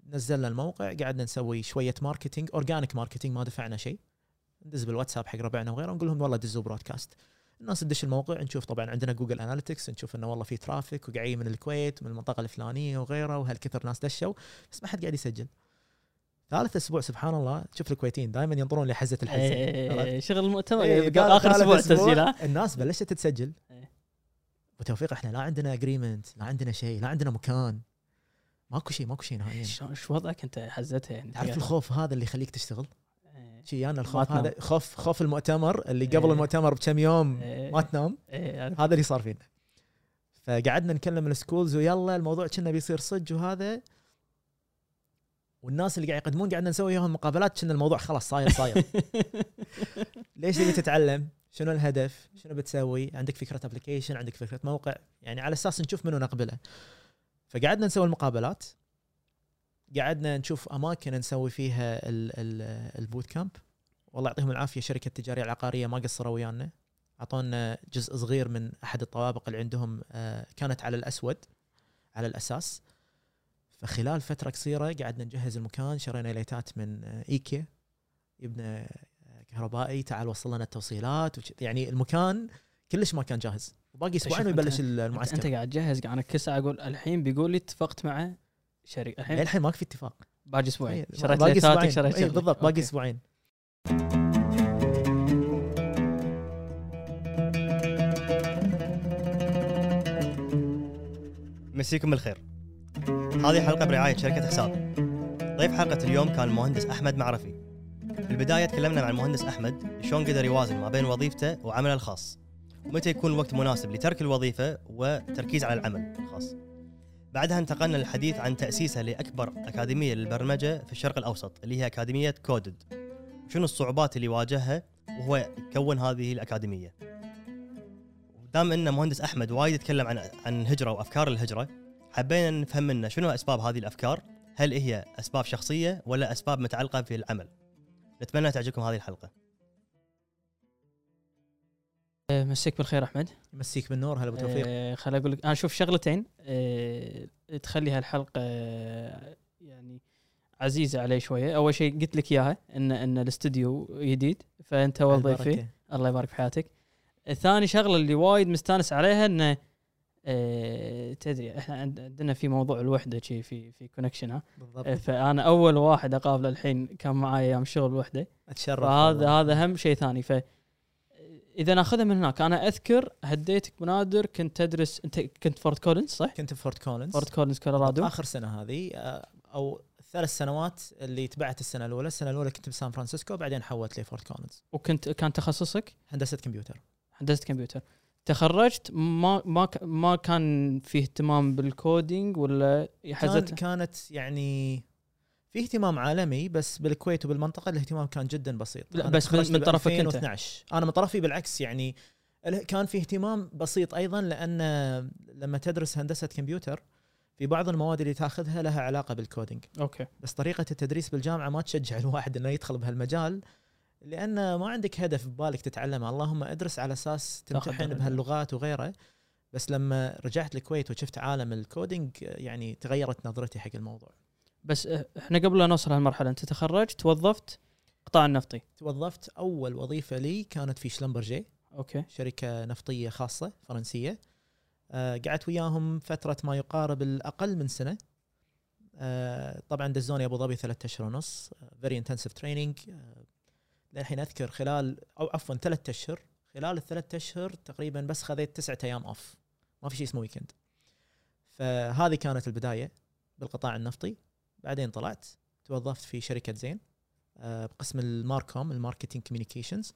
نزلنا الموقع، قعدنا نسوي شويه ماركتينج، اورجانيك ماركتينج، ما دفعنا شيء. ندز بالواتساب حق ربعنا وغيرهم، نقول لهم والله دزوا برودكاست. الناس تدش الموقع، نشوف طبعا عندنا جوجل اناليتكس، نشوف انه والله في ترافيك وقاعدين من الكويت من المنطقه الفلانيه وغيره، وهالكثر ناس دشوا، بس ما حد قاعد يسجل. ثالث اسبوع سبحان الله، تشوف الكويتيين دائما ينطرون لحزه الحزه. شغل المؤتمر قال اخر اسبوع تسجيل. الناس بلشت تسجل. وتوفيق احنا لا عندنا اجريمنت، لا عندنا شيء، لا عندنا مكان، ماكو شيء نهائيا. شو وضعك انت حزتها يعني؟ تعرف الخوف هذا اللي يخليك تشتغل. شيء انا الخوف هذا، خوف المؤتمر اللي قبل المؤتمر بكم يوم ما تنام. هذا اللي صار فينا. فقعدنا نكلم السكولز ويلا الموضوع كنا بيصير صج وهذا، والناس اللي قاعد يقدمون قعدنا نسوي وياهم مقابلات، كنا الموضوع خلاص صاير. ليش تبي تتعلم؟ شنو الهدف؟ شنو بتسوي؟ عندك فكرة ابلكيشن، عندك فكرة موقع، يعني على اساس نشوف منو نقبله. فقعدنا نسوي المقابلات، قعدنا نشوف اماكن نسوي فيها البوت كامب. والله يعطيهم العافيه شركه التجاريه العقاريه ما قصروا ويانا، اعطونا جزء صغير من احد الطوابق اللي عندهم، كانت على الاسود على الاساس. فخلال فتره قصيره قعدنا نجهز المكان، شرينا ليتات من ايكيا، يبنى كهربائي، تعال وصل لنا التوصيلات يعني المكان كلش ما كان جاهز، وباقي اسبوعين ويبلش المعسكر. انت قاعد تجهز، قاعد كسا اقول الحين بيقول لي اتفقت مع شركه، الحين ما في اتفاق، باقي اسبوعين شريت ليتاتك، شريت بالضبط باقي اسبوعين. مسيكم بالخير. هذه حلقة برعاية شركة حساب. ضيف حلقة اليوم كان المهندس أحمد معرفي. في البداية تكلمنا مع المهندس أحمد شلون قدر يوازن ما بين وظيفته وعمله الخاص، ومتى يكون الوقت مناسب لترك الوظيفة وتركيز على العمل الخاص. بعدها انتقلنا للحديث عن تأسيسه لأكبر أكاديمية للبرمجة في الشرق الأوسط اللي هي أكاديمية كودد، وشنو الصعوبات اللي واجهها وهو يكون هذه الأكاديمية. دام إن مهندس أحمد وايد يتكلم عن الهجرة وأفكار الهجرة، حبينا نفهم منه شنو أسباب هذه الأفكار، هل هي أسباب شخصية ولا أسباب متعلقة في العمل. نتمنى تعجبكم هذه الحلقة. مسيك بالخير أحمد. مسيك بالنور. هلا بتوفيق. خليني أقول لك أنا أشوف شغلتين تخلي هالحلقة يعني عزيزة علي شوية. أول شيء قلت لك إياها إن الاستوديو جديد فأنت وظيف فيه، الله يبارك في حياتك. الثاني شغلة اللي وايد مستانس عليها إنه تدري احنا عندنا في موضوع الوحده شيء في كونكشن فانا اول واحد اقابله الحين كان معي ايام شغل وحده، اتشرف. هذا اهم شيء ثاني. فاذا ناخذها من هناك، انا اذكر هديتك بنادر كنت تدرس، انت كنت فورت كولينز صح؟ كنت في فورت كولينز كولورادو اخر سنه هذه، او 3 سنوات اللي تبعت السنه الاولى كنت بسان فرانسيسكو، بعدين حولت لفورت كولينز. كان تخصصك هندسه كمبيوتر. تخرجت ما كان فيه اهتمام بالكودينج ولا كانت يعني في اهتمام عالمي، بس بالكويت وبالمنطقه الاهتمام كان جدا بسيط. بس من طرفك انت؟ انا من طرفي بالعكس، يعني كان في اهتمام بسيط ايضا، لان لما تدرس هندسه كمبيوتر في بعض المواد اللي تاخذها لها علاقه بالكودينج. اوكي. بس طريقه التدريس بالجامعه ما تشجع الواحد انه يدخل بهالمجال، لأن ما عندك هدف ببالك تتعلمه. اللهم ادرس على أساس تمتحن بهاللغات وغيره. بس لما رجعت الكويت وشفت عالم الكودينج يعني تغيرت نظرتي حق الموضوع. بس احنا قبل لا نوصل هالمرحلة، انت تخرجت توظفت قطاع النفطي؟ توظفت أول وظيفة لي كانت في شلمبرجي. اوكي. شركة نفطية خاصة فرنسية. قعدت وياهم فترة ما يقارب الأقل من سنة. طبعا دزوني أبو ظبي 3 أشهر ونص very intensive training. الحين أذكر خلال 3 أشهر، خلال ال3 أشهر تقريبا بس خذيت 9 أيام أوف، ما في شيء اسمه ويكند. فهذه كانت البداية بالقطاع النفطي. بعدين طلعت توظفت في شركة زين بقسم الماركوم، الماركتينج كوميونيكيشنز.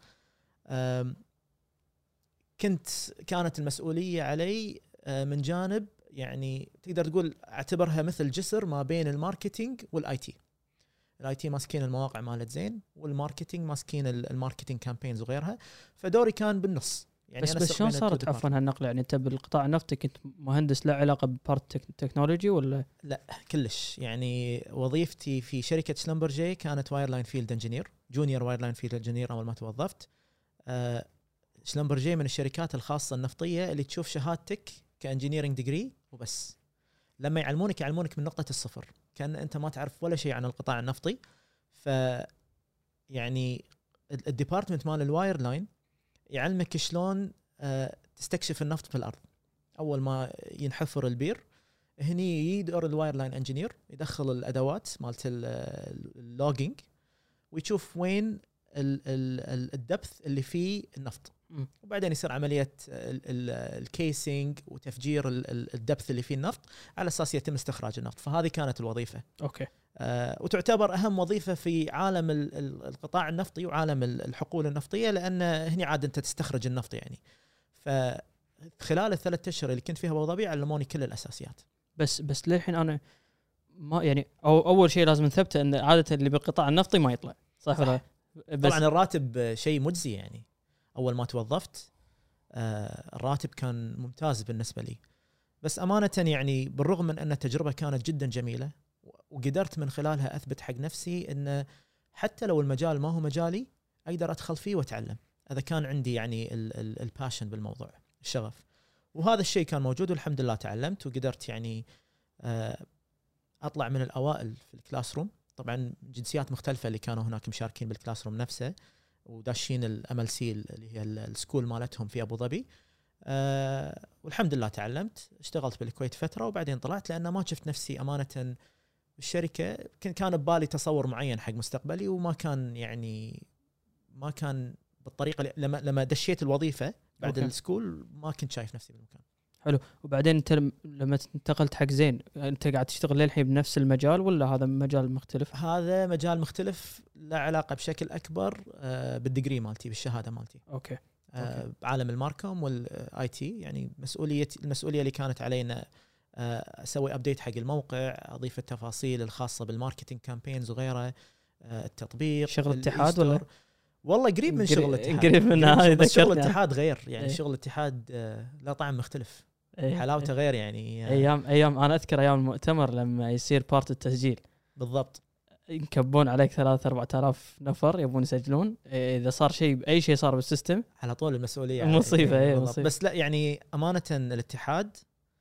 كانت المسؤولية علي من جانب، يعني تقدر تقول اعتبرها مثل جسر ما بين الماركتينج والاي تي. الاي تي ماسكين المواقع مالت زين، والماركتينج ماسكين الماركتينج كامبينز وغيرها. فدوري كان بالنص. يعني بس شلون صارت عفوا هالنقله؟ يعني انت بالقطاع النفطي كنت مهندس له علاقه ببارت تكنولوجي ولا لا؟ كلش. يعني وظيفتي في شركه شلمبرجي كانت واير لاين فيلد انجينير، جونيور واير لاين فيلد انجينير اول ما توظفت. شلمبرجي من الشركات الخاصه النفطيه اللي تشوف شهادتك كانجينيرنج ديجري وبس. لما يعلمونك من نقطه الصفر، كان انت ما تعرف ولا شيء عن القطاع النفطي. ف يعني الديبارتمنت مال الواير لاين يعلمك شلون تستكشف النفط في الارض. اول ما ينحفر البير هني يدور الواير لاين انجينير يدخل الادوات مالت اللوجينج ويشوف وين الدبث اللي فيه النفط، وبعدين يصير عمليه الكيسينج وتفجير الدبث اللي فيه النفط على اساس يتم استخراج النفط. فهذه كانت الوظيفه. اوكي. وتعتبر اهم وظيفه في عالم القطاع النفطي وعالم الحقول النفطيه، لان هني عاد انت تستخرج النفط يعني. فخلال ال3 أشهر اللي كنت فيها ابو ظبي علموني كل الاساسيات. بس للحين انا ما يعني اول شيء لازم نثبته ان عاده اللي بالقطاع النفطي ما يطلع، صح ولا؟ طبعا الراتب شيء مجزي يعني. اول ما توظفت الراتب كان ممتاز بالنسبه لي، بس امانه يعني بالرغم من ان التجربه كانت جدا جميله وقدرت من خلالها اثبت حق نفسي ان حتى لو المجال ما هو مجالي اقدر ادخل فيه واتعلم، اذا كان عندي يعني الباشن بالموضوع، الشغف. وهذا الشيء كان موجود والحمد لله تعلمت وقدرت يعني اطلع من الاوائل في الكلاس روم. طبعا جنسيات مختلفه اللي كانوا هناك مشاركين بالكلاس روم نفسه وداشين الامل سي اللي هي السكول مالتهم في ابو ظبي. والحمد لله تعلمت. اشتغلت بالكويت فتره وبعدين طلعت، لان ما شفت نفسي امانه بالشركه. كان ببالي تصور معين حق مستقبلي وما كان يعني ما كان بالطريقه لما دشيت الوظيفه بعد السكول ما كنت شايف نفسي بالمكان. حلو. وبعدين انت لما انتقلت حق زين انت قاعد تشتغل للحين بنفس المجال ولا هذا مجال مختلف؟ هذا مجال مختلف له علاقه بشكل اكبر بالديجري مالتي، بالشهاده مالتي. اوكي. بعالم الماركم والاي تي. يعني المسؤوليه اللي كانت علينا اسوي ابديت حق الموقع، اضيف التفاصيل الخاصه بالماركتينج كامبينز وغيره، التطبيق. شغل اتحاد ولا؟ والله قريب من شغل الاتحاد. قريب من هذا. شغل الاتحاد غير يعني. شغل الاتحاد لا طعم مختلف، حلاوته غير يعني. ايام انا اذكر ايام المؤتمر لما يصير بارت التسجيل بالضبط يكبون عليك 3-4,000 نفر يبون يسجلون. اذا صار شيء اي شيء صار بالسيستم على طول المسؤوليه مصيبه. يعني مصيبة. بس لا يعني امانه الاتحاد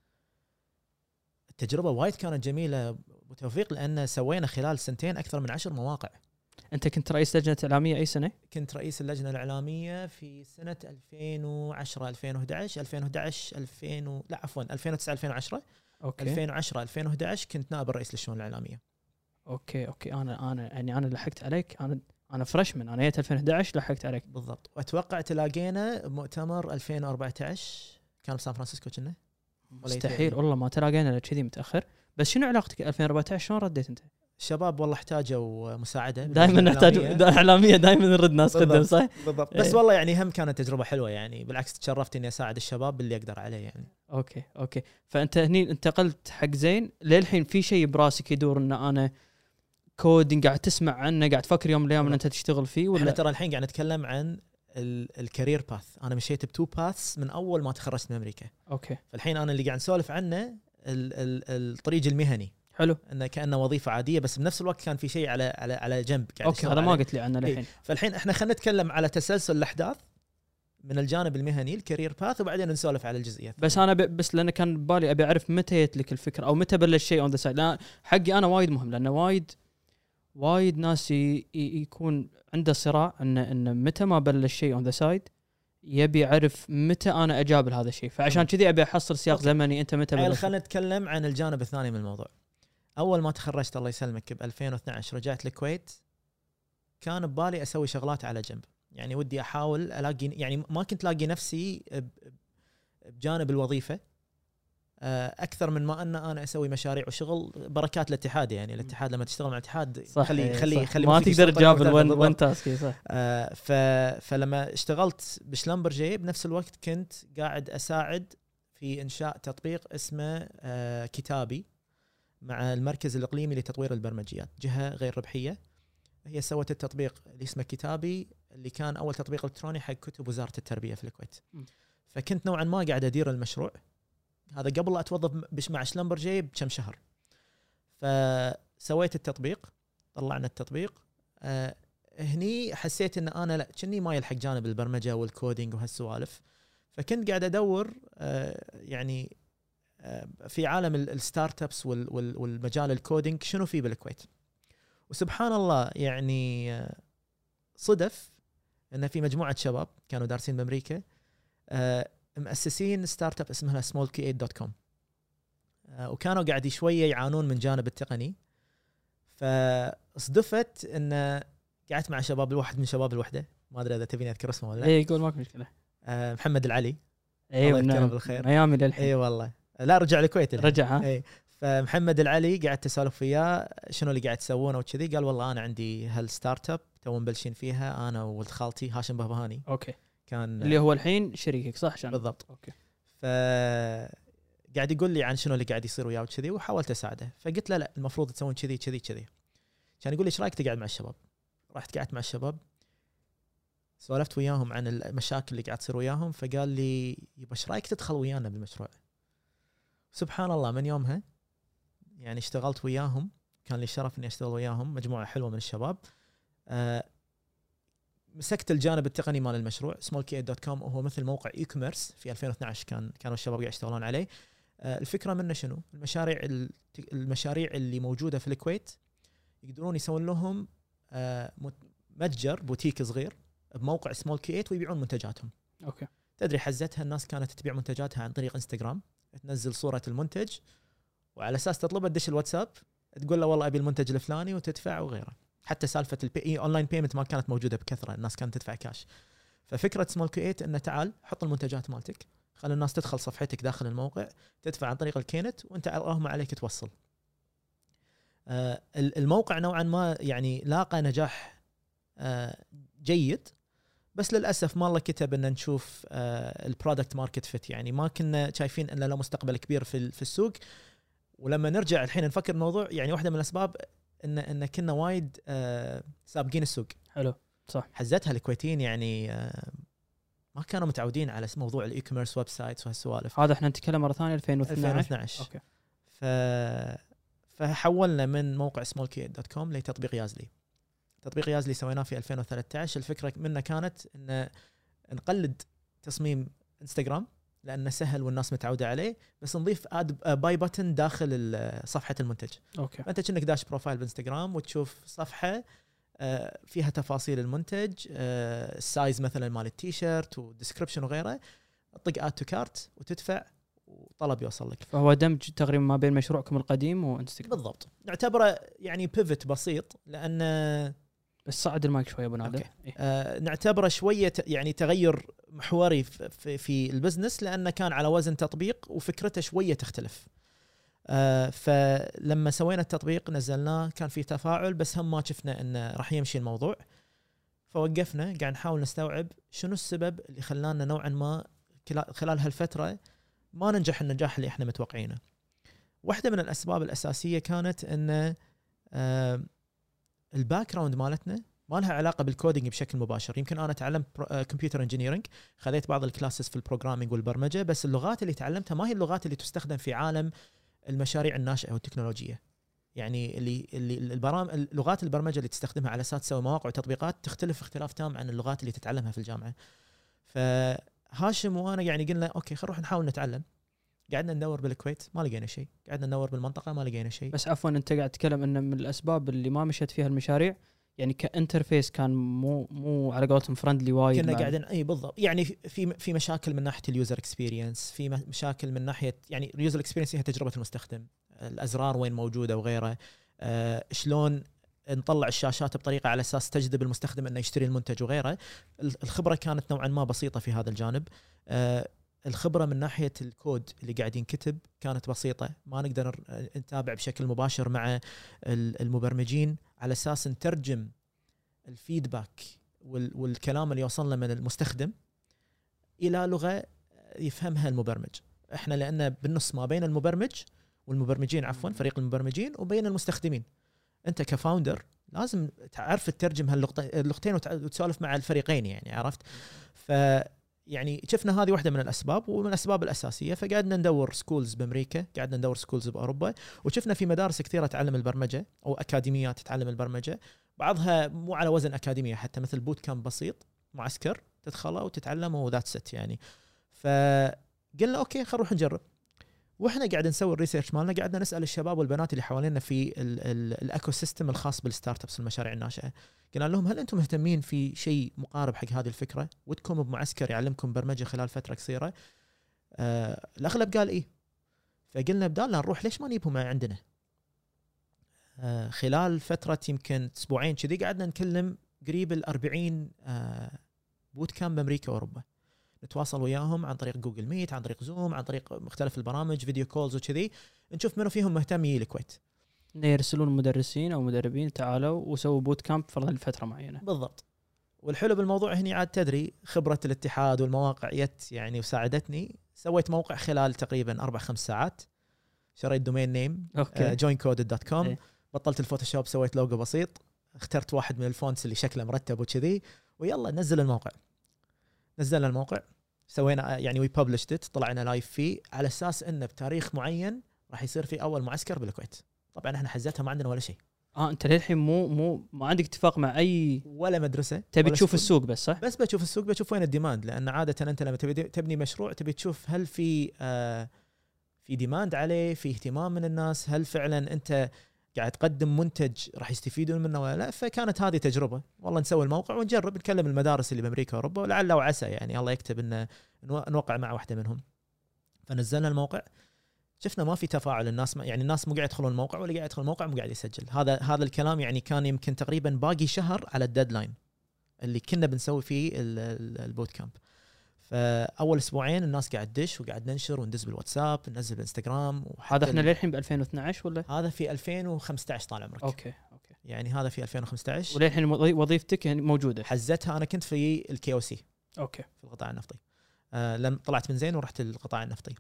التجربه وايد كانت جميله وتوفيق، لان سوينا خلال سنتين اكثر من 10 مواقع. انت كنت رئيس لجنه اعلاميه اي سنه؟ كنت رئيس اللجنه الاعلاميه في سنه 2010 2011 2011 2000 لا عفوا 2009 2010. اوكي. 2010 2011 كنت نائب الرئيس للشؤون الاعلاميه. اوكي. انا يعني انا لحقت عليك. انا فريشمان. انا جيت 2011 لحقت عليك بالضبط. واتوقع تلاقينا بمؤتمر 2014 كان بسان فرانسيسكو كنا. مستحيل والله ما تلاقينا كذي متاخر. بس شنو علاقتك 2014 شلون رديت انت؟ الشباب والله احتاجوا مساعده. دائما نحتاج اعلاميه، دائما نرد ناس قدام، صح؟ بالضبط. بس والله يعني هم كانت تجربه حلوه يعني. بالعكس تشرفت اني اساعد الشباب باللي اقدر عليه يعني. اوكي. فانت هني انتقلت حق زين. للحين في شيء براسك يدور ان انا كودينج قاعد تسمع عنه، قاعد تفكر يوم من الايام ان انت تشتغل فيه ولا؟ احنا ترى الحين قاعد نتكلم عن الكارير باث. انا مشيت ب2 باثs من اول ما تخرجت من امريكا. اوكي. فالحين انا اللي قاعد نسولف عنه الطريق المهني. حلو. انه كانه وظيفه عاديه، بس بنفس الوقت كان في شيء على جنب قاعد. اوكي هذا ما قلت لي عنه الحين. فالحين احنا خلينا نتكلم على تسلسل الاحداث من الجانب المهني الكارير باث، وبعدين نسولف على الجزئيات. بس انا بس لان كان ببالي ابي اعرف متى جت لك الفكره او متى بلش شيء اون ذا سايد. لا حقي انا وايد مهم، لانه وايد ناس يكون عنده صراع ان متى ما بلش شيء اون ذا سايد يبي يعرف متى انا اجابل هذا الشيء. فعشان كذي ابي احصل سياق زمني. انت متى بلشت؟ خلينا نتكلم عن الجانب الثاني من الموضوع. اول ما تخرجت الله يسلمك ب 2012 رجعت الكويت، كان ببالي اسوي شغلات على جنب. يعني ودي احاول الاقي، يعني ما كنت لاقي نفسي بجانب الوظيفه اكثر من ما ان انا اسوي مشاريع وشغل. بركات الاتحاد يعني. الاتحاد لما تشتغل مع الاتحاد خلي ما تقدر تجابل وين تاسكي، صح. فلما اشتغلت بشلمبرجي بنفس الوقت كنت قاعد اساعد في انشاء تطبيق اسمه كتابي مع المركز الاقليمي لتطوير البرمجيات، جهه غير ربحيه. هي سوت التطبيق اللي اسمه كتابي، اللي كان اول تطبيق الكتروني حق كتب وزاره التربيه في الكويت. فكنت نوعا ما قاعد ادير المشروع هذا قبل لا اتوظف مع شلمبرجي بكم شهر. فسويت التطبيق، طلعنا التطبيق. هني حسيت ان انا لا كني ما يلحق جانب البرمجه والكودينج وهالسوالف. فكنت قاعد ادور يعني في عالم الستارت ابس والمجال الكودينج شنو في بالكويت. وسبحان الله يعني صدف ان في مجموعه شباب كانوا دارسين بامريكا مؤسسين ستارت اب اسمها smallq8.com، وكانوا قاعد شويه يعانون من جانب التقني. فصدفت ان قعدت مع شباب الواحد من شباب الوحده، ما ادري اذا تبيني اذكر اسمه ولا لا. اي يقول ماكو مشكله. محمد العلي، ايوه الله يذكره نعم بالخير. ميامي للحين. اي والله لا رجع الكويت الحين. رجع ها. اي فمحمد العلي قاعد تسولف وياه شنو اللي قاعد تسوونه وكذي، قال والله انا عندي هالستارت اب تو مبلشين فيها انا وولد خالتي هاشم بهبهاني. اوكي. كان اللي هو الحين شريكك صح عشان بالضبط. اوكي. ف قاعد يقول لي عن شنو اللي قاعد يصير وياه وكذي، وحاولت اساعده. فقلت له لا المفروض تسوون كذي كذي كذي. كان يقول لي ايش رايك تقعد مع الشباب؟ رحت قعدت مع الشباب، سولفت وياهم عن المشاكل اللي قاعد تصير وياهم. فقال لي يبا ايش رايك تدخل ويانا بالمشروع؟ سبحان الله من يومها يعني اشتغلت وياهم، كان لي الشرف اني اشتغل وياهم، مجموعه حلوه من الشباب. مسكت الجانب التقني مال المشروع. smallq8.com وهو مثل موقع اي كوميرس في 2012 كانوا الشباب قاعد يشتغلون عليه. الفكره منه شنو؟ المشاريع اللي موجوده في الكويت يقدرون يسوون لهم متجر بوتيك صغير بموقع smallq8 ويبيعون منتجاتهم. اوكي. تدري حزتها الناس كانت تبيع منتجاتها عن طريق انستغرام، تنزل صوره المنتج وعلى اساس تطلبه تدش الواتساب تقول له والله ابي المنتج الفلاني وتدفع وغيره. حتى سالفه اونلاين بيمنت ما كانت موجوده بكثره، الناس كانت تدفع كاش. ففكره smallq8 انه تعال حط المنتجات مالتك، خلي الناس تدخل صفحتك داخل الموقع، تدفع عن طريق الكينت وانت اللهم عليك توصل. الموقع نوعا ما يعني لاقى نجاح جيد، بس للاسف ما الله كتب ان نشوف البرودكت ماركت فيت. يعني ما كنا شايفين ان له مستقبل كبير في السوق. ولما نرجع الحين نفكر الموضوع، يعني واحده من الاسباب ان كنا وايد سابقين السوق. حلو صح. حزتها الكويتيين يعني ما كانوا متعودين على موضوع الاي كوميرس ويب سايتس وهالسوالف. هذا احنا نتكلم مره ثانيه 2012. اوكي. فحولنا من موقع smallq8.com لتطبيق يازلي. تطبيق يازلي سويناه في 2013. الفكره منه كانت ان نقلد تصميم انستغرام لانه سهل والناس متعوده عليه، بس نضيف اد باي بutton داخل صفحه المنتج. اوكي. فانت كأنك داش بروفايل بانستغرام وتشوف صفحه فيها تفاصيل المنتج، السايز مثلا مال التيشيرت وديسكربشن وغيره، تطق اد تو كارت وتدفع وطلب يوصل لك. فهو دمج تقريبا ما بين مشروعكم القديم وانستغرام. بالضبط. نعتبره يعني بيفت بسيط، لان بس صعد المايك شويه ابو نادر. نعتبره شويه يعني تغير محوري في البزنس، لانه كان على وزن تطبيق وفكرته شويه تختلف. فلما سوينا التطبيق نزلناه كان في تفاعل، بس هم ما شفنا انه راح يمشي الموضوع. فوقفنا قاعد نحاول نستوعب شنو السبب اللي خلانا نوعا ما خلال هالفتره ما ننجح النجاح اللي احنا متوقعينه. واحده من الاسباب الاساسيه كانت ان الباك جراوند مالتنا ما لها علاقه بالكودينج بشكل مباشر. يمكن انا تعلمت كمبيوتر انجينيرنج، خذيت بعض الكلاسز في البروجرامينج والبرمجه، بس اللغات اللي تعلمتها ما هي اللغات اللي تستخدم في عالم المشاريع الناشئه والتكنولوجيه. يعني لغات البرمجه اللي تستخدمها على اساس تسوي مواقع وتطبيقات تختلف اختلاف تام عن اللغات اللي تتعلمها في الجامعه. فهاشم وانا يعني قلنا اوكي خلينا نروح نحاول نتعلم. قعدنا ندور بالكويت ما لقينا شيء، قعدنا ندور بالمنطقه ما لقينا شيء. بس عفوا انت قاعد تتكلم ان من الاسباب اللي ما مشت فيها المشاريع يعني كانترفيس كان مو على قولتهم فرندلي وايد. كنا قاعدين اي بالضبط، يعني في مشاكل من ناحيه اليوزر اكسبيرينس، في مشاكل من ناحيه يعني اليوزر اكسبيرينس هي تجربه المستخدم، الازرار وين موجوده وغيره، شلون نطلع الشاشات بطريقه على اساس تجذب المستخدم انه يشتري المنتج وغيره. الخبره كانت نوعا ما بسيطه في هذا الجانب. الخبره من ناحيه الكود اللي قاعد ينكتب كانت بسيطه، ما نقدر نتابع بشكل مباشر مع المبرمجين على اساس نترجم الفيدباك والكلام اللي يوصلنا من المستخدم الى لغه يفهمها المبرمج. احنا لان بالنص ما بين المبرمج والمبرمجين، عفوا فريق المبرمجين، وبين المستخدمين. انت كفاوندر لازم تعرف تترجم هاللغتين وتسولف مع الفريقين، يعني عرفت. يعني شفنا هذه واحدة من الأسباب ومن الأسباب الأساسية. فقعدنا ندور سكولز بأمريكا، قعدنا ندور سكولز بأوروبا، وشفنا في مدارس كثيرة تعلم البرمجة أو أكاديميات تعلم البرمجة، بعضها مو على وزن أكاديمية، حتى مثل بوت كامب بسيط معسكر تدخله وتتعلم وذات ست يعني. فقلنا أوكي خلينا نروح نجرب. واحنا قاعد نسوي الريسيرش مالنا، قاعدنا نسال الشباب والبنات اللي حوالينا في الايكو سيستم الخاص بالستارت ابس المشاريع الناشئه. قلنا لهم هل انتم مهتمين في شيء مقارب حق هذه الفكره؟ ودكم بمعسكر يعلمكم برمجه خلال فتره قصيره؟ الاغلب قال ايه. فقلنا بدال لا نروح ليش ما نجيبهم عندنا. خلال فتره يمكن اسبوعين كذي قعدنا نكلم قريب ال40 بوت كامب بامريكا واوروبا، نتواصل وياهم عن طريق جوجل ميت، عن طريق زوم، عن طريق مختلف البرامج، فيديو كولز وكذي، نشوف منو فيهم مهتم يجي الكويت. يرسلون مدرسين او مدربين تعالوا وسووا بوت كامب في فتره معينه. بالضبط. والحلو بالموضوع هني عاد تدري خبره الاتحاد والمواقع يعني وساعدتني. سويت موقع خلال تقريبا 4-5 ساعات، شريت دومين نيم joincoded.com، بطلت الفوتوشوب، سويت لوجو بسيط، اخترت واحد من الفونتس اللي شكله مرتب وكذي، ويلا نزل الموقع. نزلنا الموقع، سوينا يعني وي ببلشت، طلعنا لايف فيه على اساس انه بتاريخ معين راح يصير في اول معسكر بالكويت. طبعا احنا حزتها ما عندنا ولا شيء. انت للحين ما عندك اتفاق مع اي ولا مدرسه، تبي تشوف السوق بس صح؟ بس بشوف السوق، بشوف وين الديماند، لان عاده انت لما تبني مشروع تبي تشوف هل في ديماند عليه، في اهتمام من الناس، هل فعلا انت قاعد تقدم منتج راح يستفيدون منه ولا لا. فكانت هذه تجربه، والله نسوي الموقع ونجرب، نكلم المدارس اللي بامريكا واوروبا، ولعل وعسى يعني الله يكتب ان نوقع مع واحده منهم. فنزلنا الموقع، شفنا ما في تفاعل، الناس يعني الناس مو قاعد يدخلون الموقع، ولا قاعد يدخل الموقع مو قاعد يسجل. هذا الكلام يعني كان يمكن تقريبا باقي شهر على الديدلاين اللي كنا بنسوي فيه البوت كامب. فاول اسبوعين الناس قاعد تدش وقاعد ننشر وندز بالواتساب، ننزل بالانستغرام. هذا احنا للحين ب 2012 ولا هذا في 2015 طال عمرك؟ اوكي يعني هذا في 2015. وللحين وظيفتك يعني موجوده؟ حزتها انا كنت في الكي او سي، اوكي، في القطاع النفطي. لما طلعت من زين ورحت القطاع النفطي.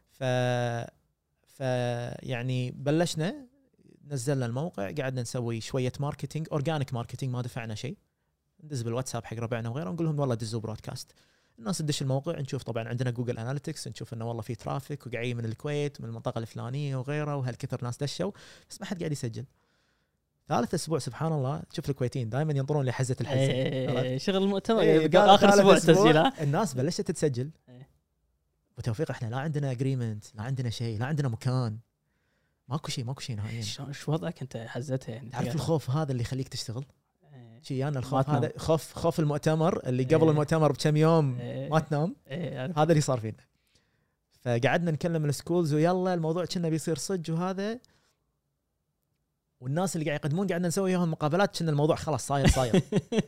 يعني بلشنا، نزلنا الموقع، قعدنا نسوي شويه ماركتينج، اورجانيك ماركتينج، ما دفعنا شيء. ندز بالواتساب حق ربعنا وغيره، نقول لهم والله دزوا برودكاست. الناس تدش الموقع، نشوف طبعا عندنا جوجل اناليتكس، نشوف انه والله في ترافيك وقاعدين من الكويت من المنطقه الفلانيه وغيره، وهالكثر ناس دشوا، بس ما حد قاعد يسجل. ثالث اسبوع سبحان الله، تشوف الكويتيين دائما ينطرون لحزه الحزه. شغل المؤتمر اخر اسبوع تسجيل، الناس بلشت تتسجل. وتوفيق احنا لا عندنا اجريمنت، لا عندنا شيء، لا عندنا مكان، ماكو شيء نهائيا. شو وضعك انت حزتها يعني؟ تعرف الخوف هذا اللي يخليك تشتغل شيء. انا الخوف هذا خوف المؤتمر اللي قبل المؤتمر بكم يوم ما تنام، هذا اللي صار فينا. فقعدنا نكلم السكولز ويلا الموضوع كنا بيصير صج وهذا، والناس اللي قاعد يقدمون قعدنا نسوي وياهم مقابلات، كنا الموضوع خلاص صاير.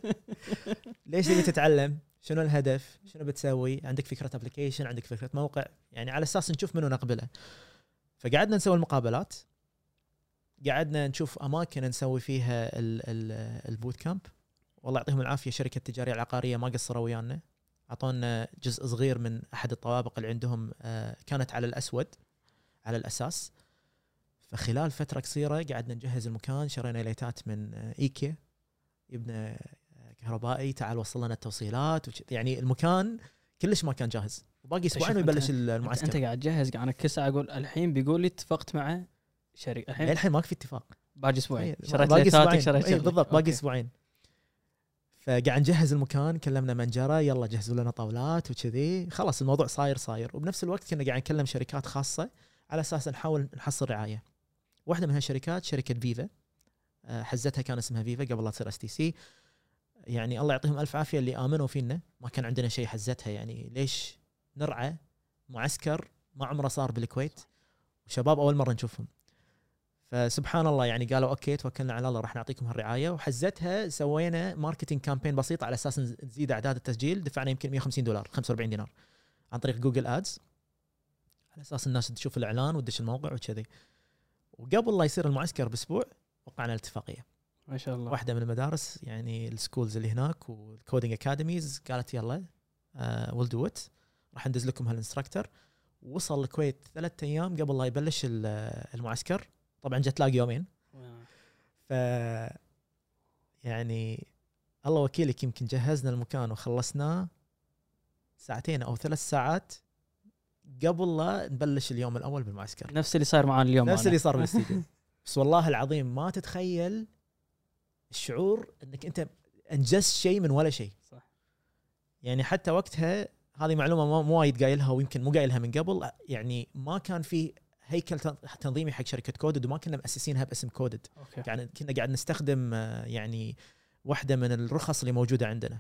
ليش تبي تتعلم؟ شنو الهدف؟ شنو بتسوي؟ عندك فكره ابلكيشن، عندك فكره موقع، يعني على اساس نشوف منو نقبله. فقعدنا نسوي المقابلات، قعدنا نشوف اماكن نسوي فيها البوت كامب. والله يعطيهم العافيه شركه التجاريه العقاريه ما قصروا ويانا، اعطونا جزء صغير من احد الطوابق اللي عندهم، كانت على الاسود على الاساس. فخلال فتره قصيره قعدنا نجهز المكان، شرينا ليتات من ايكيا، يبنى كهربائي، تعال وصل لنا التوصيلات يعني المكان كلش ما كان جاهز، وباقي اسبوعين ويبلش المعسكر. انت قاعد تجهز، قاعد كل ساعه اقول الحين بيقول لي اتفقت مع شركه، الحين ما في اتفاق، باقي اسبوعين شريت ليتاتك، شريت بالضبط باقي اسبوعين. فقاعد نجهز المكان، كلمنا منجره يلا جهزوا لنا طاولات وكذي، خلاص الموضوع صاير. وبنفس الوقت كنا قاعد نكلم شركات خاصه على اساس نحاول نحصل رعايه. واحده من هالشركات شركه فيفا، حزتها كان اسمها فيفا قبل لا تصير STC. يعني الله يعطيهم الف عافيه اللي امنوا فينا، ما كان عندنا شيء حزتها، يعني ليش نرعى معسكر ما عمره صار بالكويت وشباب اول مره نشوفهم. فسبحان الله يعني قالوا اوكي توكلنا على الله راح نعطيكم هالرعايه. وحزتها سوينا ماركتينج كامبين بسيط على اساس نزيد اعداد التسجيل، دفعنا يمكن $150 45 دينار عن طريق جوجل ادز، على اساس الناس تشوف الاعلان وتدش الموقع وكذي. وقبل لا يصير المعسكر باسبوع وقعنا الاتفاقيه ما شاء الله. واحده من المدارس يعني السكولز اللي هناك والكودينج اكاديميز قالت يلا ويل دو ات، راح ندز لكم هالانستراكتور. وصل الكويت 3 ايام قبل لا يبلش المعسكر، طبعا جت لاقي يومين. ف يعني الله وكيلك يمكن جهزنا المكان وخلصناه 2 أو 3 ساعات قبل لا نبلش اليوم الاول بالمعسكر. نفس اللي صار معنا اليوم، نفس اللي صار بالاستديو. بس والله العظيم ما تتخيل الشعور انك انت انجزت شيء من ولا شيء. صح. يعني حتى وقتها هذه معلومه مو وايد قايلها، ويمكن مو قايلها من قبل، يعني ما كان في هيكل تنظيمي حق شركه كودد، وما كنا مؤسسينها باسم كودد. يعني كنا قاعد نستخدم يعني واحده من الرخص اللي موجوده عندنا.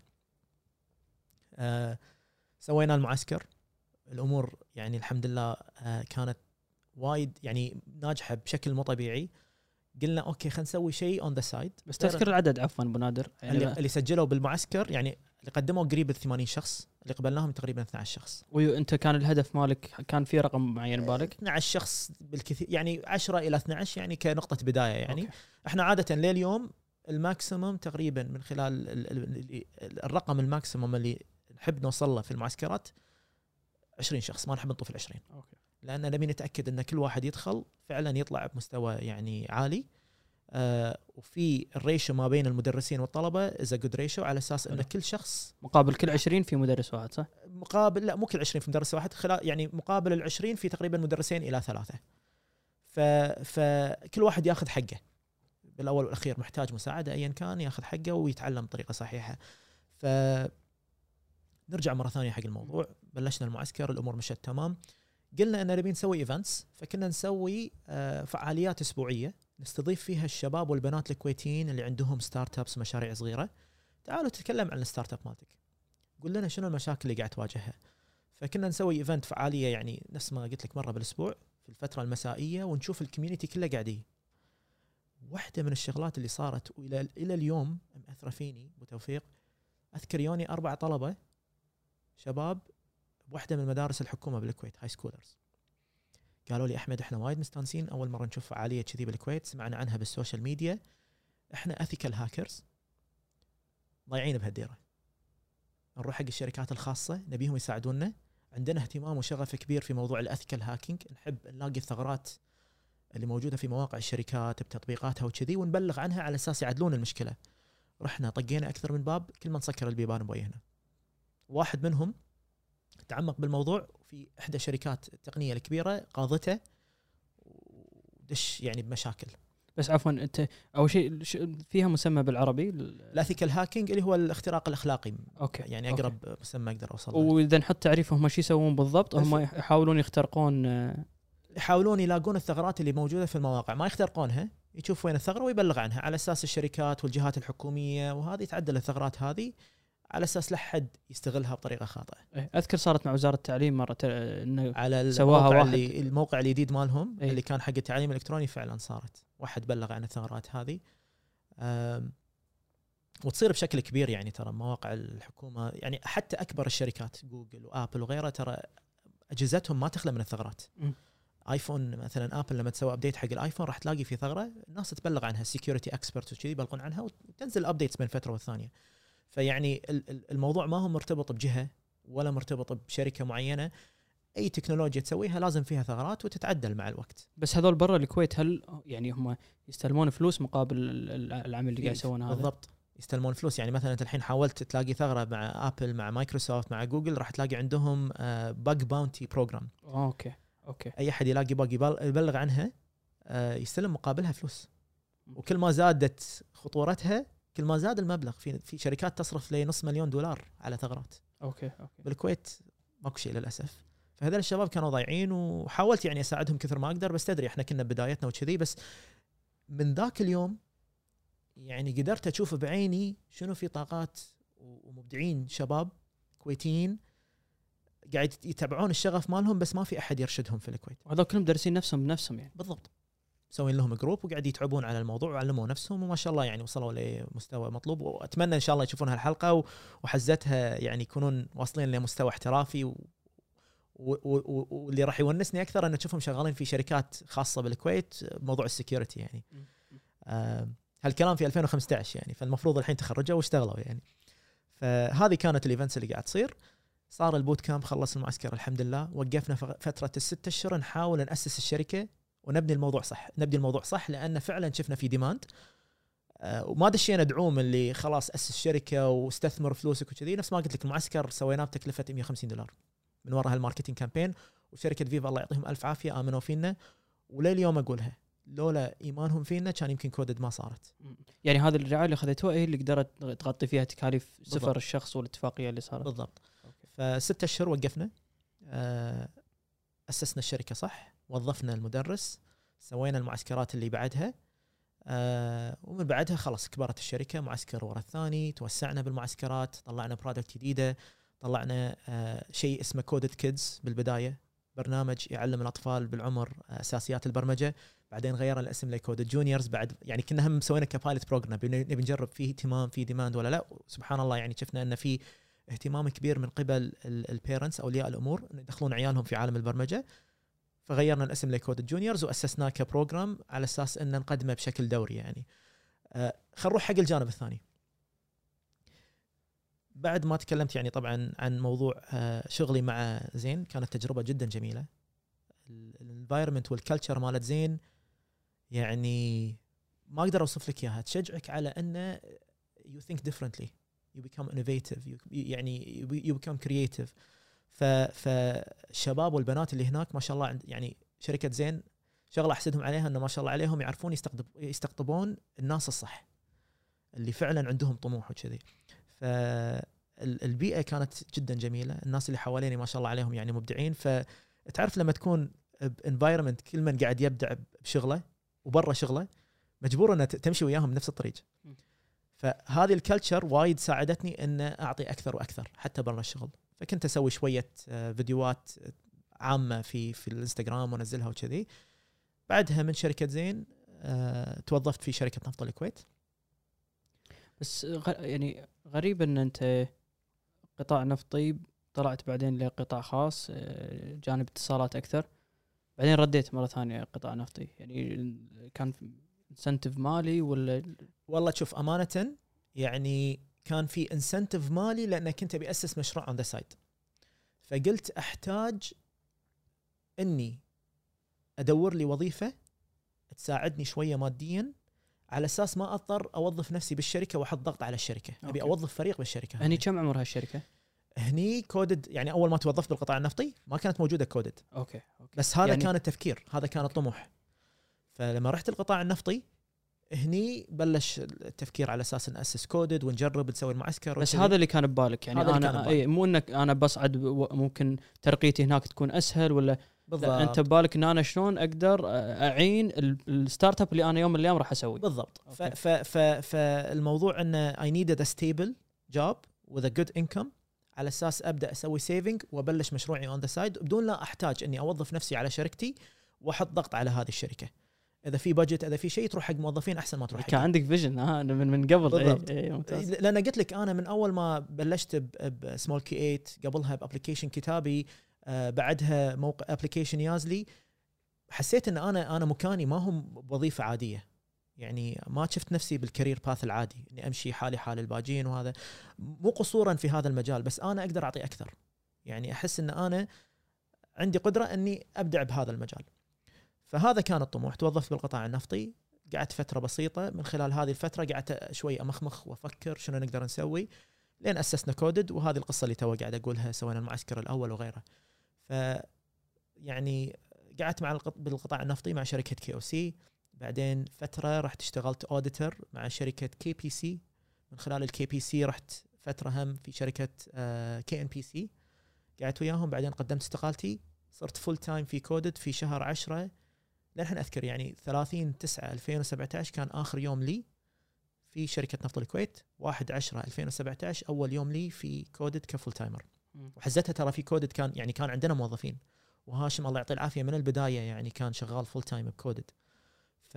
سوينا المعسكر، الامور يعني الحمد لله كانت وايد يعني ناجحه بشكل مو طبيعي. قلنا اوكي خلينا نسوي شيء اون ذا سايد. بس تذكر العدد عفوا ابو نادر يعني اللي سجلوا بالمعسكر، يعني اللي قدموا قريب ال 80 شخص، اللي قبلناهم تقريبا 12 شخص. وانت كان الهدف مالك كان في رقم معين بالك؟ 12 شخص بالكثير، يعني 10 الى 12 يعني كنقطه بدايه. يعني أوكي. احنا عاده لليوم الماكسيمم تقريبا من خلال الرقم الماكسيمم اللي نحب نوصل له في المعسكرات 20 شخص، ما نحب نطوف ال20. أوكي. لان نبي نتاكد ان كل واحد يدخل فعلا يطلع بمستوى يعني عالي. وفي الريشو ما بين المدرسين والطلبه از جود ريشو، على اساس ان كل شخص مقابل كل 20 في مدرس واحد، صح؟ مقابل لا، مو كل 20 في مدرس واحد، خلال يعني مقابل ال20 في تقريبا مدرسين الى 3. فكل واحد ياخذ حقه بالاول والاخير، محتاج مساعده ايا كان ياخذ حقه ويتعلم بطريقه صحيحه. نرجع مره ثانيه حق الموضوع. بلشنا المعسكر، الامور مشت تمام. قلنا ان نبي نسوي ايفنتس، فكنا نسوي فعاليات اسبوعيه نستضيف فيها الشباب والبنات الكويتيين اللي عندهم ستارت ابس، مشاريع صغيره. تعالوا تتكلم عن الستارت اب مالتك، قول لنا شنو المشاكل اللي قاعد تواجهها. فكنا نسوي ايفنت، فعاليه يعني نفس ما قلت لك مره بالاسبوع في الفتره المسائيه، ونشوف الكوميونتي كله قاعد واحده من الشغلات اللي صارت الى اليوم مأثره فيني ابو توفيق. اذكر يوني 4 طلبه شباب بواحده من مدارس الحكومه بالكويت، هاي سكولرز، قالوا لي احمد احنا وايد مستانسين، اول مره نشوف فعاليه كذي بالكويت، سمعنا عنها بالسوشيال ميديا، احنا اثيكال هاكرز ضايعين بهالديره، نروح حق الشركات الخاصه نبيهم يساعدونا، عندنا اهتمام وشغف كبير في موضوع الاثيكال هاكينج، نحب نلاقي الثغرات اللي موجوده في مواقع الشركات بتطبيقاتها وكذي ونبلغ عنها على اساس يعدلون المشكله. رحنا طقينا اكثر من باب، كل ما نسكر البيبان بوجهنا. واحد منهم تعمق بالموضوع في احدى شركات التقنيه الكبيره، قاضته ودش يعني بمشاكل. بس عفوا انت اول شيء فيها مسمى بالعربي الاثيكال هاكينج اللي هو الاختراق الاخلاقي. اوكي. يعني اقرب أوكي. مسمى اقدر اوصل له. واذا نحط تعريف هم شو يسوون بالضبط؟ هم يحاولون يخترقون يلاقون الثغرات اللي موجوده في المواقع، ما يخترقونها، يشوف وين الثغره ويبلغ عنها، على اساس الشركات والجهات الحكوميه وهذه تعدل الثغرات هذه على اساس لا حد يستغلها بطريقه خاطئه. اذكر صارت مع وزاره التعليم مره انه على الموقع الجديد مالهم اللي كان حق التعليم الالكتروني، فعلا صارت واحد بلغ عن الثغرات هذه. وتصير بشكل كبير يعني، ترى مواقع الحكومه يعني حتى اكبر الشركات جوجل وابل وغيرها ترى اجهزتهم ما تخلى من الثغرات. ايفون مثلا، ابل لما تسوي ابديت حق الايفون راح تلاقي في ثغره، الناس تبلغ عنها، سكيورتي اكسبرت وكذي يبلغون عنها وتنزل ابديتس بين فتره والثانيه. فيعني الموضوع ما هو مرتبط بجهه ولا مرتبط بشركه معينه، اي تكنولوجيا تسويها لازم فيها ثغرات وتتعدل مع الوقت. بس هذول برا الكويت هل يعني هم يستلمون فلوس مقابل العمل اللي قاعد يسوونه هذا؟ بالضبط، يستلمون فلوس. يعني مثلا انت الحين حاولت تلاقي ثغره مع ابل، مع مايكروسوفت، مع جوجل، راح تلاقي عندهم باج باونتي بروجرام. اوكي اي احد يلاقي باج يبلغ عنها يستلم مقابلها فلوس، وكل ما زادت خطورتها كل ما زاد المبلغ. في شركات تصرف ل $500,000 على ثغرات. اوكي. بالكويت ماكو شيء للاسف. فهذول الشباب كانوا ضايعين، وحاولت يعني اساعدهم كثر ما اقدر، بس تدري احنا كنا بدايتنا وكذي. بس من ذاك اليوم يعني قدرت اشوف بعيني شنو في طاقات ومبدعين شباب كويتيين قاعد يتابعون الشغف مالهم، بس ما في احد يرشدهم في الكويت. وهذول كلهم دارسين نفسهم بنفسهم يعني. بالضبط، مسوين لهم جروب وقاعد يتعبون على الموضوع وعلموا نفسهم، وما شاء الله يعني وصلوا لمستوى مطلوب. واتمنى ان شاء الله يشوفون هالحلقه وحزتها يعني يكونون واصلين لمستوى احترافي، واللي راح يونسني اكثر ان اشوفهم شغالين في شركات خاصه بالكويت بموضوع السكيورتي يعني. هالكلام في 2015 يعني، فالمفروض الحين تخرجوا واشتغلوا يعني. فهذه كانت الايفنتس اللي قاعد تصير. صار البوت كامب، خلص المعسكر الحمد لله، وقفنا فتره ال6 أشهر نحاول نأسس الشركه ونبني الموضوع صح، لأن فعلا شفنا في ديماند. وما دشينا دعوم اللي خلاص أسس شركة واستثمر فلوسك وكذي. نفس ما قلت لك المعسكر سويناه بتكلفة $150 من وراء هالماركتينج كامبين، وشركة فيفا الله يعطيهم ألف عافية آمنوا فينا، ولليوم أقولها لولا إيمانهم فينا كان يمكن كودد ما صارت. يعني هذه الرعاية اللي خذيتوها هي اللي قدرت تغطي فيها تكاليف سفر الشخص والاتفاقية اللي صارت. بالضبط. ف6 أشهر وقفنا. اسسنا الشركه صح، وظفنا المدرس، سوينا المعسكرات اللي بعدها، ومن بعدها خلاص كبرت الشركه، معسكر ورا الثاني، توسعنا بالمعسكرات، طلعنا برودكت جديده، طلعنا شيء اسمه كودد كيدز بالبدايه، برنامج يعلم الاطفال بالعمر اساسيات البرمجه. بعدين غيرنا الاسم لكودد جونيورز، بعد يعني كنا هم مسوينا كبايلوت بروجرام، نبي نجرب فيه اهتمام، فيه ديماند ولا لا. سبحان الله يعني شفنا ان في اهتمام كبير من قبل البيرنتس اولياء الامور ان يدخلون عيالهم في عالم البرمجه، فغيرنا الاسم لكودد جونيورز واسسناه كبروجرام على اساس ان نقدمه بشكل دوري. يعني خل نروح حق الجانب الثاني. بعد ما تكلمت يعني طبعا عن موضوع شغلي مع زين، كانت تجربه جدا جميله. الانفايرمنت والكلتشر مالت زين يعني ما اقدر اوصف لك اياها، تشجعك على ان you think differently, you become innovative, يعني you become creative. فالشباب والبنات اللي هناك ما شاء الله يعني شركه زين شغله احسدهم عليها انه ما شاء الله عليهم يعرفون يستقطبون الناس الصح اللي فعلا عندهم طموح وكذي. فالبيئه كانت جدا جميله، الناس اللي حواليني ما شاء الله عليهم يعني مبدعين. فتعرف لما تكون بانفايرمنت كل من قاعد يبدع بشغله وبرا شغله، مجبور ان تمشي وياهم بنفس الطريق. فهذه الكلتشر وايد ساعدتني ان اعطي اكثر واكثر حتى برا الشغل. فكنت اسوي شويه فيديوهات عامه في الانستغرام وانزلها وكذي. بعدها من شركه زين توظفت في شركه نفط الكويت. بس يعني غريب ان انت قطاع نفطي طلعت بعدين لقطاع خاص جانب اتصالات اكثر، بعدين رديت مره ثانيه قطاع نفطي. يعني كان انسنتيف مالي ولا؟ والله شوف امانه يعني كان في انسنتيف مالي لان كنت ابي اسس مشروع اون ذا سايد، فقلت احتاج اني ادور لي وظيفه تساعدني شويه ماديا على اساس ما اضطر اوظف نفسي بالشركه واحط ضغط على الشركه. ابي اوظف فريق بالشركه. هني كم عمرها الشركه؟ هني كودد يعني اول ما توظفت بالقطاع النفطي ما كانت موجوده كودد. اوكي. بس هذا يعني كان التفكير، هذا كان الطموح. فلما رحت القطاع النفطي هني بلش التفكير على اساس ناسس كودد ونجرب نسوي المعسكر. بس هذا اللي كان ببالك يعني انا اي مو انك انا بصعد ممكن ترقيتي هناك تكون اسهل ولا بالضبط. انت ببالك ان انا شلون اقدر اعين الستارت اب اللي انا يوم من الايام راح اسوي بالضبط. فالموضوع انه I needed a stable job with a good income على اساس ابدا اسوي سيفنج وابلش مشروعي اون ذا سايد بدون لا احتاج اني اوظف نفسي على شركتي واحط ضغط على هذه الشركه. اذا في بادجت اذا في شيء تروح حق موظفين احسن ما تروح حق. كان عندك فيجن من قبل. ممتاز. لان قلت لك انا من اول ما بلشت بسمول كي 8 قبلها بابلكيشن كتابي بعدها موقع ابلكيشن يازلي، حسيت ان انا مكاني ما هو بوظيفه عاديه. يعني ما شفت نفسي بالكارير باث العادي اني امشي حالي حال الباجين، وهذا مو قصورا في هذا المجال بس انا اقدر اعطي اكثر. يعني احس ان انا عندي قدره اني ابدع بهذا المجال. فهذا كان الطموح. توظفت بالقطاع النفطي، قعدت فتره بسيطه، من خلال هذه الفتره قعدت شوي امخمخ وافكر شنو نقدر نسوي لين اسسنا كودد. وهذه القصه اللي تو قاعد اقولها، سوينا المعسكر الاول وغيره. ف يعني قعدت بالقطاع النفطي مع شركه كي او سي، بعدين فتره رحت اشتغلت اوديتور مع شركه كي بي سي. من خلال الكي بي سي رحت فتره هم في شركه كي ان بي سي، قعدت وياهم. بعدين قدمت استقالتي، صرت فول تايم في كودد في شهر 10 للحين اذكر، يعني 30/9/2017 كان اخر يوم لي في شركه نفط الكويت. 1/10/2017 اول يوم لي في كودد كفول تايمر. وحزتها ترى في كودد كان عندنا موظفين، وهاشم الله يعطيه العافيه من البدايه يعني كان شغال فول تايم بكودد. ف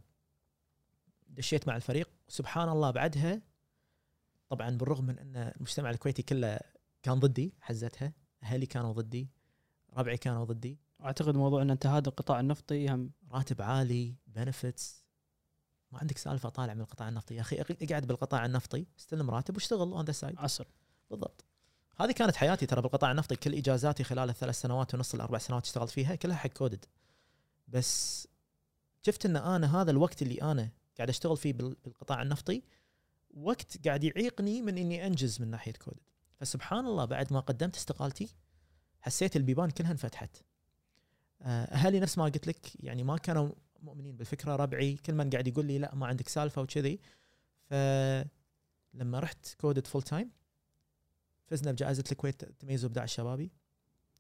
دشيت مع الفريق سبحان الله. بعدها طبعا بالرغم من ان المجتمع الكويتي كله كان ضدي، حزتها اهلي كانوا ضدي، ربعي كانوا ضدي. اعتقد موضوع ان انت هذا القطاع النفطي هم راتب عالي، بنفتس، ما عندك سالفه طالع من القطاع النفطي. يا اخي اقعد بالقطاع النفطي، استلم راتب واشتغل اون ذا سايد. عصر بالضبط. هذه كانت حياتي ترى بالقطاع النفطي. كل اجازاتي خلال ال3 سنوات ونص ال4 سنوات اشتغلت فيها كلها حق كودد. بس شفت ان انا هذا الوقت اللي انا قاعد اشتغل فيه بالقطاع النفطي وقت قاعد يعيقني من اني انجز من ناحيه كودد. فسبحان الله بعد ما قدمت استقالتي حسيت البيبان كلها انفتحت. اهلي نفس ما قلت لك يعني ما كانوا مؤمنين بالفكره. ربعي كل من قاعد يقول لي لا ما عندك سالفه وكذي. فلما رحت كودد فول تايم فزنا بجائزه الكويت تميز وابداع الشبابي.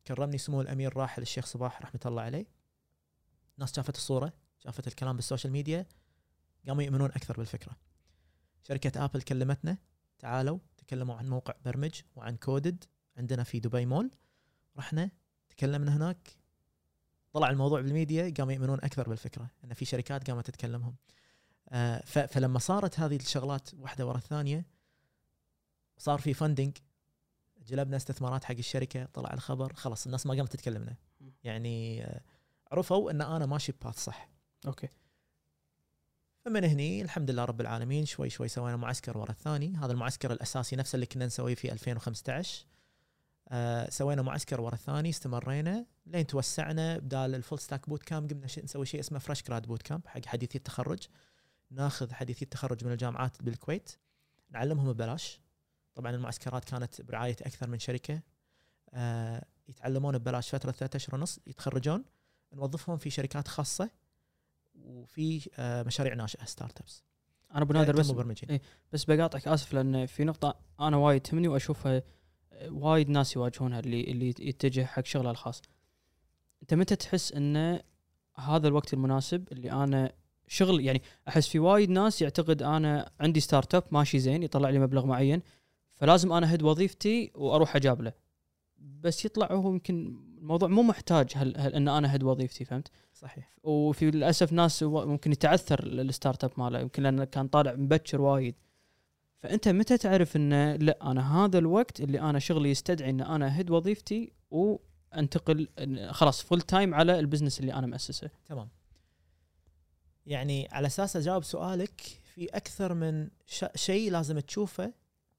كرمني سمو الامير راحل الشيخ صباح رحمه الله عليه. ناس شافت الصوره، شافت الكلام بالسوشيال ميديا، قاموا يؤمنون اكثر بالفكره. شركه ابل كلمتنا، تعالوا تكلموا عن موقع برمج وعن كودد عندنا في دبي مول. رحنا تكلمنا هناك، طلع الموضوع بالميديا، قاموا يؤمنون اكثر بالفكره ان في شركات قامت تتكلمهم. فلما صارت هذه الشغلات واحده ورا الثانيه، صار في فندنج، جلبنا استثمارات حق الشركه، طلع الخبر، خلاص الناس ما قامت تتكلمنا، يعني عرفوا ان انا ماشي بباث صح. اوكي. فمن هني الحمد لله رب العالمين شوي شوي سوينا معسكر ورا الثاني. هذا المعسكر الاساسي نفسه اللي كنا نسويه في 2015. سوينا معسكر ورا الثاني، استمرينا لين توسعنا. بدال الفول ستاك بوت كامب قمنا نسوي شيء اسمه فريش جراد بوت كامب حق حديثي التخرج. ناخذ حديثي التخرج من الجامعات بالكويت، نعلمهم ببلاش. طبعا المعسكرات كانت برعايه اكثر من شركه. يتعلمون ببلاش فتره 3 أشهر ونص، يتخرجون نوظفهم في شركات خاصه وفي مشاريع ناشئه ستارت ابس. انا ابو نادر بس بقاطعك، اسف، لان في نقطه انا وايد تهمني واشوفها وايد ناس يواجهونها، اللي يتجه حق شغله الخاص. انت متى تحس ان هذا الوقت المناسب اللي انا شغل؟ يعني احس في وايد ناس يعتقد انا عندي ستارت اب ماشي زين، يطلع لي مبلغ معين، فلازم انا هد وظيفتي واروح اجابله. بس يطلع هو يمكن الموضوع مو محتاج هل ان انا هد وظيفتي، فهمت؟ صحيح. وفي للاسف ناس ممكن يتعثر الستارت اب ماله، يمكن لانه كان طالع مبكر وايد. فانت متى تعرف ان لا انا هذا الوقت اللي انا شغلي يستدعي ان انا هد وظيفتي وانتقل خلاص فول تايم على البزنس اللي انا مؤسسه؟ تمام. يعني على اساس اجاوب سؤالك، في اكثر من شيء لازم تشوفه،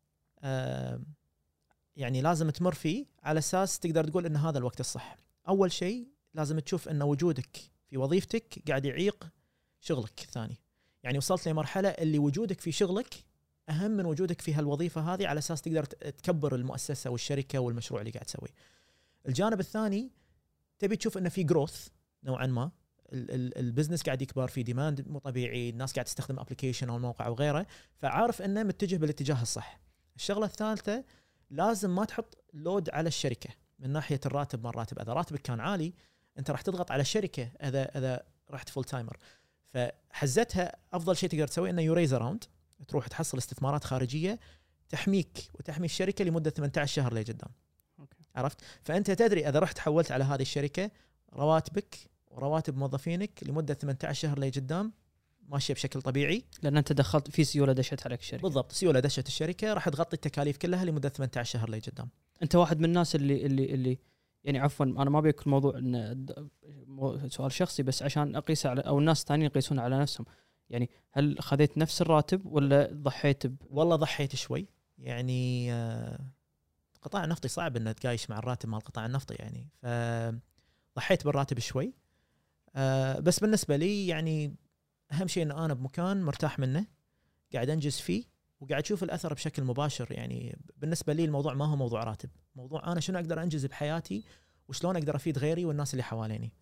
يعني لازم تمر فيه على اساس تقدر تقول ان هذا الوقت الصح. اول شيء لازم تشوف ان وجودك في وظيفتك قاعد يعيق شغلك الثاني. يعني وصلت لمرحله اللي وجودك في شغلك اهم من وجودك في هالوظيفه هذه، على اساس تقدر تكبر المؤسسه والشركه والمشروع اللي قاعد تسويه. الجانب الثاني تبي تشوف انه في جروث نوعا ما، البزنس قاعد يكبر، في ديماند مو طبيعي، الناس قاعد تستخدم ابلكيشن او الموقع او غيره، فعارف انه متجه بالاتجاه الصح. الشغله الثالثه لازم ما تحط لود على الشركه من ناحيه الراتب. مراتب اذا راتبك كان عالي انت راح تضغط على الشركه اذا رحت فول تايمر. فحزتها افضل شيء تقدر تسويه انه يوريز اراوند، تروح تحصل استثمارات خارجيه تحميك وتحمي الشركه لمده 18 شهر لقدام. عرفت؟ فانت تدري اذا رحت حولت على هذه الشركه رواتبك ورواتب موظفينك لمده 18 شهر لقدام ماشيه بشكل طبيعي، لان انت دخلت في سيوله دشت عليك الشركه. بالضبط، سيوله دشت الشركه راح تغطي التكاليف كلها لمده 18 شهر لقدام. انت واحد من الناس اللي يعني عفوا انا ما بيك الموضوع ان سؤال شخصي، بس عشان اقيس على او الناس الثانيين يقيسون على نفسهم. يعني هل خذيت نفس الراتب ولا ضحيت والله ضحيت شوي. يعني قطاع النفطي صعب ان تقايش مع الراتب مال القطاع النفطي، يعني فضحيت بالراتب شوي. بس بالنسبه لي يعني اهم شيء ان انا بمكان مرتاح منه، قاعد انجز فيه وقاعد اشوف الاثر بشكل مباشر. يعني بالنسبه لي الموضوع ما هو موضوع راتب، موضوع انا شنو اقدر انجز بحياتي وشلون اقدر افيد غيري والناس اللي حواليني.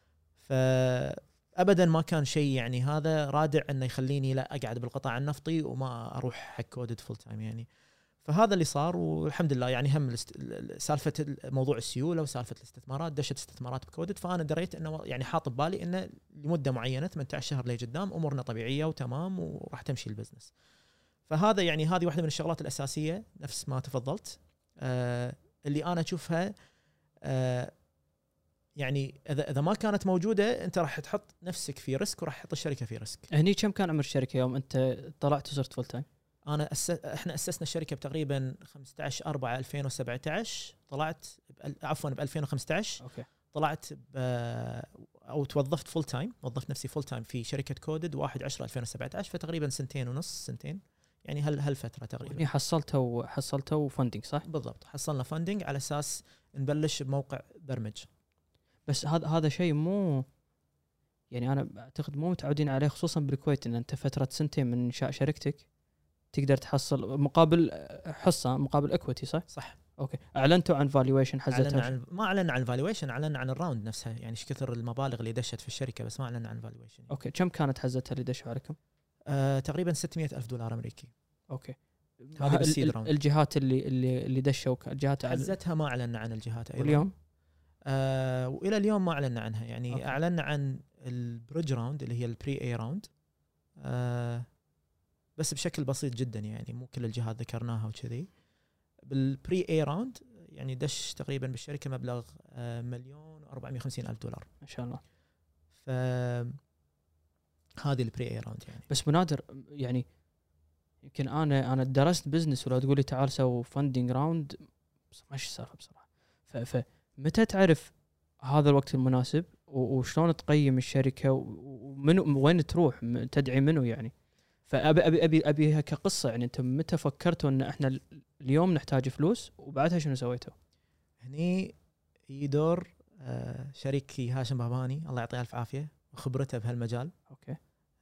فابدا ما كان شيء يعني هذا رادع انه يخليني لا اقعد بالقطاع النفطي وما اروح حق كودد فول تايم يعني. فهذا اللي صار، والحمد لله يعني هم سالفه موضوع السيوله وسالفه الاستثمارات، دشت استثمارات بكودد، فانا دريت انه يعني حاط ببالي انه لمده معينه 18 شهر لقدام امورنا طبيعيه وتمام وراح تمشي البزنس. فهذا يعني هذه واحده من الشغلات الاساسيه نفس ما تفضلت، اللي انا اشوفها يعني اذا ما كانت موجوده انت راح تحط نفسك في ريسك وراح تحط الشركه في ريسك. هني كم كان عمر الشركه يوم انت طلعت وصرت فول تايم؟ احنا اسسنا الشركه بتقريبا 15/4/2017. طلعت عفوا ب 2015. اوكي. طلعت او توظفت فول تايم، وظفت نفسي فول تايم في شركه كودد 1/10/2017، فتقريبا 2.5 يعني هالفتره تقريبا. يعني حصلتوا فندنج صح؟ بالضبط، حصلنا فندنج على اساس نبلش بموقع برمج. بس هذا شيء مو يعني انا اعتقد مو متعودين عليه، خصوصا بالكويت، ان انت فتره 2 من انشاء شركتك تقدر تحصل مقابل حصه، مقابل اكويتي صح؟ اوكي. اعلنتوا عن فالويشن؟ حزتها؟ ما اعلنا عن الفالويشن، اعلنا عن الراوند نفسها، يعني ايش كثر المبالغ اللي دشت في الشركه، بس ما اعلنا عن الفالويشن. اوكي. كم كانت حزتها اللي دشوا عليكم؟ تقريبا $600,000 امريكي. اوكي. هذه بالسيد راوند. الجهات اللي دشوا الجهات حزتها ما اعلنا عن الجهات ايضا. واليوم والى اليوم ما اعلنا عنها يعني. أوكي. اعلنا عن البريدج راوند اللي هي البري اي راوند بس بشكل بسيط جدا يعني، مو كل الجهات ذكرناها وكذي. بالبري اي راوند يعني دش تقريبا بالشركه مبلغ $1,450,000 ما شاء الله. ف هذه البري اي راوند يعني. بس منادر يعني يمكن انا درست بزنس ولا تقولي تعال سوي فاندنج راوند ماشي السالفه بصراحه. فمتى تعرف هذا الوقت المناسب وشلون تقيم الشركه ومنو وين تروح تدعي منو يعني؟ فابي ابي ابي ابيها كقصه يعني. انتم متى فكرتوا ان احنا اليوم نحتاج فلوس وبعدها شنو سويتوا؟ هني يدور شريكي هاشم باباني الله يعطيه الف عافيه وخبرته بهالمجال. اوكي.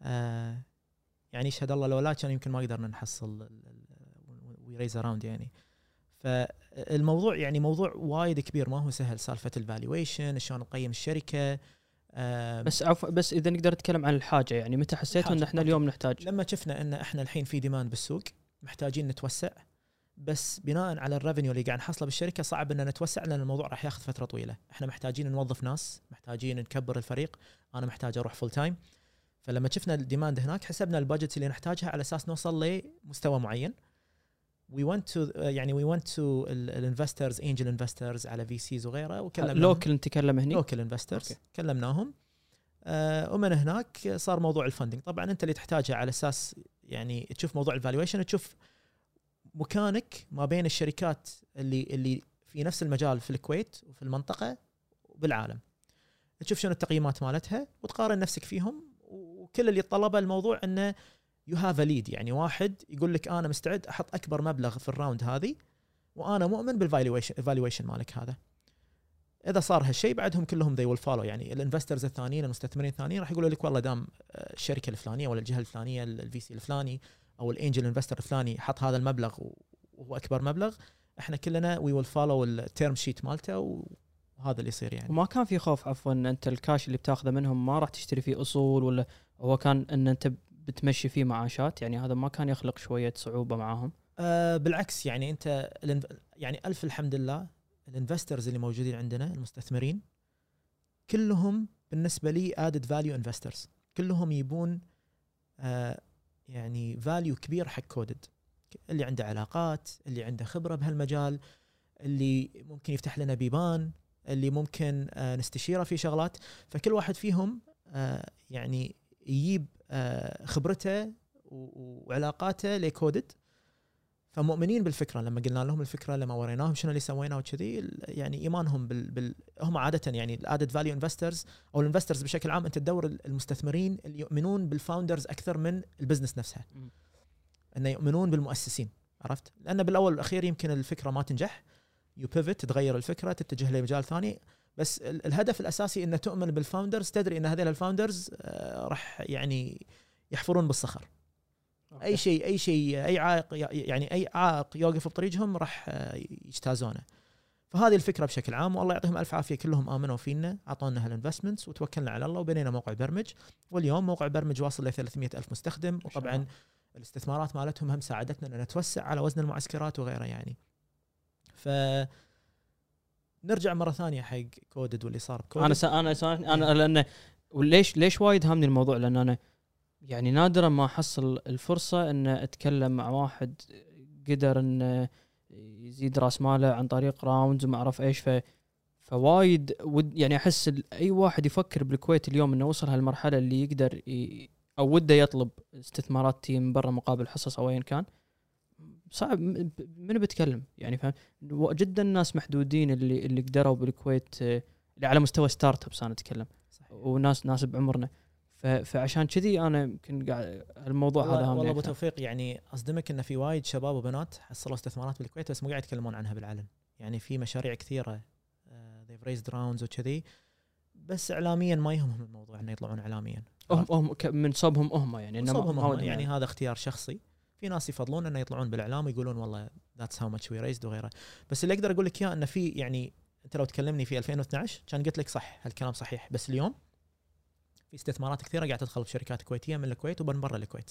يعني يشهد الله لولا كان يمكن ما قدرنا نحصل ويريز اراوند يعني. فالموضوع يعني موضوع وايد كبير، ما هو سهل. سالفه الفالويشن، شلون نقيم الشركه. بس اذا نقدر نتكلم عن الحاجه يعني، متى حسيتوا ان احنا اليوم نحتاج؟ لما شفنا ان احنا الحين في ديماند بالسوق، محتاجين نتوسع، بس بناء على الريفينيو اللي قاعد نحصله بالشركه صعب ان نتوسع لان الموضوع راح ياخذ فتره طويله. احنا محتاجين نوظف ناس، محتاجين نكبر الفريق، انا محتاج اروح فول تايم. فلما شفنا الديماند هناك حسبنا البادجت اللي نحتاجها على اساس نوصل لمستوى معين. we went to الانفسترز، انجل انفسترز على في سيز وغيره، وكلمناهم. لوكل نتكلم هني، لوكل انفسترز كلمناهم. ومن هناك صار موضوع الفندنج. طبعا انت اللي تحتاجها على اساس يعني تشوف موضوع الفالويشن، تشوف مكانك ما بين الشركات اللي في نفس المجال في الكويت وفي المنطقه وبالعالم، تشوف شنو التقييمات مالتها وتقارن نفسك فيهم. وكل اللي طلبه الموضوع انه يو هاف ليد، يعني واحد يقول لك انا مستعد احط اكبر مبلغ في الراوند هذه وانا مؤمن بالفالويشن مالك هذا. اذا صار هالشيء بعدهم كلهم they will follow. يعني الانفسترز الثانيين، المستثمرين الثانيين راح يقولوا لك والله دام الشركه الفلانيه ولا الجهه الفلانيه الفي سي الفلاني او الانجل انفستر الفلاني حط هذا المبلغ وهو اكبر مبلغ، احنا كلنا we will follow التيرم شيت مالته، وهذا اللي يصير يعني. وما كان في خوف عفوا ان انت الكاش اللي بتاخذه منهم ما راح تشتري فيه اصول، ولا هو كان ان انت بتمشي فيه معاشات يعني؟ هذا ما كان يخلق شويه صعوبه معاهم؟ بالعكس يعني انت يعني الف الحمد لله الانفسترز اللي موجودين عندنا المستثمرين كلهم بالنسبه لي added value investors، كلهم يبون يعني value كبير حق كودد. اللي عنده علاقات، اللي عنده خبره بهالمجال، اللي ممكن يفتح لنا بيبان، اللي ممكن نستشيره في شغلات. فكل واحد فيهم يعني يجيب خبرته وعلاقاته لكودد، فمؤمنين بالفكره. لما قلنا لهم الفكره، لما وريناهم شنو اللي سويناه وكذي، يعني ايمانهم هم عاده يعني الادد فاليو انفسترز او الانفسترز بشكل عام. انت تدور المستثمرين اللي يؤمنون بالفاوندرز اكثر من البزنس نفسها، انه يؤمنون بالمؤسسين، عرفت؟ لان بالاول والاخير يمكن الفكره ما تنجح، يو بيفت، تغير الفكره، تتجه لمجال ثاني، بس الهدف الاساسي انه تؤمن بالفاوندرز، تدري ان هذول الفاوندرز راح يعني يحفرون بالصخر. اي شيء اي عائق، يعني اي عائق يوقف بطريقهم راح يجتازونه. فهذه الفكره بشكل عام، والله يعطيهم الف عافيه كلهم امنوا فينا، اعطونا هالانفستمنتس وتوكلنا على الله وبنينا موقع برمج. واليوم موقع برمج واصل ل 300,000 مستخدم، وطبعا الاستثمارات مالتهم هم ساعدتنا ان نتوسع على وزن المعسكرات وغيره يعني. ف نرجع مره ثانيه حق كودد واللي صار بكودد. انا لانه ليش وايد هامني الموضوع، لان انا يعني نادرا ما احصل الفرصه ان اتكلم مع واحد قدر ان يزيد راس ماله عن طريق راوندز وما اعرف ايش. فوايد يعني احس اي واحد يفكر بالكويت اليوم انه وصل هالمرحله اللي يقدر او وده يطلب استثمارات تيم برا مقابل حصص او ايا كان، صعب. من بتكلم يعني؟ فاهم؟ جدا ناس محدودين اللي قدروا بالكويت، اللي على مستوى ستارت ابس انا اتكلم، وناس بعمرنا. فعشان كذي انا يمكن قاعد الموضوع هذا والله ابو توفيق يعني اصدمك ان في وايد شباب وبنات حصلوا استثمارات بالكويت بس مو قاعد يتكلمون عنها بالعلن. يعني في مشاريع كثيره they've raised rounds وكذي، بس اعلاميا ما يهمهم الموضوع انه يطلعون اعلاميا. هم من صوبهم هم يعني، انما يعني هذا اختيار شخصي. في ناس يفضلون انه يطلعون بالاعلام ويقولون والله that's how much we raised وغيره. بس اللي اقدر اقول لك اياه انه في يعني انت لو تكلمني في 2012 كان قلت لك صح هالكلام صحيح، بس اليوم في استثمارات كثيره قاعده تدخل بشركات كويتيه من الكويت ومن برا الكويت.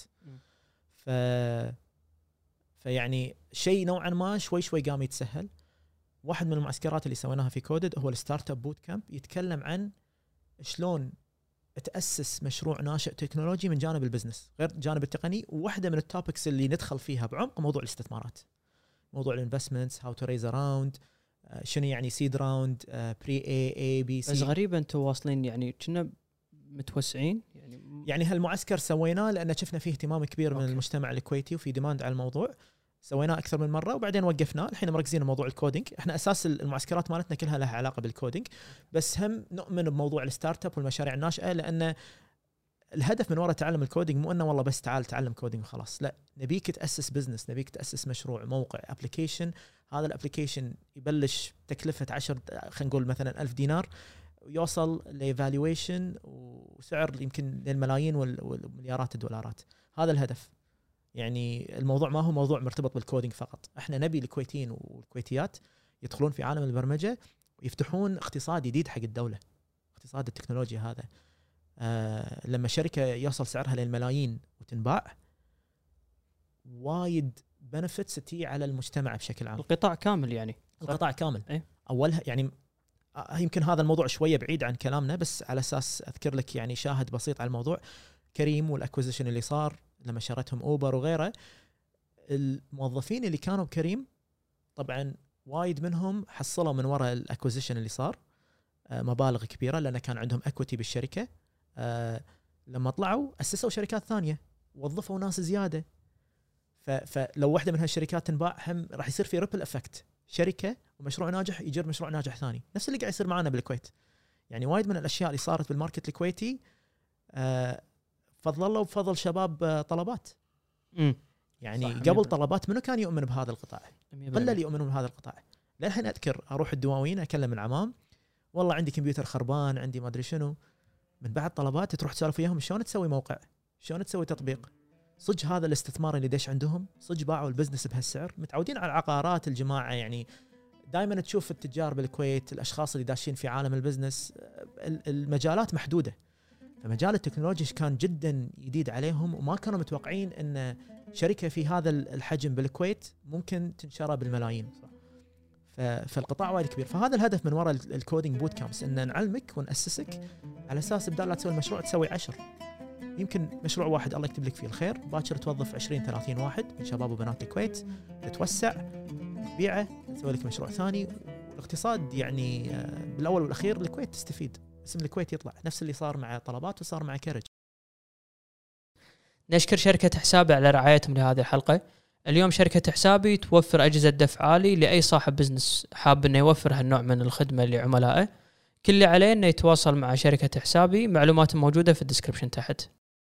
فيعني شيء نوعا ما شوي قام يتسهل. واحد من المعسكرات اللي سويناها في كودد هو الستارت اب بوت كامب، يتكلم عن شلون تأسس مشروع ناشئ تكنولوجي من جانب البزنس غير الجانب التقني. وواحدة من التوبكس اللي ندخل فيها بعمق موضوع الاستثمارات، موضوع الانفستمنتس، هاو تو ريز راوند، شنو يعني سيد راوند، بري اي بي سي. بس غريبة انتم واصلين يعني كنا متوسعين يعني هالمعسكر سويناه لأن شفنا فيه اهتمام كبير من أوكي. المجتمع الكويتي وفي ديماند على الموضوع. سويناه أكثر من مرة وبعدين وقفناه. الحين مركزين على موضوع الكودينج. احنا أساس المعسكرات مالتنا كلها لها علاقة بالكودينج، بس هم نؤمن بموضوع الستارت اب والمشاريع الناشئة، لأن الهدف من وراء تعلم الكودينج مو انه والله بس تعال تعلم كودينج وخلاص، لا، نبيك تأسس بزنس، نبيك تأسس مشروع، موقع، ابلكيشن. هذا الابلكيشن يبلش تكلفة 10 خلينا نقول مثلا 1000 دينار، يوصل لإيفالويشن وسعر يمكن للملايين والمليارات الدولارات. هذا الهدف. يعني الموضوع ما هو موضوع مرتبط بالكودينج فقط. احنا نبي الكويتيين والكويتيات يدخلون في عالم البرمجة ويفتحون اقتصاد جديد حق الدولة، اقتصاد التكنولوجيا هذا. لما شركة يوصل سعرها للملايين وتنباع، وايد بنفتس تي على المجتمع بشكل عام. القطاع كامل يعني. القطاع كامل. إيه؟ أولها يعني يمكن هذا الموضوع شوية بعيد عن كلامنا، بس على أساس أذكر لك يعني شاهد بسيط على الموضوع. كريم والأكوزيشن اللي صار لما شرتهم أوبر وغيره، الموظفين اللي كانوا بكريم طبعا وايد منهم حصلوا من وراء الأكوزيشن اللي صار مبالغ كبيرة، لأن كان عندهم أكوتي بالشركة. لما طلعوا أسسوا شركات ثانية، وظفوا ناس زيادة. فلو واحدة من هالشركات تنباع، هم راح يصير في ريبل افكت، شركة ومشروع ناجح يجر مشروع ناجح ثاني، نفس اللي قاعد يصير معنا بالكويت. يعني وايد من الأشياء اللي صارت بالماركت الكويتي فضل الله وبفضل شباب طلبات. يعني قبل طلبات منو كان يؤمن بهذا القطاع؟ قل اللي يؤمنون بهذا القطاع. للحين أذكر أروح الدواوين أكلم العمام، والله عندي كمبيوتر خربان، عندي ما أدري شنو. من بعد طلبات تروح تسولف وياهم شلون تسوي موقع، شلون تسوي تطبيق. صج هذا الاستثمار اللي دش عندهم، صج باعوا البزنس بهالسعر. متعودين على العقارات الجماعة، يعني دائما تشوف التجار بالكويت، الأشخاص اللي داشين في عالم البزنس، المجالات محدودة. فمجال التكنولوجيا كان جدا جديد عليهم، وما كانوا متوقعين أن شركة في هذا الحجم بالكويت ممكن تنشرى بالملايين. فالقطاع وايد كبير. فهذا الهدف من وراء الكودينج بوت كامبس، ان نعلمك ونأسسك على اساس بدال لا تسوي المشروع تسوي 10. يمكن مشروع واحد الله يكتب لك فيه الخير، باكر توظف 20-30 واحد من شباب وبنات الكويت، تتوسع، تبيعه، تسوي لك مشروع ثاني، والاقتصاد يعني بالاول والاخير الكويت تستفيد، اسم الكويت يطلع، نفس اللي صار مع طلبات وصار مع كرج. نشكر شركة حسابي على رعايتهم لهذه الحلقة. اليوم شركة حسابي توفر أجهزة دفع عالي لأي صاحب بزنس حاب أنه يوفر هالنوع من الخدمة لعملائه. كل اللي عليه أنه يتواصل مع شركة حسابي، معلومات موجودة في الديسكريبشن تحت.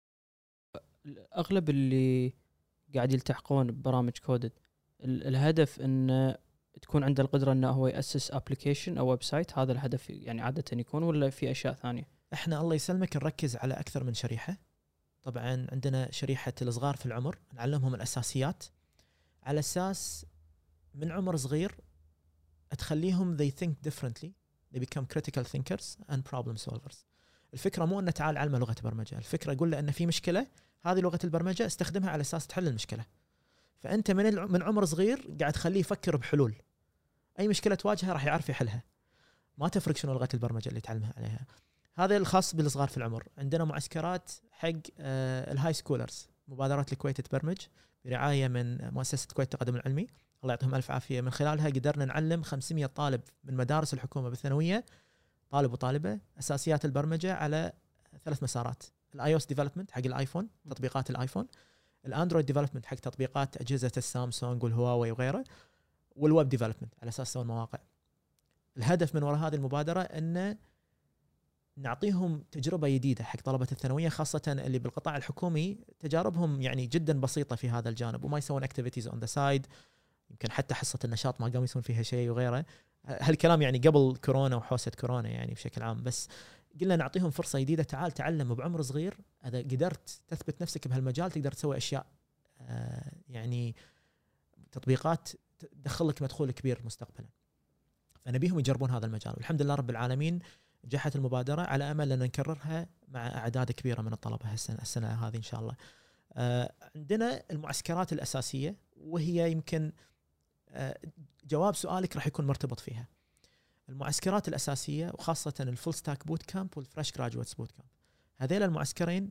أغلب اللي قاعد يلتحقون ببرامج كودد الهدف أن تكون عنده القدرة أنه هو يأسس أبليكيشن أو ويب سايت، هذا الهدف يعني عادة يكون، ولا في أشياء ثانية؟ احنا الله يسلمك نركز على أكثر من شريحة. طبعا عندنا شريحة الصغار في العمر، نعلمهم الأساسيات على أساس من عمر صغير تخليهم they think differently, they become critical thinkers and problem solvers. الفكرة مو أن تعال علمه لغة برمجة، الفكرة أقول له أن في مشكلة، هذه لغة البرمجة استخدمها على أساس تحل المشكلة. فأنت من عمر صغير قاعد تخليه يفكر بحلول، أي مشكلة تواجهها راح يعرف يحلها، ما تفرق شنو لغة البرمجة اللي تعلمها عليها. هذا الخاص بالصغار في العمر. عندنا معسكرات حق الهاي سكولرز، مبادرات الكويت تبرمج برعاية من مؤسسة الكويت التقدم العلمي، الله يعطيهم ألف عافية. من خلالها قدرنا نعلم 500 طالب من مدارس الحكومة بالثانوية، طالب وطالبة، أساسيات البرمجة على 3 مسارات: الاي او اس ديفلوبمنت حق الايفون، تطبيقات الايفون، الاندرويد ديفلوبمنت حق تطبيقات أجهزة السامسونج والهواوي وغيره، والويب ديفلوبمنت على أساس يسوون مواقع. الهدف من وراء هذه المبادرة أن نعطيهم تجربة جديدة حق طلبة الثانوية، خاصة اللي بالقطاع الحكومي تجاربهم يعني جدا بسيطة في هذا الجانب، وما يسوون activities on the side، يمكن حتى حصة النشاط ما قاموا يسوون فيها شيء وغيره. هالكلام يعني قبل كورونا وحوسة كورونا يعني بشكل عام. بس قلنا نعطيهم فرصة جديدة، تعال تعلم بعمر صغير، إذا قدرت تثبت نفسك بهالمجال تقدر تسوي أشياء يعني تطبيقات تدخلك مدخول كبير مستقبلا. فنبيهم يجربون هذا المجال، والحمد لله رب العالمين نجحت المبادرة، على أمل أن نكررها مع أعداد كبيرة من الطلبة السنة هذه إن شاء الله. عندنا المعسكرات الأساسية، وهي يمكن جواب سؤالك راح يكون مرتبط فيها. المعسكرات الأساسية وخاصة الفول ستاك بوت كامب والفريش جراجويتس بوت كامب، هذيل المعسكرين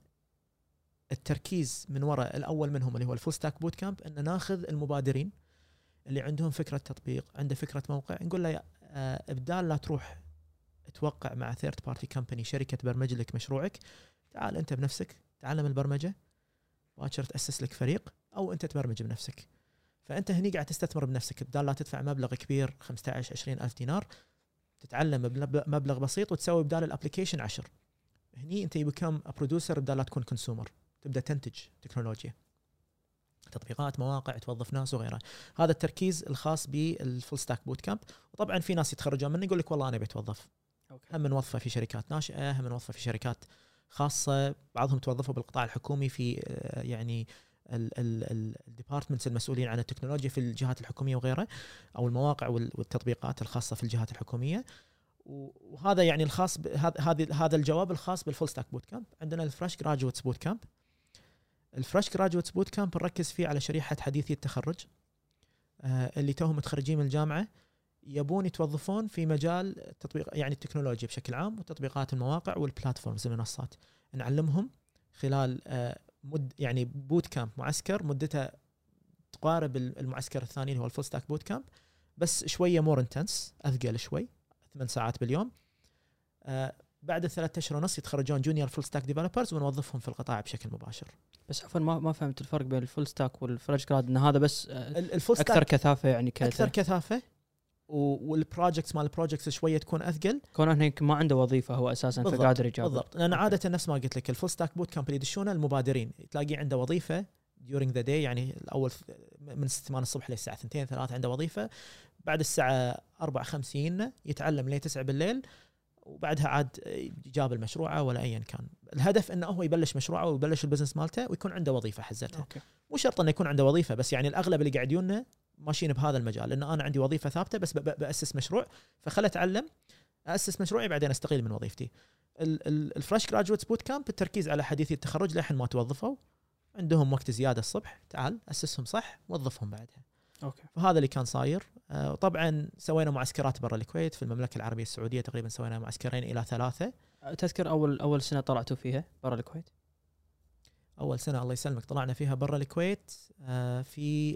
التركيز من وراء الأول منهم اللي هو الفول ستاك بوت كامب أن ناخذ المبادرين اللي عندهم فكرة تطبيق، عنده فكرة موقع، نقول له إبدال لا تروح توقع مع ثيرد بارتي كمباني شركة تبرمج لك مشروعك، تعال أنت بنفسك تعلم البرمجة، باكر تأسس لك فريق أو أنت تبرمج بنفسك. فأنت هني قاعد تستثمر بنفسك، بدال لا تدفع مبلغ كبير 15-20 ألف دينار، تتعلم مبلغ بسيط وتسوي بدال الابليكيشن 10. هني أنت يبكم برودوسر بدال لا تكون كونسومر، تبدأ تنتج تكنولوجيا، تطبيقات، مواقع، توظف ناس وغيرها. هذا التركيز الخاص بالفول ستاك بوت كامب. وطبعا في ناس يتخرجون منه يقول لك والله أنا بتوظف، هم نوظفه في شركات ناشئة، هم نوظفه في شركات خاصة، بعضهم توظفوا بالقطاع الحكومي في يعني الديبارتمنتس المسؤولين عن التكنولوجيا في الجهات الحكومية وغيرها، أو المواقع والتطبيقات الخاصة في الجهات الحكومية. وهذا يعني الخاص هذا الجواب الخاص بالفول ستاك بوت كامب. عندنا الفريش جراجويتس بوت كامب. الفريش جراجويتس بوت كامب نركز فيه على شريحة حديثي التخرج اللي توهم متخرجين من الجامعة يبون يتوظفون في مجال التطبيق، يعني التكنولوجيا بشكل عام وتطبيقات المواقع والبلاتفورمز المنصات. نعلمهم خلال يعني بوت كامب، معسكر مدته تقارب المعسكر الثاني اللي هو الفول ستاك بوت كامب، بس شوية مور انتنس، أثقل شوي، 8 ساعات باليوم. بعد 3 أشهر ونص يتخرجون جونيور فول ستاك ديفلوبرز ونوظفهم في القطاع بشكل مباشر. بس عفوا ما فهمت الفرق بين الفول ستاك والفريش جراد، ان هذا بس الفول ستاك اكثر كثافه، يعني اكثر كثافه، والبروجكتس مال البروجكتس شويه تكون اثقل، كونه هيك ما عنده وظيفه هو اساسا فقادر يجاوب. بالضبط. لان عاده نفس ما قلت لك الفول ستاك بوت كامب اللي يدشونه المبادرين تلاقيه عنده وظيفه during the day، يعني الاول من 8 الصبح للساعه 2 3 عنده وظيفه، بعد الساعه 4:50 يتعلم لين 9 بالليل، وبعدها عاد جاب المشروع ولا ايا كان. الهدف انه هو يبلش مشروعه ويبلش البزنس مالته ويكون عنده وظيفه حزتها. مو شرط انه يكون عنده وظيفه، بس يعني الاغلب اللي قاعد يجونا ماشيين بهذا المجال، لانه انا عندي وظيفه ثابته بس باسس مشروع، فخل اتعلم اسس مشروعي بعدين استقيل من وظيفتي. الفريش جراجويتس بوت كامب التركيز على حديثي التخرج لحين ما توظفوا، عندهم وقت زياده الصبح، تعال اسسهم صح وظفهم بعدها. اوكي. فهذا اللي كان صاير. طبعا سوينا معسكرات برا الكويت، في المملكه العربيه السعوديه تقريبا سوينا معسكرين الى 3. تذكر اول سنه طلعتوا فيها برا الكويت؟ اول سنه الله يسلمك طلعنا فيها برا الكويت في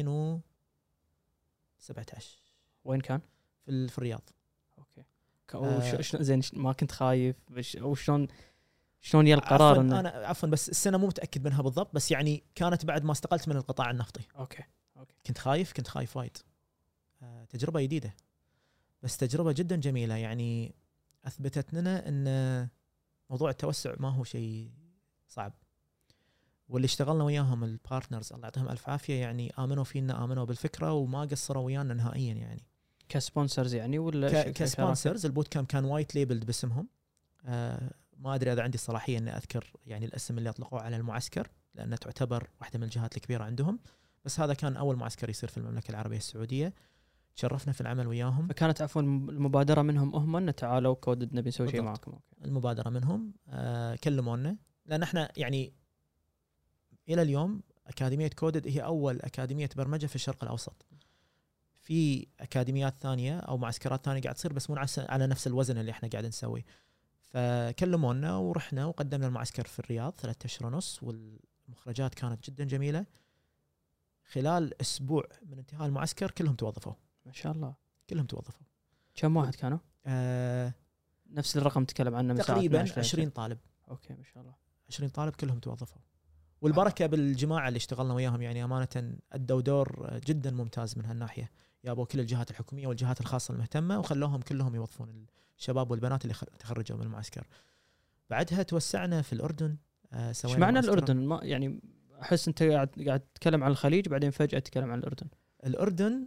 2017. وين كان؟ في الرياض. اوكي. زين ما كنت خايف او شلون يا القرار؟ انا عفوا بس السنه مو متاكد منها بالضبط، بس يعني كانت بعد ما استقلت من القطاع النفطي. اوكي. كنت خايف وايد. تجربه جديده بس تجربه جدا جميله، يعني اثبتت لنا ان موضوع التوسع ما هو شيء صعب، واللي اشتغلنا وياهم البارتنرز الله يعطيهم الف عافيه، يعني امنوا فينا، امنوا بالفكره وما قصروا ويانا نهائيا. يعني كسبونسرز يعني ولا كسبونسرز؟ البوت كام كان وايت ليبلد باسمهم. ما ادري اذا عندي صلاحيه اني اذكر يعني الاسم اللي اطلقوه على المعسكر، لانها تعتبر واحده من الجهات الكبيره عندهم، بس هذا كان اول معسكر يصير في المملكه العربيه السعوديه. تشرفنا في العمل وياهم. فكانت عفوا المبادره منهم هم ان تعالوا كودد نبي نسوي شيء معكم. المبادره منهم كلمونا، لان احنا يعني الى اليوم اكاديميه كودد هي اول اكاديميه برمجه في الشرق الاوسط. في اكاديميات ثانيه او معسكرات ثانيه قاعد تصير بس مو على نفس الوزن اللي احنا قاعد نسوي. فكلمونا ورحنا وقدمنا المعسكر في الرياض 3 أشهر ونص، والمخرجات كانت جدا جميله. خلال اسبوع من انتهاء المعسكر كلهم توظفوا. ما شاء الله. كلهم توظفوا. كم واحد كانوا؟ نفس الرقم تكلم عنه من تقريبا 20 طالب. اوكي ما شاء الله. 20 طالب كلهم توظفوا. والبركه بالجماعه اللي اشتغلنا وياهم، يعني امانه ادوا دور جدا ممتاز من هالناحيه. جابوا كل الجهات الحكوميه والجهات الخاصه المهتمه وخلوهم كلهم يوظفون الشباب والبنات اللي تخرجوا من المعسكر. بعدها توسعنا في الاردن. ايش معنى الاردن؟ ما يعني احس انت قاعد تتكلم عن الخليج بعدين فجاه تتكلم عن الاردن. الاردن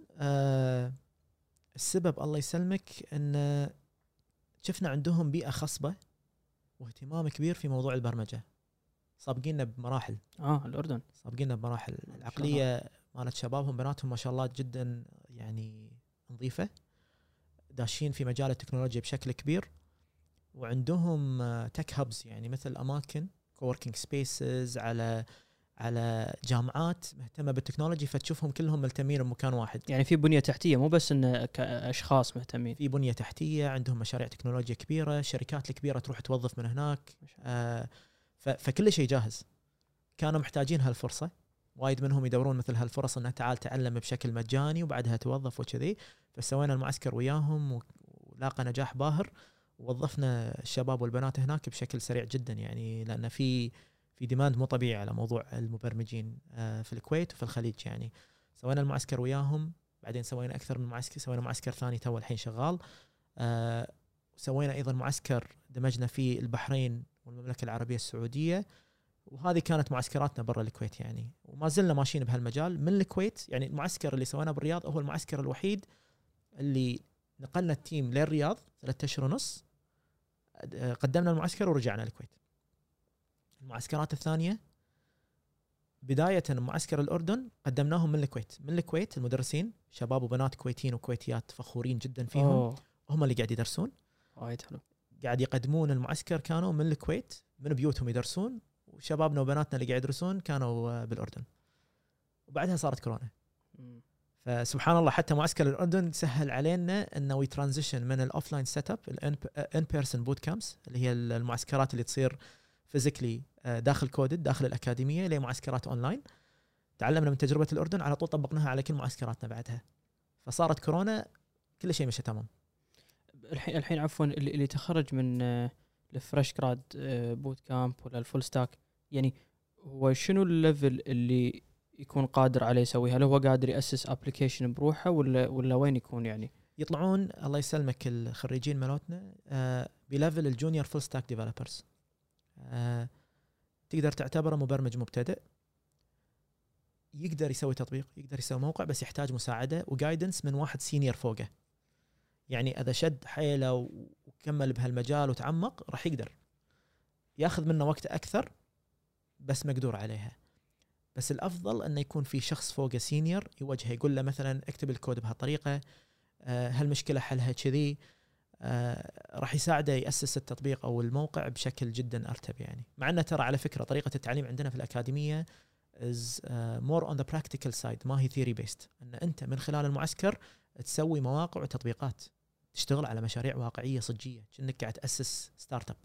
السبب الله يسلمك ان شفنا عندهم بيئه خصبه واهتمام كبير في موضوع البرمجه. سابقيننا بمراحل. الاردن سابقيننا بمراحل. العقليه مالت شبابهم بناتهم ما شاء الله جدا يعني نظيفه، داشين في مجال التكنولوجيا بشكل كبير، وعندهم تك هابز، يعني مثل اماكن كووركينج سبيسز على على جامعات مهتمه بالتكنولوجي، فتشوفهم كلهم ملتمين بمكان واحد. يعني في بنيه تحتيه، مو بس ان كاشخاص مهتمين، في بنيه تحتيه، عندهم مشاريع تكنولوجيا كبيره، الشركات الكبيره تروح توظف من هناك. فكل شيء جاهز. كانوا محتاجين هالفرصه، وايد منهم يدورون مثل هالفرص انه تعال تعلم بشكل مجاني وبعدها توظف وكذي. فسوينا المعسكر وياهم ولاقى نجاح باهر، ووظفنا الشباب والبنات هناك بشكل سريع جدا، يعني لان في ديماند مو طبيعي على موضوع المبرمجين في الكويت وفي الخليج. يعني سوينا المعسكر وياهم، بعدين سوينا اكثر من معسكر، سوينا معسكر ثاني تو الحين شغال. سوينا ايضا معسكر دمجنا فيه البحرين والمملكه العربيه السعوديه، وهذه كانت معسكراتنا برا الكويت يعني. وما زلنا ماشيين بهالمجال من الكويت. يعني المعسكر اللي سويناه بالرياض هو المعسكر الوحيد اللي نقلنا التيم للرياض 3 أشهر ونص، قدمنا المعسكر ورجعنا الكويت. المعسكرات الثانية بداية معسكر الأردن قدمناهم من الكويت المدرسين شباب وبنات كويتيين وكويتيات فخورين جدا فيهم. هم اللي قاعد يدرسون، وايد حلو، قاعد يقدمون المعسكر، كانوا من الكويت من بيوتهم يدرسون، وشبابنا وبناتنا اللي قاعد يدرسون كانوا بالأردن. وبعدها صارت كورونا، فسبحان الله حتى معسكر الأردن سهل علينا انه وي ترانزيشن من الاوفلاين سيت اب الان بيرسون بوت كامبس اللي هي المعسكرات اللي تصير فيزيكلي داخل كودد داخل الاكاديميه لمعسكرات اونلاين. تعلمنا من تجربه الاردن، على طول طبقناها على كل معسكراتنا بعدها. فصارت كورونا كل شيء مشى تمام. الحين عفوا اللي تخرج من الفريش جراد بوت كامب ولا الفول ستاك، يعني هو شنو الليفل اللي يكون قادر عليه يسويها؟ هل هو قادر يأسس ابلكيشن بروحه ولا وين يكون؟ يعني يطلعون الله يسلمك الخريجين مالتنا بليفل الجونيور فول ستاك ديفلوبرز. تقدر تعتبره مبرمج مبتدئ، يقدر يسوي تطبيق، يقدر يسوي موقع، بس يحتاج مساعدة وجايدنس من واحد سينيور فوقه. يعني إذا شد حيله وكمل بهالمجال وتعمق راح يقدر. ياخذ منه وقت أكثر بس مقدور عليها. بس الأفضل أنه يكون في شخص فوقه سينيور يوجهه، يقول له مثلا اكتب الكود بهالطريقة، هالمشكلة حلها كذي، راح يساعده يأسس التطبيق أو الموقع بشكل جدا أرتب. يعني مع أنه ترى على فكرة طريقة التعليم عندنا في الأكاديمية is more on the practical side، ما هي theory based. أن أنت من خلال المعسكر تسوي مواقع وتطبيقات، تشتغل على مشاريع واقعية صجية كأنك قاعد تأسس ستارت اب.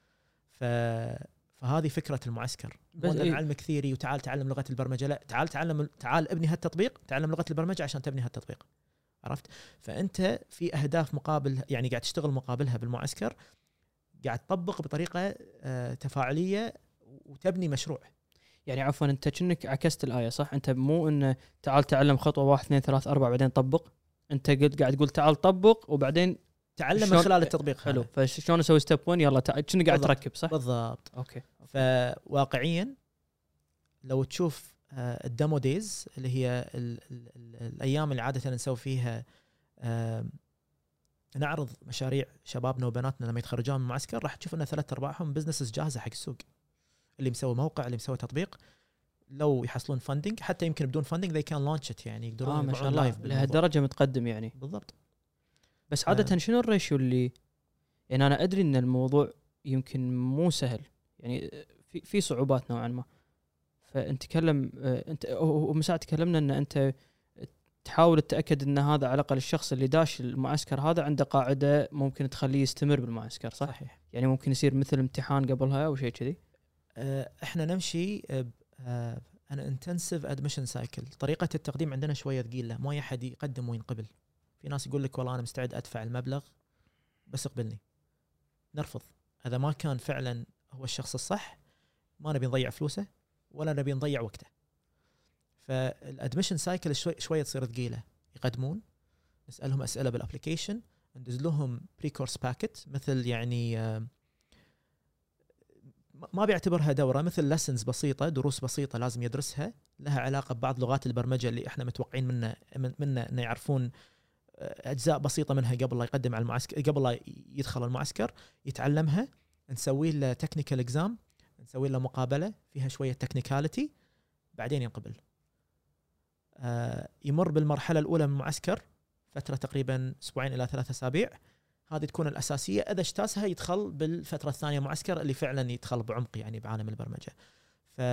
فهذه فكرة المعسكر، مو نعلمك ثيري وتعال تعلم لغة البرمجة، لا، تعال ابني هالتطبيق، تعلم لغة البرمجة عشان تبني هالتطبيق. عرفت؟ فأنت في أهداف مقابل، يعني قاعد تشتغل مقابلها بالمعسكر، قاعد تطبق بطريقة تفاعلية وتبني مشروع. يعني عفوا انت كأنك عكست الآية، صح؟ انت مو انه تعال تعلم خطوة 1 2 3 4 بعدين طبق، انت قاعد تقول تعال طبق وبعدين تعلم من خلال التطبيق. حلو، فشلون اسوي ستيب 1 يلا كأنك قاعد تركب، صح؟ بالضبط. اوكي. فواقعيا لو تشوف الديمو دايز اللي هي الايام اللي عاده نسوي فيها نعرض مشاريع شبابنا وبناتنا لما يتخرجون من المعسكر، راح تشوف ان 3/4 بزنسز جاهزه حق السوق، اللي مسوي موقع، اللي مسوي تطبيق. لو يحصلون فاندنج، حتى يمكن بدون فاندنج they can launch it، يعني يقدرون ما شاء الله لهالدرجه متقدم يعني. بالضبط. بس عاده شنو الريشيو اللي، يعني انا ادري ان الموضوع يمكن مو سهل، يعني في صعوبات نوعا ما. فانت تكلم انت ومساعد تكلمنا ان انت تحاول تتاكد ان هذا على الاقل الشخص اللي داش المعسكر هذا عنده قاعده ممكن تخليه يستمر بالمعسكر، صح؟ صحيح. يعني ممكن يصير مثل امتحان قبلها او شيء كذي. احنا نمشي أنا انتنسيف ادميشن سايكل. طريقه التقديم عندنا شويه ثقيله، ما اي حد يقدم وينقبل. في ناس يقول لك والله انا مستعد ادفع المبلغ بس اقبلني. نرفض. اذا ما كان فعلا هو الشخص الصح ما نبي نضيع فلوسه ولا نبي نضيع وقته. فالادميشن سايكل شويه تصير ثقيله. يقدمون، نسالهم اسئله بالابلكيشن، ندز لهم بري كورس باكت، مثل يعني ما بيعتبرها دورة، مثل لسنز بسيطة، دروس بسيطة لازم يدرسها، لها علاقة ببعض لغات البرمجة اللي احنا متوقعين منه انه يعرفون اجزاء بسيطة منها قبل لا يقدم على المعسكر، قبل لا يدخل المعسكر يتعلمها. نسوي له تكنيكال اكزام، نسوي له مقابلة فيها شوية تكنيكاليتي، بعدين ينقبل. يمر بالمرحلة الأولى من المعسكر فترة تقريبا 2 إلى 3 أسابيع، هذه تكون الأساسية. إذا اجتازها يدخل بالفترة الثانية معسكر اللي فعلا يدخل بعمق يعني بعالم البرمجة.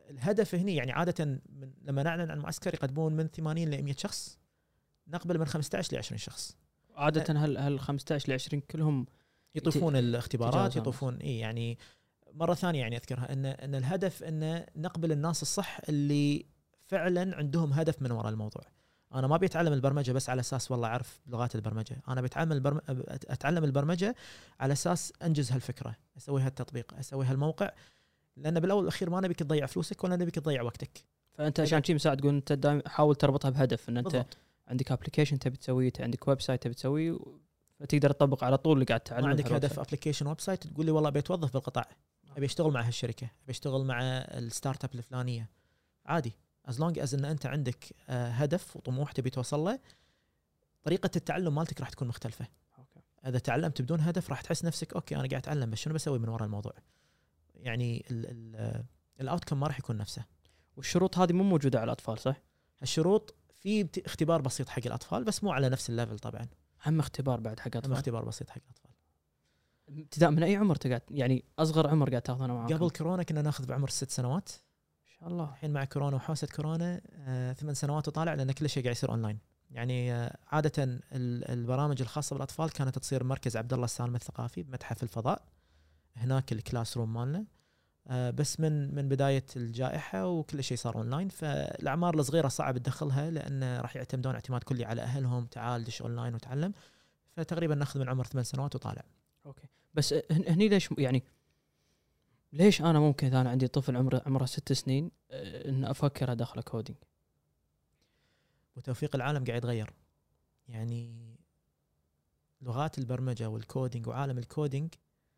الهدف هني يعني عاده لما نعلن عن معسكر يقدمون من 80 ل 100 شخص، نقبل من 15 ل 20 شخص عاده. هل 15 ل 20 كلهم يطوفون الاختبارات، يطوفون يعني مره ثانيه يعني اذكرها ان الهدف ان نقبل الناس الصح اللي فعلا عندهم هدف من وراء الموضوع. انا ما بيتعلم البرمجه بس على اساس والله اعرف لغات البرمجه، انا اتعلم البرمجه على اساس انجز هالفكره، اسوي هالتطبيق، اسوي هالموقع، لان بالاول والاخير ما نبيك تضيع فلوسك ولا نبيك تضيع وقتك. فانت عشان شيء مساعد تقول انت دائما حاول تربطها بهدف، ان انت بالضبط. عندك ابلكيشن تبي تسويه، عندك ويب سايت تبي تسويه، فتقدر تطبق على طول اللي قاعد تتعلم. عندك هدف ابلكيشن ويب سايت، تقول لي والله بيتوظف بالقطاع، ابي اشتغل مع هالشركه، ابي اشتغل مع الستارت اب الفلانيه، عادي as long as ان انت عندك هدف وطموح تبي توصل له، طريقه التعلم مالتك راح تكون مختلفه. اذا تعلمت بدون هدف راح تحس نفسك اوكي انا قاعد اتعلم بس شنو بسوي من وراء الموضوع، يعني الاوتكم ما راح يكون نفسه. والشروط هذه مو موجوده على الاطفال صح؟ الشروط في اختبار بسيط حق الاطفال بس مو على نفس الليفل طبعا. هم اختبار بعد حق الاطفال؟ اختبار بسيط حق الاطفال. ابتداء من اي عمر تقعد يعني اصغر عمر قاعد تاخذونه معاكم؟ قبل كورونا كنا ناخذ بعمر 6 سنوات ان شاء الله. الحين مع كورونا وحوسه كورونا 8 سنوات وطالع، لان كل شيء قاعد يصير اونلاين. يعني عاده البرامج الخاصه بالاطفال كانت تصير مركز عبد الله السالم الثقافي بمتحف الفضاء، هناك الكلاس روم مالنا، بس من بدايه الجائحه وكل شيء صار اونلاين، فالاعمار الصغيره صعب تدخلها لان راح يعتمدون اعتماد كلي على اهلهم، تعال دش اونلاين وتعلم، فتقريبا ناخذ من عمر 8 سنوات وطالع. اوكي بس هني ليش يعني ليش انا ممكن اذا انا عندي طفل عمره 6 سنين ان افكر ادخله كودينج؟ وتوفيق العالم قاعد يتغير، يعني لغات البرمجه والكودينج وعالم الكودينج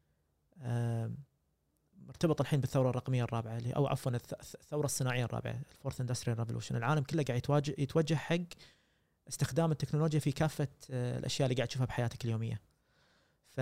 مرتبط الحين بالثوره الرقميه الرابعه اللي او عفوا الثوره الصناعيه الرابعه، الفورث اندستريال ريفولوشن. العالم كله قاعد يتوجه حق استخدام التكنولوجيا في كافه الاشياء اللي قاعد تشوفها بحياتك اليوميه. ف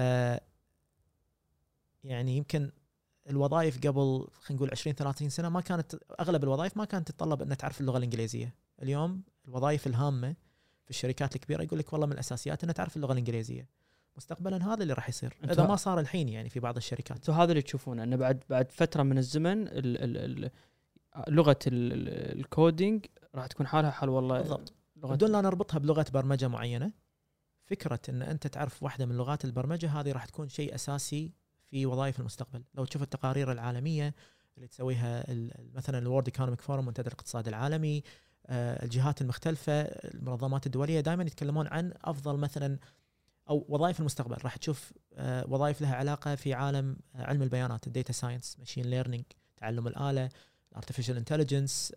يعني يمكن الوظائف قبل خلينا نقول 20 30 سنه ما كانت، اغلب الوظائف ما كانت تتطلب ان تعرف اللغه الانجليزيه. اليوم الوظائف الهامه في الشركات الكبيره يقول لك والله من الاساسيات ان تعرف اللغه الانجليزيه. مستقبلا هذا اللي راح يصير اذا ما صار الحين يعني في بعض الشركات. وهذا اللي تشوفونه انه بعد فتره من الزمن لغه الكودينج راح تكون حالها حال والله. بالضبط. بدون لا نربطها بلغه برمجه معينه، فكره ان انت تعرف واحده من لغات البرمجه هذه راح تكون شيء اساسي في وظائف المستقبل. لو تشوف التقارير العالميه اللي تسويها مثلا الورد ايكونوميك فورم، منتدى الاقتصاد العالمي، الجهات المختلفه، المنظمات الدوليه، دائما يتكلمون عن افضل مثلا او وظائف المستقبل. راح تشوف وظائف لها علاقه في عالم علم البيانات، الداتا ساينس، ماشين ليرنينج، تعلم الاله، الارتفيشال انتليجنس.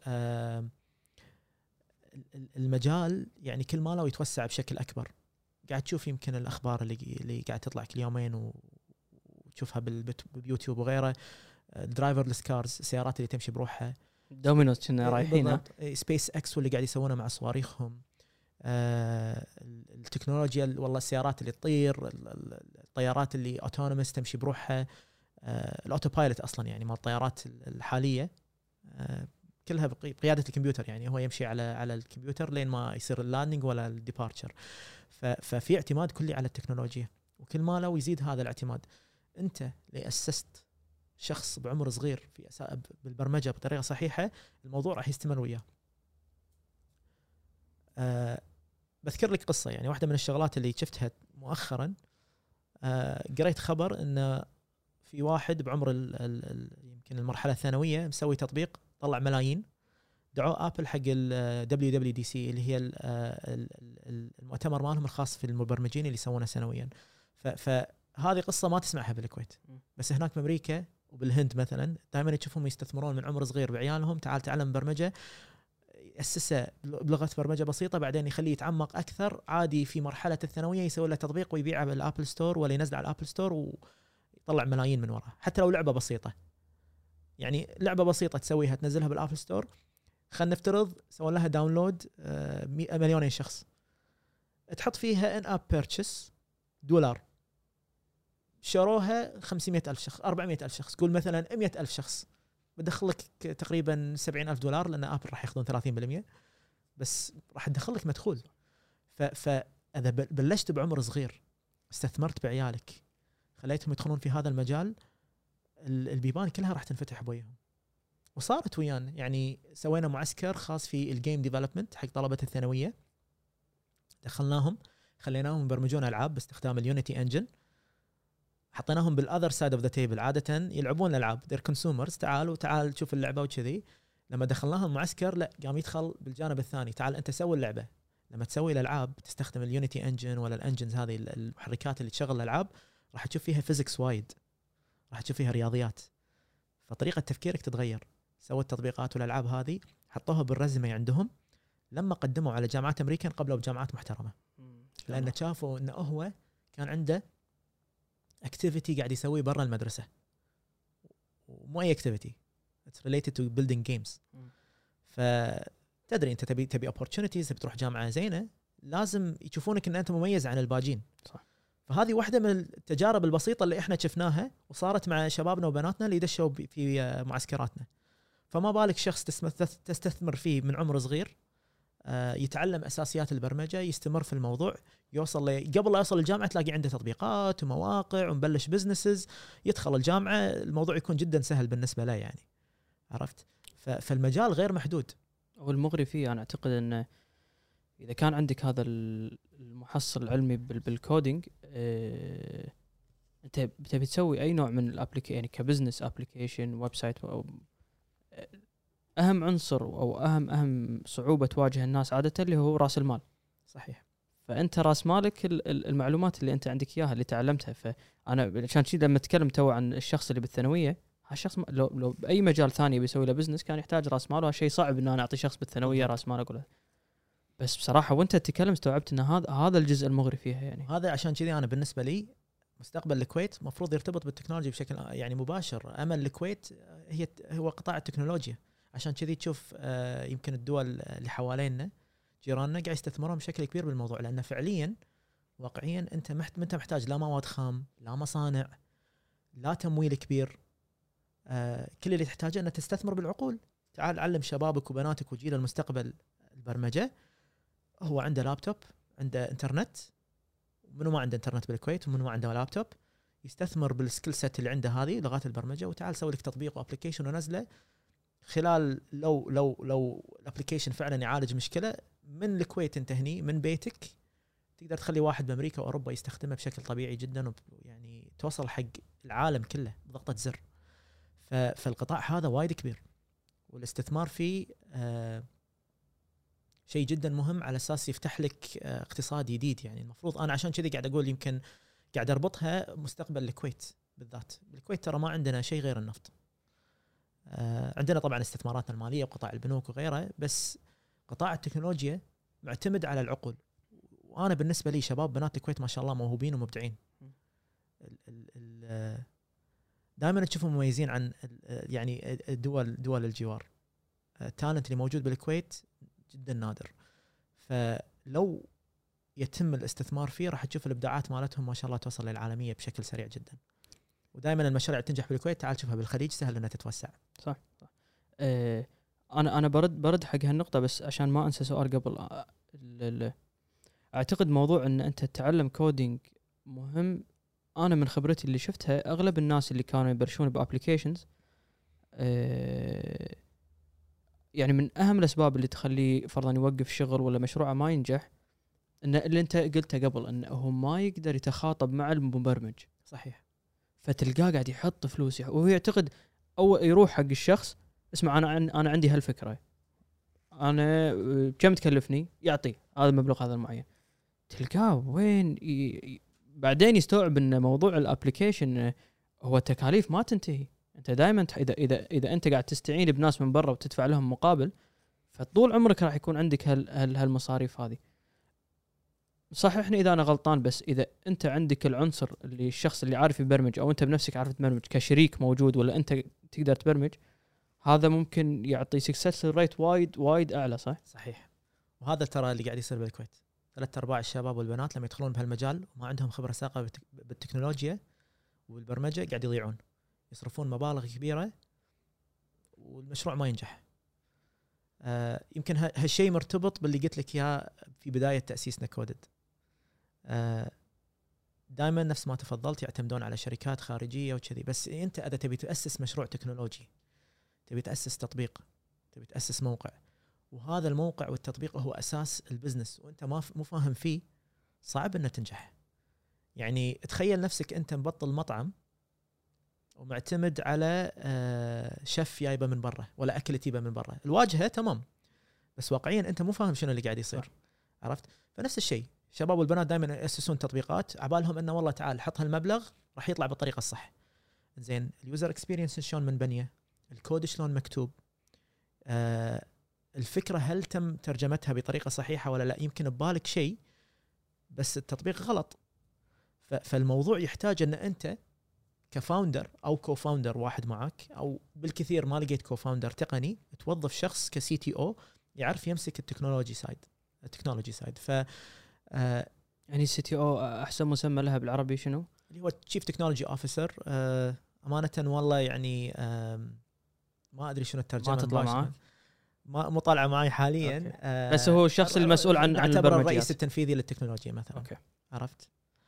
المجال يعني كل ما له يتوسع بشكل اكبر. قاعد تشوف يمكن الاخبار اللي قاعد تطلع كل يومين وتشوفها باليوتيوب وغيره، درايفرلس كارز، السيارات اللي تمشي بروحها، دومينوز كنا رايحين، سبيس اكس واللي قاعد يسوونه مع صواريخهم، التكنولوجيا والله السيارات اللي تطير، الطيارات اللي اوتونومس تمشي بروحها، الاوتو بايلوت اصلا يعني مال الطيارات الحاليه كلها بقياده الكمبيوتر، يعني هو يمشي على الكمبيوتر لين ما يصير اللاندنج ولا الديبارتشر. ففي اعتماد كلي على التكنولوجيا، وكل ما لو يزيد هذا الاعتماد. انت اللي اسست شخص بعمر صغير في بالبرمجه بطريقه صحيحه، الموضوع راح يستمر وياه. بذكر لك قصه، يعني واحده من الشغلات اللي شفتها مؤخرا، قريت خبر ان في واحد بعمر يمكن المرحله الثانويه مسوي تطبيق طلع ملايين، دعوه ابل حق ال WWDC اللي هي المؤتمر مالهم الخاص في المبرمجين اللي يسوونه سنويا. فهذه قصه ما تسمعها بالكويت، بس هناك بامريكا وبالهند مثلا دائما تشوفهم يستثمرون من عمر صغير بعيالهم، تعال تعلم برمجه، يأسسه بلغه برمجه بسيطه، بعدين يخليه يتعمق اكثر، عادي في مرحله الثانويه يسوي له تطبيق ويبيعه بالابل ستور ولا ينزله على الابل ستور ويطلع ملايين من وراها، حتى لو لعبه بسيطه. يعني لعبه بسيطه تسويها تنزلها بالابل ستور، خلينا نفترض سووا لها داونلود 100 مليون شخص، تحط فيها ان اب بيرتشيس $، شروها 500,000 شخص، 400,000 شخص، قول مثلا 100,000 شخص، بدخل لك تقريبا $70,000 لان ابل راح ياخذون 30%، بس راح تدخل لك مدخول. فاذا بلشت بعمر صغير، استثمرت بعيالك، خليتهم يدخلون في هذا المجال، البيبان كلها راح تنفتح بوجههم. وصارت ويانا. يعني سوينا معسكر خاص في الجيم ديفلوبمنت حق طلبة الثانوية، دخلناهم خليناهم يبرمجون ألعاب باستخدام اليونيتي انجن، حطيناهم بالاذر سايد اوف ذا تيبل، عاده يلعبون الالعاب دير كونسيومرز، تعال شوف اللعبه وكذي. لما دخلناهم معسكر لا، قام يدخل بالجانب الثاني، تعال انت سوي اللعبه. لما تسوي الالعاب تستخدم اليونيتي انجن ولا الانجنز هذه المحركات اللي تشغل الالعاب، راح تشوف فيها فيزيكس وايد، راح تشوف فيها رياضيات، فطريقه تفكيرك تتغير. سووا التطبيقات والالعاب هذه حطوها بالرزمه عندهم، لما قدموا على جامعات امريكا قبلوا بجامعات محترمه، لان شافوا انه هو كان عنده اكتيفيتي قاعد يسويه برا المدرسه، ومو اي اكتيفيتي اتس ريليتد تو بيلدينج جيمز. فتدري انت تبي opportunities، تبي تروح جامعه زينه، لازم يشوفونك ان انت مميز عن الباجين. صح. فهذه واحدة من التجارب البسيطه اللي احنا شفناها وصارت مع شبابنا وبناتنا اللي دشوا في معسكراتنا. فما بالك شخص تستثمر فيه من عمر صغير، يتعلم اساسيات البرمجه، يستمر في الموضوع، يوصل قبل لا يوصل الجامعه تلاقي عنده تطبيقات ومواقع ومبلش بزنسز، يدخل الجامعه الموضوع يكون جدا سهل بالنسبه له يعني، عرفت؟ فالمجال غير محدود. والمغري فيه انا اعتقد انه اذا كان عندك هذا المحصل العلمي بالكودينج، انت بتبي تسوي اي نوع من الابليكيشن، يعني كبزنس ابليكيشن، ويب سايت، أو اهم عنصر او اهم صعوبه تواجه الناس عاده اللي هو راس المال. صحيح. فانت راس مالك المعلومات اللي انت عندك اياها اللي تعلمتها. فانا عشان كذا لما اتكلم تو عن الشخص اللي بالثانويه، هالشخص لو باي مجال ثاني بيسوي له بزنس كان يحتاج راس مال، وهذا شيء صعب ان انا اعطي شخص بالثانويه راس مال اقول له. بس بصراحه وانت تتكلم استوعبت ان هذا الجزء المغري فيها يعني. هذا عشان كذا انا بالنسبه لي مستقبل الكويت مفروض يرتبط بالتكنولوجيا بشكل يعني مباشر. امل الكويت هو قطاع التكنولوجيا. عشان كذي تشوف يمكن الدول اللي حوالينا جيراننا قاعد يستثمرون بشكل كبير بالموضوع، لأنه فعليا واقعيا انت محتاج لا مواد خام، لا مصانع، لا تمويل كبير. كل اللي تحتاجه انك تستثمر بالعقول. تعال علم شبابك وبناتك وجيل المستقبل البرمجه. هو عنده لابتوب، عنده انترنت، منو ما عنده انترنت بالكويت ومنو ما عنده لابتوب، يستثمر بالسكيل سيت اللي عنده هذه لغات البرمجه، وتعال سوي لك تطبيق وابلكيشن ونزله خلال لو الابلكيشن فعلا يعالج مشكله من الكويت، انت هني من بيتك تقدر تخلي واحد بامريكا واوروبا يستخدمه بشكل طبيعي جدا، يعني توصل حق العالم كله بضغطه زر. فالقطاع هذا وايد كبير، والاستثمار فيه شيء جدا مهم على اساس يفتح لك اقتصاد جديد. يعني المفروض انا عشان كذا قاعد اقول يمكن قاعد اربطها مستقبل الكويت بالذات. بالكويت ترى ما عندنا شيء غير النفط. عندنا طبعا استثماراتنا الماليه وقطاع البنوك وغيره، بس قطاع التكنولوجيا معتمد على العقول. وانا بالنسبه لي شباب بنات الكويت ما شاء الله موهوبين ومبدعين. دائما تشوفهم مميزين عن يعني دول الجوار. التالنت اللي موجود بالكويت جدا نادر، فلو يتم الاستثمار فيه راح تشوف الابداعات مالتهم ما شاء الله توصل للعالميه بشكل سريع جدا. ودائما المشاريع تنجح بالكويت تعال شوفها بالخليج سهل انها تتوسع. صح. انا برد حق هالنقطه، بس عشان ما انسى سؤال قبل. اعتقد موضوع ان انت تتعلم كودينج مهم. انا من خبرتي اللي شفتها اغلب الناس اللي كانوا يبرشون بابليكيشنز، يعني من اهم الاسباب اللي تخليه فرضا يوقف شغل ولا مشروعه ما ينجح، ان اللي انت قلته قبل انه هو ما يقدر يتخاطب مع المبرمج. صحيح. فتلقاه قاعد يحط فلوس وهو يعتقد او يروح حق الشخص، اسمع انا عندي هالفكره، انا كم تكلفني؟ يعطيه هذا المبلغ هذا المعين. تلقاه وين بعدين يستوعب ان موضوع الابليكيشن هو تكاليف ما تنتهي. انت دائما اذا انت قاعد تستعين بناس من برا وتدفع لهم مقابل، فطول عمرك راح يكون عندك هالمصاريف هذه. صححني اذا انا غلطان، بس اذا انت عندك العنصر اللي الشخص اللي عارف يبرمج او انت بنفسك عارف تبرمج كشريك موجود ولا انت تقدر تبرمج، هذا ممكن يعطي سكسس ريت وايد اعلى. صحيح. وهذا ترى اللي قاعد يصير بالكويت. 3/4 الشباب والبنات لما يدخلون بهالمجال وما عندهم خبره سابقه بالتكنولوجيا والبرمجه قاعد يضيعون، يصرفون مبالغ كبيره والمشروع ما ينجح. يمكن هالشيء مرتبط باللي قلت لك اياه في بدايه تاسيسنا كودد. دائما نفس ما تفضلت يعتمدون على شركات خارجيه وكذي، بس انت اذا تبي تاسس مشروع تكنولوجي تبي تأسس تطبيق، تبي تأسس موقع، وهذا الموقع والتطبيق هو أساس البزنس وأنت مو فاهم فيه، صعب أنه تنجح. يعني تخيل نفسك أنت مبطل مطعم ومعتمد على شيف جايبه من برا ولا أكل تجيبه من برا، الواجهة تمام بس واقعيا أنت مو فاهم شنو اللي قاعد يصير. عرفت؟ فنفس الشيء الشباب والبنات دائما يأسسون تطبيقات عبالهم انه والله تعال حط هالمبلغ راح يطلع بالطريقه الصح. زين اليوزر اكسبيرينس شلون من بنيه، الكود شلون مكتوب، الفكره هل تم ترجمتها بطريقه صحيحه ولا لا، يمكن ببالك شيء بس التطبيق غلط. فالموضوع يحتاج ان انت كفاوندر او كوفاوندر واحد معك، او بالكثير ما لقيت كوفاوندر تقني، توظف شخص كسي تي او يعرف يمسك التكنولوجي سايد. ف يعني سي تي او احسن مسمى لها بالعربي شنو؟ اللي هو تشيف تكنولوجي اوفيسر. امانه والله يعني ما ادري شنو الترجمه، ما تطلع معاه، ما طالعه معي حاليا. بس هو الشخص المسؤول عن البرمجيات، الرئيس التنفيذي للتكنولوجيا مثلا. أوكي. عرفت؟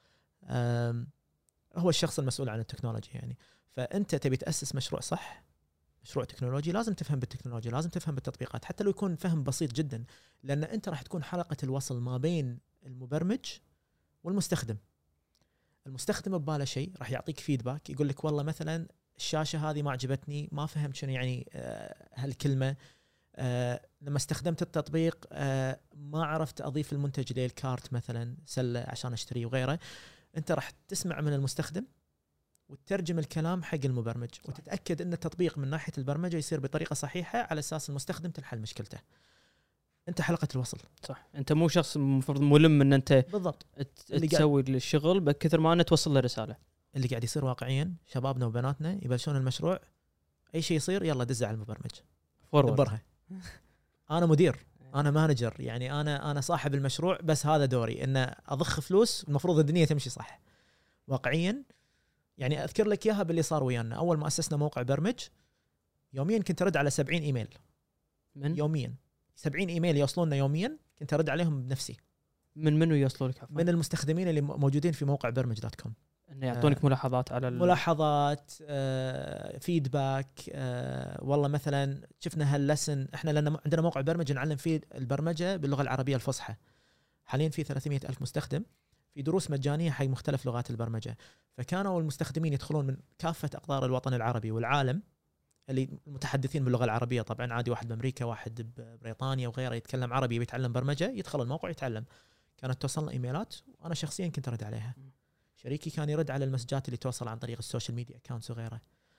هو الشخص المسؤول عن التكنولوجيا يعني. فانت تبي تاسس مشروع صح، مشروع تكنولوجي، لازم تفهم بالتكنولوجيا، لازم تفهم بالتطبيقات حتى لو يكون فهم بسيط جدا، لان انت راح تكون حلقه الوصل ما بين المبرمج والمستخدم. المستخدم بباله شيء راح يعطيك فيدباك، يقول لك والله مثلا الشاشه هذه ما عجبتني، ما فهمت شنو يعني هالكلمه، لما استخدمت التطبيق ما عرفت اضيف المنتج للكارت مثلا سله عشان اشتريه وغيره. انت راح تسمع من المستخدم وتترجم الكلام حق المبرمج، وتتاكد ان التطبيق من ناحيه البرمجه يصير بطريقه صحيحه على اساس المستخدم تنحل مشكلته. انت حلقه الوصل، صح. انت مو شخص المفروض ملم ان انت بالضبط تسوي الشغل بكثر ما انت توصل له رساله. اللي قاعد يصير واقعيا شبابنا وبناتنا يبلشون المشروع، اي شيء يصير يلا دز على المبرمج دبرها. انا مدير، انا مانجر، يعني انا صاحب المشروع، بس هذا دوري ان اضخ فلوس، المفروض الدنيا تمشي صح. واقعيا يعني اذكر لك اياها باللي صار ويانا اول ما اسسنا موقع برمج، يوميا كنت ارد على 70 ايميل من يوميا 70 ايميل يوصلوننا يوميا، كنت ارد عليهم بنفسي. من منو يوصلوا لك؟ من المستخدمين اللي موجودين في موقع برمج.com، انه يعطونك ملاحظات على ملاحظات، فيدباك. والله مثلا شفنا هاللسن، احنا لان عندنا موقع برمج نعلم فيه البرمجه باللغه العربيه الفصحى، حاليا في 300 ألف مستخدم، في دروس مجانيه حق مختلف لغات البرمجه. فكانوا المستخدمين يدخلون من كافه اقطار الوطن العربي والعالم، اللي المتحدثين باللغه العربيه طبعا، عادي واحد بامريكا، واحد ببريطانيا وغيره يتكلم عربي بيتعلم برمجه، يدخل الموقع يتعلم. كانت توصلنا ايميلات وانا شخصيا كنت ارد عليها، شريكي كان يرد على المسجات اللي توصل عن طريق السوشيال ميديا اكاونتس وغيره.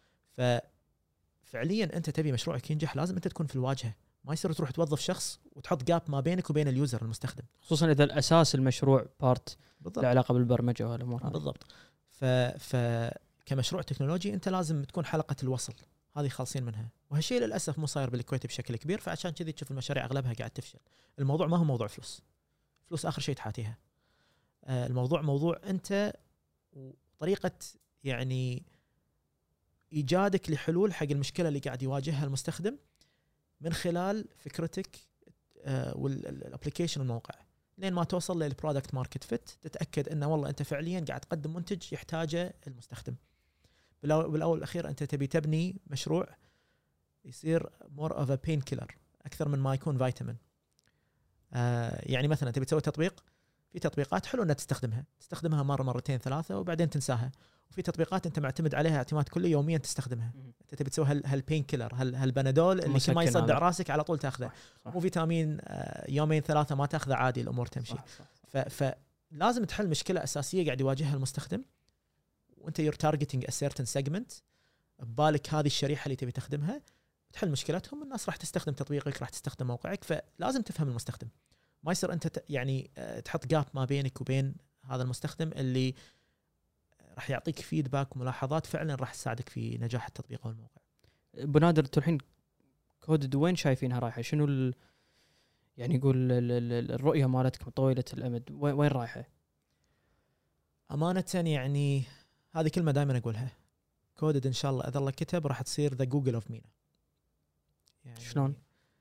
ففعليا انت تبي مشروعك ينجح لازم انت تكون في الواجهه، ما يصير تروح توظف شخص وتحط جاب ما بينك وبين اليوزر المستخدم، خصوصا اذا الاساس المشروع بارت بالضبط له علاقه بالبرمجه والامور هذه. بالضبط. كمشروع تكنولوجي انت لازم تكون حلقه الوصل، هذه خالصين منها، وهالشيء للاسف مو صاير بالكويت بشكل كبير، فعشان كذي تشوف المشاريع اغلبها قاعد تفشل. الموضوع ما هو موضوع فلوس اخر شيء تحاتيها. الموضوع موضوع انت وطريقه يعني ايجادك لحلول حق المشكله اللي قاعد يواجهها المستخدم من خلال فكرتك والابلكيشن والموقع، لين ما توصل للبرودكت ماركت فيت، تتاكد انه والله انت فعليا قاعد تقدم منتج يحتاجه المستخدم. بالاول والاخير انت تبي تبني مشروع يصير مور اوف ا بين كيلر اكثر من ما يكون فيتامين. يعني مثلا تبي تسوي تطبيق، في تطبيقات حلو انك تستخدمها مره مرتين ثلاثه وبعدين تنساها، وفي تطبيقات انت معتمد عليها اعتماد كلي يوميا تستخدمها. انت تبي تسوي هالبين كيلر، هالبنادول اللي كل ما يصدع راسك على طول تاخذه، مو فيتامين يومين ثلاثه ما تاخذه عادي الامور تمشي. فلازم تحل مشكله اساسيه قاعد يواجهها المستخدم، وانت يور تارجتنج ا سيرتن سيجمنت، ببالك هذه الشريحه اللي تبي تخدمها، تحل مشكلتهم، الناس راح تستخدم تطبيقك، راح تستخدم موقعك. فلازم تفهم المستخدم، ما يصير انت يعني تحط جاب ما بينك وبين هذا المستخدم اللي راح يعطيك فيدباك وملاحظات فعلا راح تساعدك في نجاح التطبيق او الموقع. بنادر انتوا الحين كودد وين شايفينها رايحه؟ شنو يعني يقول الرؤيه مالتكم طويله الامد وين رايحه؟ امانه يعني هذه كلمه دائما اقولها، كودد ان شاء الله اذا الله كتب راح تصير ذا جوجل اوف مينا. يعني شلون؟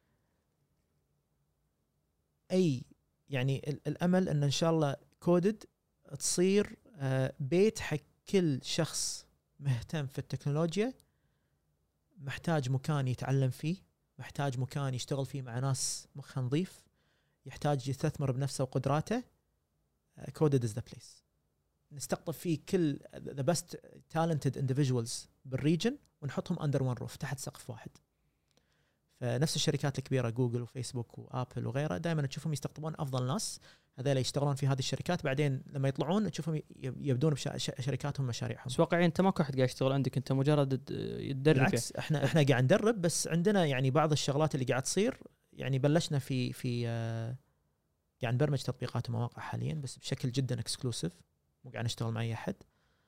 اي يعني الامل ان شاء الله كودد تصير بيت حق كل شخص مهتم في التكنولوجيا، محتاج مكان يتعلم فيه، محتاج مكان يشتغل فيه مع ناس مخها نظيف، يحتاج يستثمر بنفسه وقدراته. Coded is the place. نستقطب فيه كل the best talented individuals بالريجن ونحطهم under one roof تحت سقف واحد. فنفس الشركات الكبيرة جوجل وفيسبوك وآبل وغيرها دائما تشوفهم يستقطبون أفضل ناس، هذول يشتغلون في هذه الشركات، بعدين لما يطلعون تشوفهم يبدون بشركاتهم مشاريعهم. بس واقعيا انت ماكو احد قاعد يشتغل عندك، انت مجرد تدرب. بالعكس احنا قاعد ندرب، بس عندنا يعني بعض الشغلات اللي قاعد تصير، يعني بلشنا في قاعد نبرمج تطبيقات ومواقع حاليا بس بشكل جدا اكسكلوسيف، مو قاعد نشتغل مع اي احد.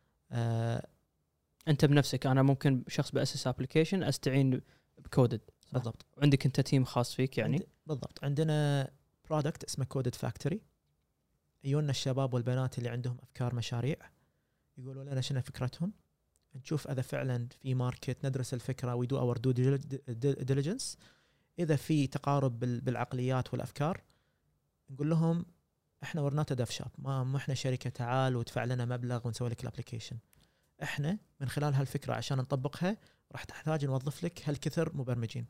انت بنفسك، انا ممكن شخص باسس ابلكيشن استعين بكودد. بالضبط. عندك انت تيم خاص فيك يعني؟ بالضبط. عندنا برودكت اسمه كودد فاكتوري، يجونا الشباب والبنات اللي عندهم افكار مشاريع يقولوا لنا شنو فكرتهم، نشوف اذا فعلا في ماركت، ندرس الفكره ويدو اور دو ديليجنس، اذا في تقارب بالعقليات والافكار نقول لهم احنا ورناته ديف شاب، ما احنا شركه تعال وادفع لنا مبلغ ونسوي لك الابلكيشن. احنا من خلال هالفكره عشان نطبقها راح تحتاج نوظف لك هالكثر مبرمجين،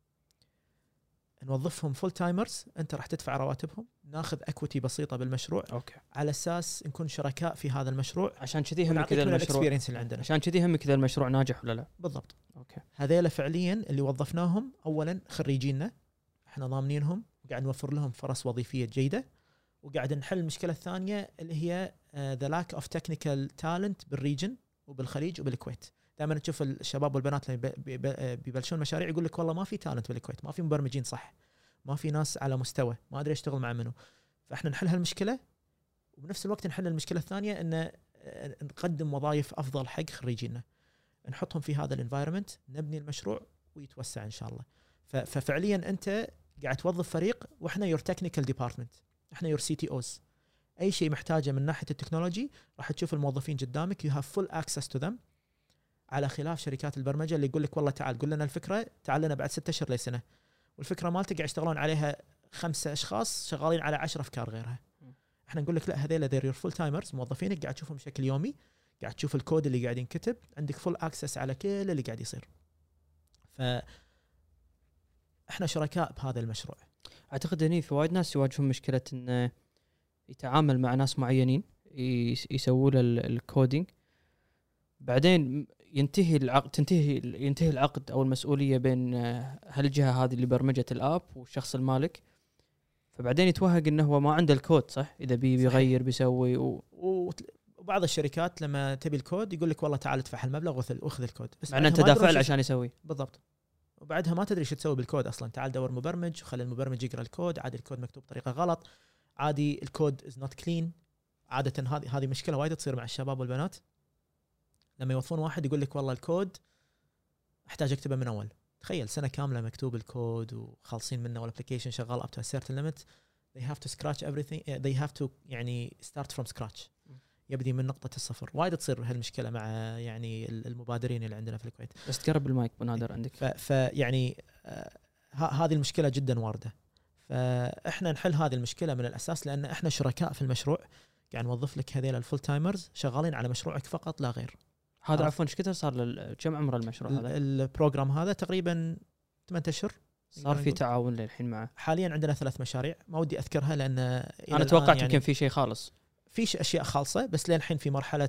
نوظفهم فول تايمرز، انت راح تدفع رواتبهم، ناخذ اكويتي بسيطه بالمشروع. اوكي. على اساس نكون شركاء في هذا المشروع، عشان كذي هم كذا المشروع اللي عندنا، عشان كذي هم كذا المشروع ناجح ولا لا؟ بالضبط. اوكي. هذيلا فعليا اللي وظفناهم اولا خريجيننا، احنا ضامنينهم وقاعد نوفر لهم فرص وظيفيه جيده، وقاعد نحل المشكله الثانيه اللي هي ذا لاك اوف تكنيكال تالنت بالريجن وبالخليج وبالكويت. دائما تشوف الشباب والبنات اللي بيبلشون مشاريع يقول لك والله ما في تالنت بالكويت، ما في مبرمجين صح، ما في ناس على مستوى، ما ادري اشتغل مع منو. فاحنا نحل هالمشكله، وبنفس الوقت نحل المشكله الثانيه ان نقدم وظائف افضل حق خريجينا، نحطهم في هذا الانفايرمنت، نبني المشروع ويتوسع ان شاء الله. ففعليا انت قاعد توظف فريق، واحنا يور تكنيكال ديبارتمنت، احنا يور سي تي اوز. اي شيء محتاجه من ناحيه التكنولوجي راح تشوف الموظفين قدامك، يو هاف فول اكسس تو ذم، على خلاف شركات البرمجه اللي يقول لك والله تعال قول لنا الفكره، تعال لنا بعد 6 اشهر لسنه، والفكره مالتك قاعد يشتغلون عليها 5 اشخاص شغالين على 10 افكار غيرها. احنا نقول لك لا، هذول ذير يور فول تايمرز، موظفينك قاعد تشوفهم بشكل يومي، قاعد تشوف الكود اللي قاعد ينكتب، عندك فول اكسس على كل اللي قاعد يصير. ف احنا شركاء بهذا المشروع. اعتقد هني في وايد ناس يواجهون مشكله انه يتعامل مع ناس معينين يسووا له الكودينج، بعدين ينتهي العقد او المسؤوليه بين هالجهه هذه اللي برمجت الاب والشخص المالك، فبعدين يتوهق انه هو ما عنده الكود صح، اذا بيغير بيسوي وبعض الشركات لما تبي الكود يقول لك والله تعال ادفع المبلغ واخذ الكود، بس معناه انت دافع له عشان يسوي. بالضبط. وبعدها ما تدري شو تسوي بالكود اصلا، تعال دور مبرمج وخلي المبرمج يقرا الكود، عادي الكود مكتوب بطريقه غلط، عادي الكود از نوت كلين. عاده هذه مشكله وايد تصير مع الشباب والبنات لما يوظفون واحد يقول لك والله الكود احتاج اكتبه من اول. تخيل سنه كامله مكتوب الكود وخالصين منه والابلكيشن شغال up to a certain limit, they have to scratch everything, they have to يعني start from scratch, يبدي من نقطه الصفر. وايد تصير هالمشكله مع يعني المبادرين اللي عندنا في الكويت. بس تقرب المايك بنادر عندك. فيعني هذه المشكله جدا وارده، فاحنا نحل هذه المشكله من الاساس، لان احنا شركاء في المشروع، قاعد نوظف لك هذول الفول تايمرز شغالين على مشروعك فقط لا غير. هذا عفوا ايش كثر صار كم عمر المشروع هذا؟ البروجرام هذا تقريبا 8 اشهر. صار في تعاون للحين معه. حاليا عندنا 3 مشاريع، ما ودي اذكرها لان انا توقعت يمكن يعني في شيء خالص، في اشياء خالصه، بس لين الحين في مرحله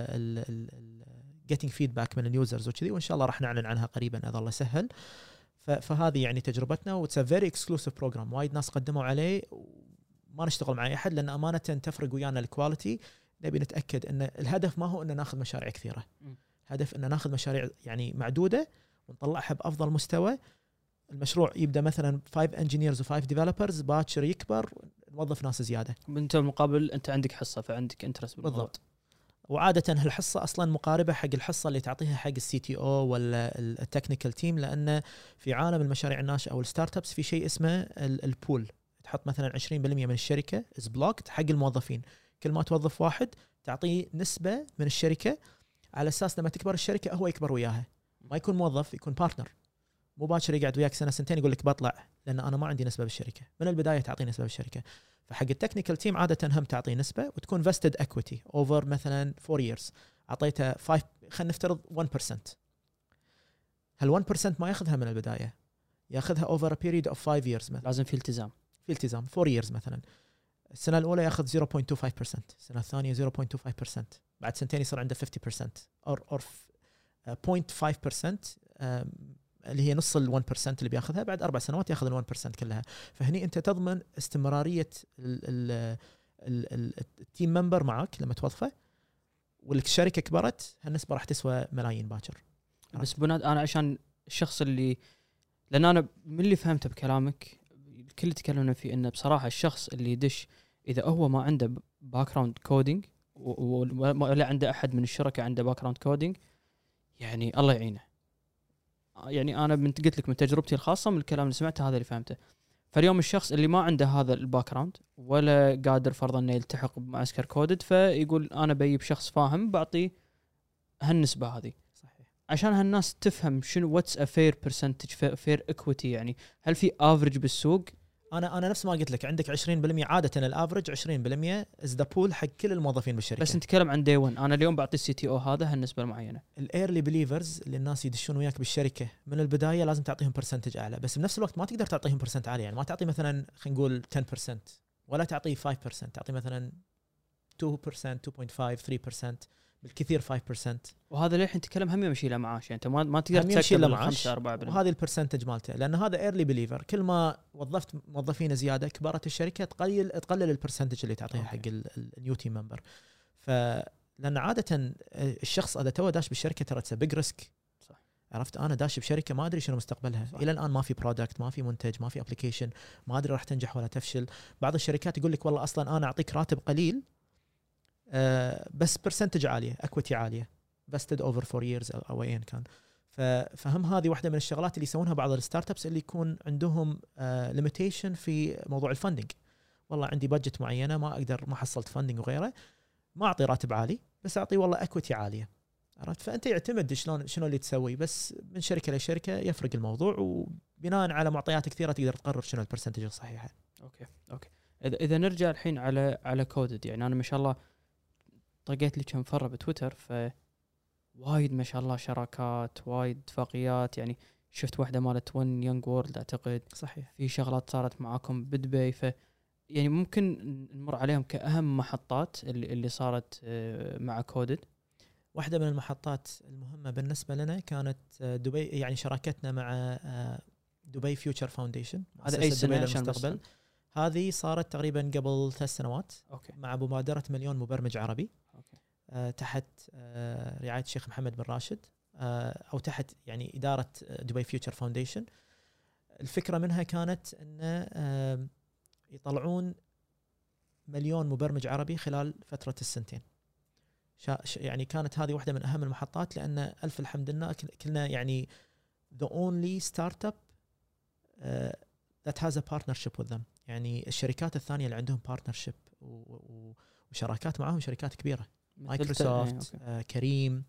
getting feedback من اليوزرز وكذي، وان شاء الله راح نعلن عنها قريبا اذا الله سهل. فهذه يعني تجربتنا، واتس ا فيري اكسكلوسيف بروجرام. وايد ناس قدموا عليه وما نشتغل مع اي احد، لان امانه تفرق ويانا الكواليتي. نبي نتاكد ان الهدف ما هو ان ناخذ مشاريع كثيره، الهدف ان ناخذ مشاريع يعني معدوده ونطلعها بافضل مستوى. المشروع يبدا مثلا 5 انجينيرز و5 ديفلوبرز، باكر يكبر نوظف ناس زياده. انت المقابل انت عندك حصه، فعندك انترست بالضبط. وعاده هالحصه اصلا مقاربه حق الحصه اللي تعطيها حق السي تي او ولا التكنيكال تيم، لان في عالم المشاريع الناشئه او الستارت ابس في شيء اسمه البول. تحط مثلا 20% من الشركه از بلوكد حق الموظفين، كل ما توظف واحد تعطيه نسبه من الشركه، على اساس لما تكبر الشركه هو يكبر وياها، ما يكون موظف، يكون بارتنر. مو باكر يقعد وياك سنه سنتين يقول لك بطلع لان انا ما عندي نسبه بالشركه. من البدايه تعطي نسبه بالشركه. فحق التكنيكال تيم عاده هم تعطي نسبه وتكون فيستد اكويتي اوفر مثلا 4 years، اعطيته 5، خلينا نفترض 1%. هال 1% ما ياخذها من البدايه، ياخذها over a period of 5 years مثلا. لازم في التزام 4 years مثلا. السنه الاولى ياخذ 0.25%، السنه الثانيه 0.25%، بعد سنتين يصير عنده 50% or 0.5%، اللي هي نص ال 1% اللي بياخذها. بعد 4 سنوات ياخذ ال 1% كلها. فهني انت تضمن استمراريه التيم ممبر معك لما توظفه، والشركه كبرت هالنسبه راح تسوى ملايين باكر. بس بناد انا عشان الشخص اللي، لان انا من اللي فهمته بكلامك الكل تكلمنا فيه انه بصراحه الشخص اللي يدش اذا هو ما عنده باك جراوند كودينج ولا عنده احد من الشركاء عنده باك جراوند كودينج، يعني الله يعينه. يعني انا قلت لك من تجربتي الخاصه من الكلام اللي سمعته هذا اللي فهمته. فاليوم الشخص اللي ما عنده هذا الباك جراوند ولا قادر فرضا انه يلتحق بمعسكر كودد، فيقول انا بجيب شخص فاهم بعطيه هالنسبه هذه. صحيح. عشان هالناس تفهم شنو واتس ا فير برسنتج فير اكويتي، يعني هل في افريج بالسوق؟ انا نفس ما قلت لك، عندك 20% عاده الافرج 20% از ذا بول حق كل الموظفين بالشركه. بس نتكلم عن دي 1. انا اليوم بعطي السي تي او هذا هالنسبه المعينه. الايرلي بليفرز اللي الناس يدشون وياك بالشركه من البدايه لازم تعطيهم برسنتج اعلى، بس بنفس الوقت ما تقدر تعطيهم برسنت عالي. يعني ما تعطي مثلا خلينا نقول 10% ولا تعطي 5%، تعطي مثلا 2%، 2.5، 3%، بالكثير 5%. وهذا اللي الحين نتكلم هم يمشي له معاش، يعني انت ما تقدر تسكر له 5 4%. وهذه البرسنتج مالته، لان هذا ايرلي بليفر. كل ما وظفت موظفين زياده كبرت الشركه تقلل البرسنتج اللي تعطيها حق النيو تيم ممبر. لان عاده الشخص اذا تو داش بالشركه ترى اتس بيج ريسك. صح. عرفت، انا داش بشركه ما ادري شنو مستقبلها. صح. الى الان ما في برودكت، ما في منتج، ما في ابلكيشن، ما ادري راح تنجح ولا تفشل. بعض الشركات يقول لك والله اصلا انا اعطيك راتب قليل بس برسنتج عاليه، اكويتي عاليه، vested over 4 years او ايا كان. فهم هذه واحده من الشغلات اللي يسوونها بعض الستارت ابس اللي يكون عندهم ليميتيشن في موضوع الفندنج. والله عندي بادجت معينه ما اقدر، ما حصلت فندنج وغيره، ما اعطي راتب عالي بس اعطي والله اكويتي عاليه. عرفت، فانت يعتمد شنو اللي تسوي، بس من شركه لشركه يفرق الموضوع، وبناء على معطيات كثيره تقدر تقرر شنو البرسنتج الصحيحه. اوكي. اذا نرجع الحين على كودد، يعني انا ما شاء الله طقيت لي كم فرة بتويتر، ف وايد ما شاء الله شراكات، وايد اتفاقيات. يعني شفت واحدة مالت ون يونج وورلد اعتقد، صحيح. في شغلات صارت معاكم بدبي، ف يعني ممكن نمر عليهم كأهم محطات اللي صارت مع كودد. واحدة من المحطات المهمة بالنسبة لنا كانت دبي، يعني شراكتنا مع دبي فيوتشر فاونديشن. هذا أي سنة المستقبل؟ هذه صارت تقريبا قبل 3 سنوات. أوكي. مع مبادرة مليون مبرمج عربي. أوكي. تحت رعاية الشيخ محمد بن راشد، أو تحت يعني إدارة دبي فيوتشر فاونديشن. الفكرة منها كانت أن يطلعون مليون مبرمج عربي خلال فترة السنتين. يعني كانت هذه واحدة من أهم المحطات، لأن ألف الحمد لله كلنا يعني the only startup that has a partnership with them. يعني الشركات الثانية اللي عندهم partnership وشراكات معهم شركات كبيرة، مايكروسوفت، كريم،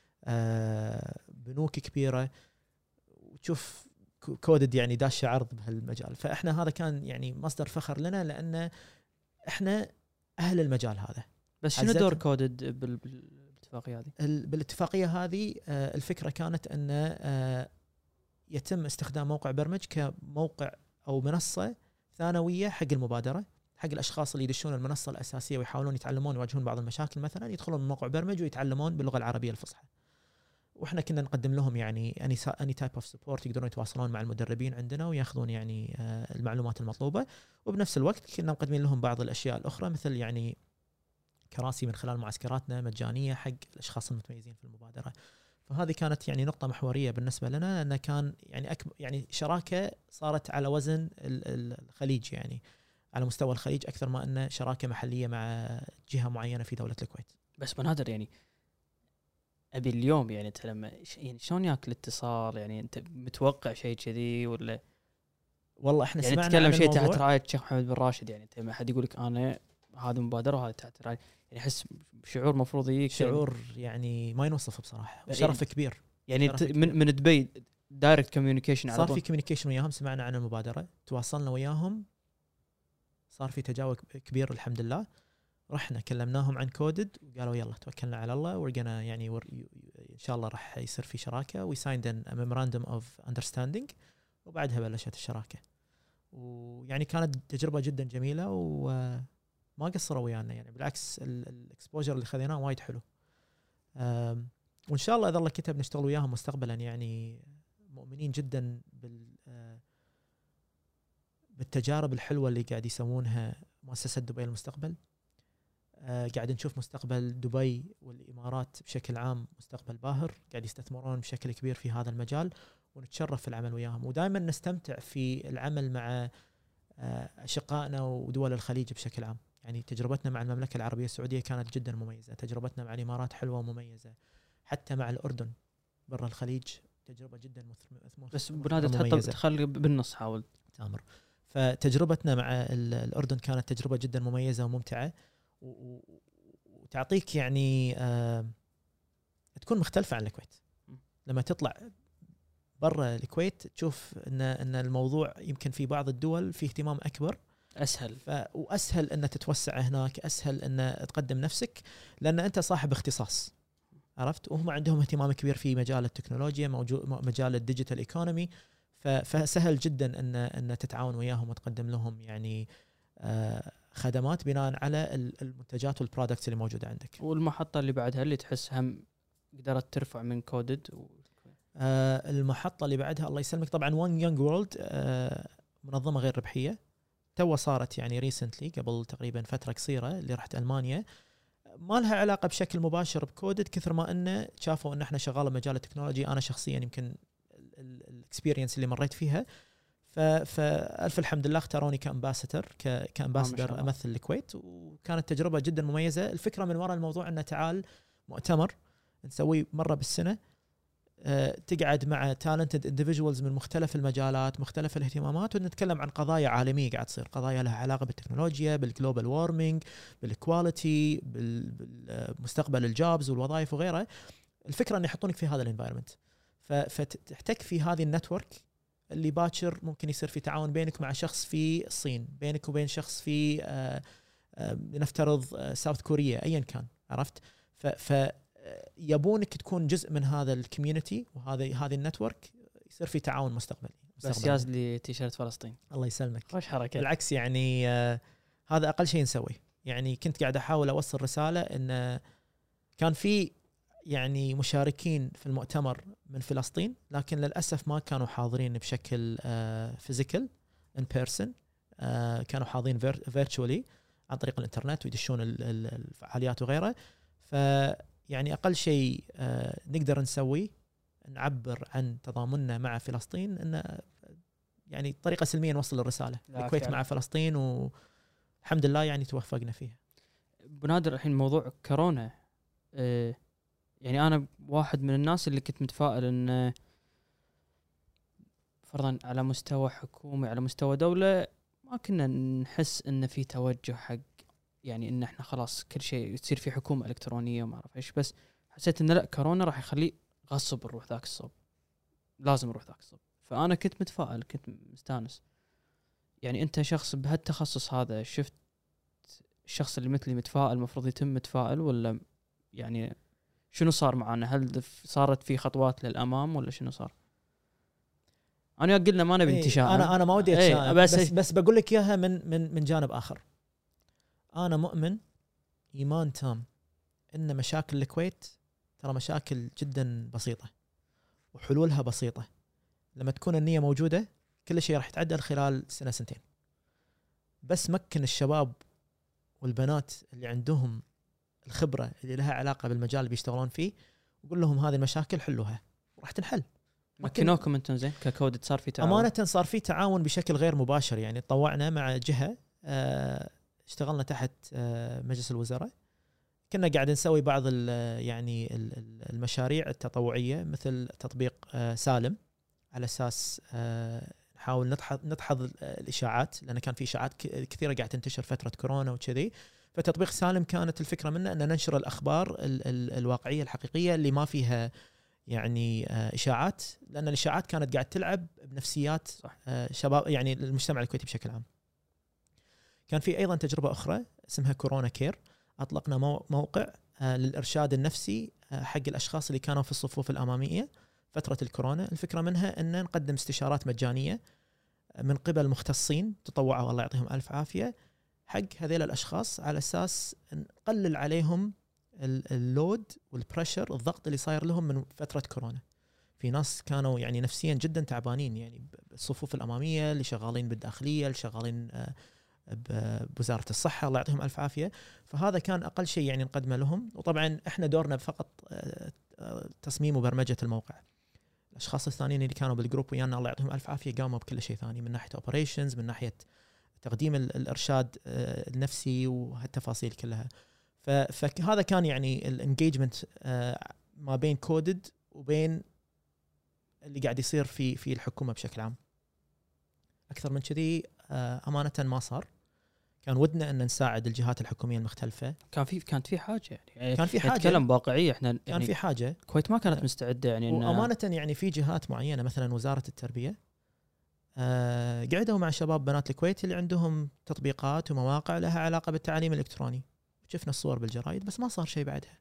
بنوك كبيرة، وتشوف كودد يعني داش عرض بهالمجال. فإحنا هذا كان يعني مصدر فخر لنا، لأن إحنا أهل المجال هذا. بس شنو دور كودد بالاتفاقية هذه؟ بالاتفاقية هذه الفكرة كانت أن يتم استخدام موقع برمج كموقع أو منصة ثانوية حق المبادرة، حق الأشخاص اللي يدشون المنصة الأساسية ويحاولون يتعلمون يواجهون بعض المشاكل، مثلا يدخلون من موقع برمج ويتعلمون باللغة العربية الفصحى. وإحنا كنا نقدم لهم يعني any type of support، يقدرون يتواصلون مع المدربين عندنا ويأخذون يعني المعلومات المطلوبة. وبنفس الوقت كنا مقدمين لهم بعض الأشياء الأخرى، مثل يعني كراسي من خلال معسكراتنا مجانية حق الأشخاص المتميزين في المبادرة. فهذه كانت يعني نقطة محورية بالنسبة لنا، لأن كان يعني يعني شراكة صارت على وزن الخليج، يعني على مستوى الخليج أكثر ما أن شراكة محلية مع جهة معينة في دولة الكويت. بس بنادر يعني أبي اليوم يعني أنت لما يعني شلون ياك الاتصال، يعني أنت متوقع شيء كذي ولا؟ والله إحنا يعني سمعنا نتكلم شيء الموضوع تحت رعاية الشيخ محمد بن راشد، يعني أنت ما حد يقول لك أنا هذه مبادرة وهذه تحت رعاية، يعني أحس شعور مفروض يجيك، شعور يعني ما ينوصف بصراحة، شرف كبير. يعني من دبي دايركت كوميونيكيشن على صار طول. في كوميونيكيشن وياهم، سمعنا عن المبادرة، تواصلنا وياهم، صار في تجاوب كبير الحمد لله. رحنا كلمناهم عن كودد وقالوا يلا توكلنا على الله ورجنا يعني ان شاء الله راح يصير في شراكه ويسايند ميموراندوم اوف اندرستاندينج، وبعدها بلشت الشراكه. ويعني كانت تجربه جدا جميله وما قصروا ويانا، يعني بالعكس الاكسبوجر اللي خذيناه وايد حلو. وان شاء الله اذا الله كتب نشتغل وياهم مستقبلا، يعني مؤمنين جدا بالتجارب الحلوه اللي قاعد يسوونها مؤسسه دبي المستقبل. قاعد نشوف مستقبل دبي والامارات بشكل عام مستقبل باهر، قاعد يستثمرون بشكل كبير في هذا المجال، ونتشرف في العمل وياهم، ودائما نستمتع في العمل مع اشقائنا ودول الخليج بشكل عام. يعني تجربتنا مع المملكه العربيه السعوديه كانت جدا مميزه، تجربتنا مع الامارات حلوه ومميزه، حتى مع الاردن برا الخليج تجربه جدا بس بنادى تخلي بالنص حاول تامر. فتجربتنا مع الاردن كانت تجربه جدا مميزه وممتعه، وتعطيك يعني تكون مختلفه عن الكويت. لما تطلع برا الكويت تشوف ان الموضوع يمكن في بعض الدول في اهتمام اكبر، اسهل واسهل ان تتوسع هناك، اسهل ان تقدم نفسك لان انت صاحب اختصاص، عرفت؟ وهم عندهم اهتمام كبير في مجال التكنولوجيا، مجال الديجيتال ايكونومي، فسهل جدا ان تتعاون وياهم وتقدم لهم يعني خدمات بناء على المنتجات والبرودكتس اللي موجوده عندك. والمحطه اللي بعدها اللي تحس هم قدرت ترفع من كودد المحطه اللي بعدها الله يسلمك طبعا وان يونج وورلد، منظمه غير ربحيه تو صارت يعني ريسنتلي قبل تقريبا فتره قصيره اللي رحت المانيا، ما لها علاقه بشكل مباشر بكودد كثر ما انه شافوا ان احنا شغاله مجال التكنولوجي. انا شخصيا يمكن الاكسبيرينس اللي مريت فيها، فالف الحمد لله اختاروني كامباسدر امثل الكويت، وكانت تجربه جدا مميزه. الفكره من وراء الموضوع انه تعال مؤتمر نسويه مره بالسنه، تقعد مع تالنتد انديفيدوالز من مختلف المجالات مختلف الاهتمامات، ونتكلم عن قضايا عالميه قاعد تصير، قضايا لها علاقه بالتكنولوجيا، بالجلوبال وارمينج، بالاكواليتي، بالمستقبل الجوبز والوظائف وغيرها. الفكره ان يحطونك في هذا الانفايرمنت، فتحتك في هذه النتورك اللي باكر ممكن يصير في تعاون بينك مع شخص في الصين، بينك وبين شخص في نفترض ساوث كوريا ايا كان، عرفت؟ يبونك تكون جزء من هذا الكوميونتي وهذه النتورك، يصير في تعاون مستقبلي. بس ياز لي تيشيرت فلسطين، الله يسلمك، وش حركه. بالعكس يعني هذا اقل شيء نسويه. يعني كنت قاعد احاول اوصل رساله ان كان في يعني مشاركين في المؤتمر من فلسطين، لكن للاسف ما كانوا حاضرين بشكل فيزيكال ان بيرسون، كانوا حاضرين فيرتشوالي عن طريق الانترنت ويدشون الفعاليات وغيره. يعني أقل شيء نقدر نسوي نعبر عن تضامننا مع فلسطين، إن يعني طريقة سلمية نوصل الرسالة. الكويت مع فلسطين والحمد لله يعني توفقنا فيها. بنادر الحين موضوع كورونا، يعني أنا واحد من الناس اللي كنت متفائل إن فرضا على مستوى حكومي على مستوى دولة ما كنا نحس إن في توجه حق يعني ان احنا خلاص كل شيء تصير في حكومه الكترونيه وما اعرف ايش، بس حسيت ان لا، كورونا راح يخليه غصب نروح ذاك الصوب، لازم نروح ذاك الصوب. فانا كنت متفائل، كنت مستانس. يعني انت شخص بهالتخصص هذا، شفت الشخص اللي مثلي متفائل المفروض يتم متفائل، ولا يعني شنو صار معنا؟ هل صارت في خطوات للامام ولا شنو صار؟ انا قلنا ما نبي انتشاء، انا ما ودي اتشائم، بس بقول لك اياها من جانب اخر. أنا مؤمن إيمان تام إن مشاكل الكويت ترى مشاكل جدا بسيطة وحلولها بسيطة. لما تكون النية موجودة كل شيء راح يتعدل خلال سنة سنتين. بس مكن الشباب والبنات اللي عندهم الخبرة اللي لها علاقة بالمجال اللي بيشتغلون فيه، وقول لهم هذه المشاكل حلوها وراح تنحل. مكنوكم انتم زين ككود؟ صار في تعاون؟ أمانة صار في تعاون بشكل غير مباشر. يعني تطوعنا مع جهة، اشتغلنا تحت مجلس الوزراء، كنا قاعد نسوي بعض يعني المشاريع التطوعية مثل تطبيق سالم، على أساس نحاول ندحض الإشاعات، لأن كان في إشاعات كثيرة قاعد تنتشر فترة كورونا وكذي. فتطبيق سالم كانت الفكرة منه أن ننشر الأخبار الواقعية الحقيقية اللي ما فيها يعني إشاعات، لأن الإشاعات كانت قاعد تلعب بنفسيات شباب يعني المجتمع الكويتي بشكل عام. كان في أيضا تجربة أخرى اسمها كورونا كير، أطلقنا موقع للإرشاد النفسي حق الاشخاص اللي كانوا في الصفوف الاماميه فتره الكورونا. الفكره منها ان نقدم استشارات مجانيه من قبل مختصين تطوعوا الله يعطيهم الف عافيه حق هذيل الاشخاص، على اساس نقلل عليهم اللود والبريشر، الضغط اللي صاير لهم من فتره كورونا. في ناس كانوا يعني نفسيا جدا تعبانين، يعني بالصفوف الاماميه، اللي شغالين بالداخليه، اللي شغالين بوزاره الصحه الله يعطيهم الف عافيه. فهذا كان اقل شيء يعني نقدمه لهم. وطبعا احنا دورنا فقط تصميم وبرمجه الموقع. الاشخاص الثانيين اللي كانوا بالجروب ويانا الله يعطيهم الف عافيه قاموا بكل شيء ثاني، من ناحيه اوبريشنز، من ناحيه تقديم الارشاد النفسي وهالتفاصيل كلها. فهذا كان يعني الانجيجمنت ما بين كودد وبين اللي قاعد يصير في الحكومه بشكل عام. اكثر من كذي امانه ما صار. كان ودنا ان نساعد الجهات الحكوميه المختلفه. كانت في حاجه يعني كان في حاجه، نتكلم واقعيه. احنا كان يعني في حاجه. الكويت ما كانت مستعده يعني وامانه يعني في جهات معينه مثلا وزاره التربيه قعدوا مع شباب بنات الكويت اللي عندهم تطبيقات ومواقع لها علاقه بالتعليم الالكتروني. شفنا الصور بالجرايد بس ما صار شيء بعدها.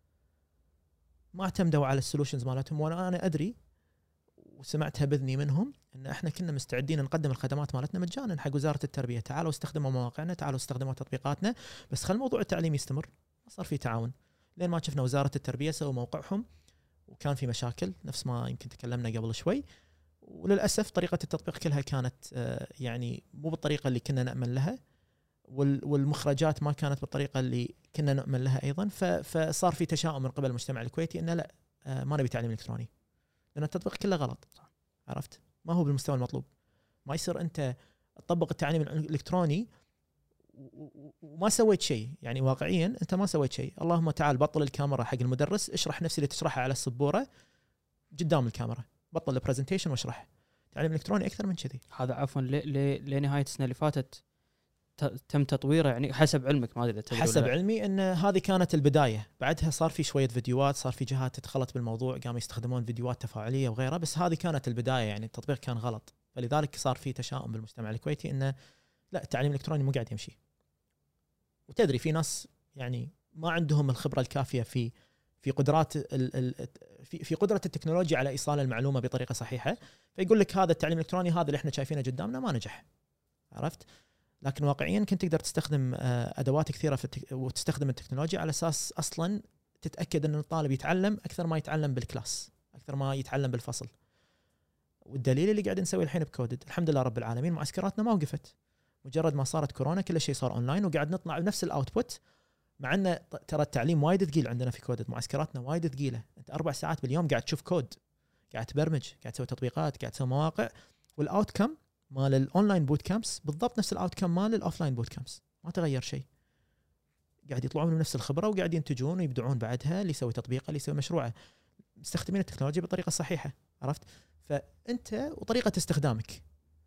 ما اعتمدوا على السولوشنز مالتهم. وانا ادري وسمعتها باذني منهم ان احنا كنا مستعدين نقدم الخدمات مالتنا مجانا حق وزاره التربيه. تعالوا استخدموا مواقعنا، تعالوا استخدموا تطبيقاتنا، بس خل موضوع التعليم يستمر. ما صار في تعاون لين ما شفنا وزاره التربيه سووا موقعهم وكان في مشاكل نفس ما يمكن تكلمنا قبل شوي. وللاسف طريقه التطبيق كلها كانت يعني مو بالطريقه اللي كنا نامل لها، والمخرجات ما كانت بالطريقه اللي كنا نؤمن لها ايضا. فصار في تشاؤم من قبل المجتمع الكويتي انه لا ما نبي تعليم الكتروني لان التطبيق كله غلط. عرفت؟ ما هو بالمستوى المطلوب. ما يصير انت تطبق التعليم الالكتروني وما سويت شيء. يعني واقعيا انت ما سويت شيء. اللهم تعال بطل الكاميرا حق المدرس، اشرح نفس اللي تشرحها على السبوره قدام الكاميرا، بطل البرزنتيشن واشرح. التعليم الالكتروني اكثر من كذي. هذا عفوا لنهايه السنه اللي فاتت تم تطويره يعني حسب علمك. ما ادري حسب علمي ان هذه كانت البدايه. بعدها صار في شويه فيديوهات، صار في جهات تدخلت بالموضوع قاموا يستخدمون فيديوهات تفاعليه وغيرها، بس هذه كانت البدايه. يعني التطبيق كان غلط، فلذلك صار في تشاؤم بالمجتمع الكويتي انه لا التعليم الالكتروني مو قاعد يمشي. وتدري في ناس يعني ما عندهم الخبره الكافيه في قدرات في قدره التكنولوجيا على ايصال المعلومه بطريقه صحيحه، فيقول لك هذا التعليم الالكتروني هذا اللي احنا شايفينه قدامنا ما نجح. عرفت؟ لكن واقعيا كنت تقدر تستخدم ادوات كثيره وتستخدم التكنولوجيا على اساس اصلا تتاكد ان الطالب يتعلم اكثر ما يتعلم بالكلاس، اكثر ما يتعلم بالفصل. والدليل اللي قاعد نسويه الحين بكودد الحمد لله رب العالمين، معسكراتنا ما وقفت. مجرد ما صارت كورونا كل شيء صار اونلاين وقاعد نطلع بنفس الاوتبوت. مع ان ترى التعليم وايد ثقيل عندنا في كودد، معسكراتنا وايد ثقيله. انت 4 ساعات باليوم قاعد تشوف كود، قاعد تبرمج، قاعد تسوي تطبيقات، قاعد تسوي مواقع. والاوتكم مال الاونلاين بوت كامبس بالضبط نفس الاوتكم مال الاوفلاين بوت كامبس، ما تغير شيء. قاعد يطلعون من نفس الخبره وقاعد ينتجون ويبدعون بعدها، اللي يسوي تطبيقه اللي يسوي مشروعه، مستخدمين التكنولوجيا بالطريقه الصحيحه. عرفت؟ فانت وطريقه استخدامك.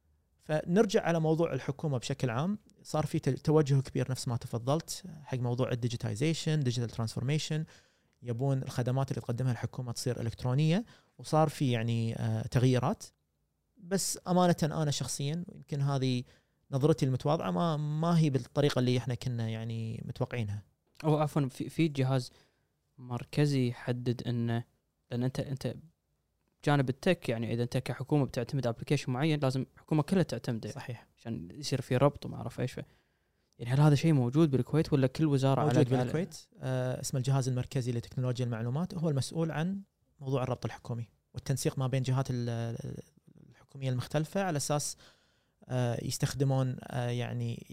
فنرجع على موضوع الحكومه بشكل عام. صار في توجه كبير نفس ما تفضلت حق موضوع الديجيتايزيشن، ديجيتال ترانسفورميشن. يبون الخدمات اللي تقدمها الحكومه تصير الكترونيه، وصار في يعني تغييرات. بس امانه انا شخصيا يمكن هذه نظرتي المتواضعه ما هي بالطريقه اللي احنا كنا يعني متوقعينها. او عفوا في جهاز مركزي يحدد انه، لان انت جانب التك، يعني اذا انت كحكومه بتعتمد ابلكيشن معين لازم الحكومه كلها تعتمده. صحيح. عشان يصير في ربط وما اعرف ايش. يعني هل هذا شيء موجود بالكويت ولا كل وزاره موجود بالكويت؟ اسمه الجهاز المركزي لتكنولوجيا المعلومات، هو المسؤول عن موضوع الربط الحكومي والتنسيق ما بين جهات الحكوميه المختلفه، على اساس يستخدمون يعني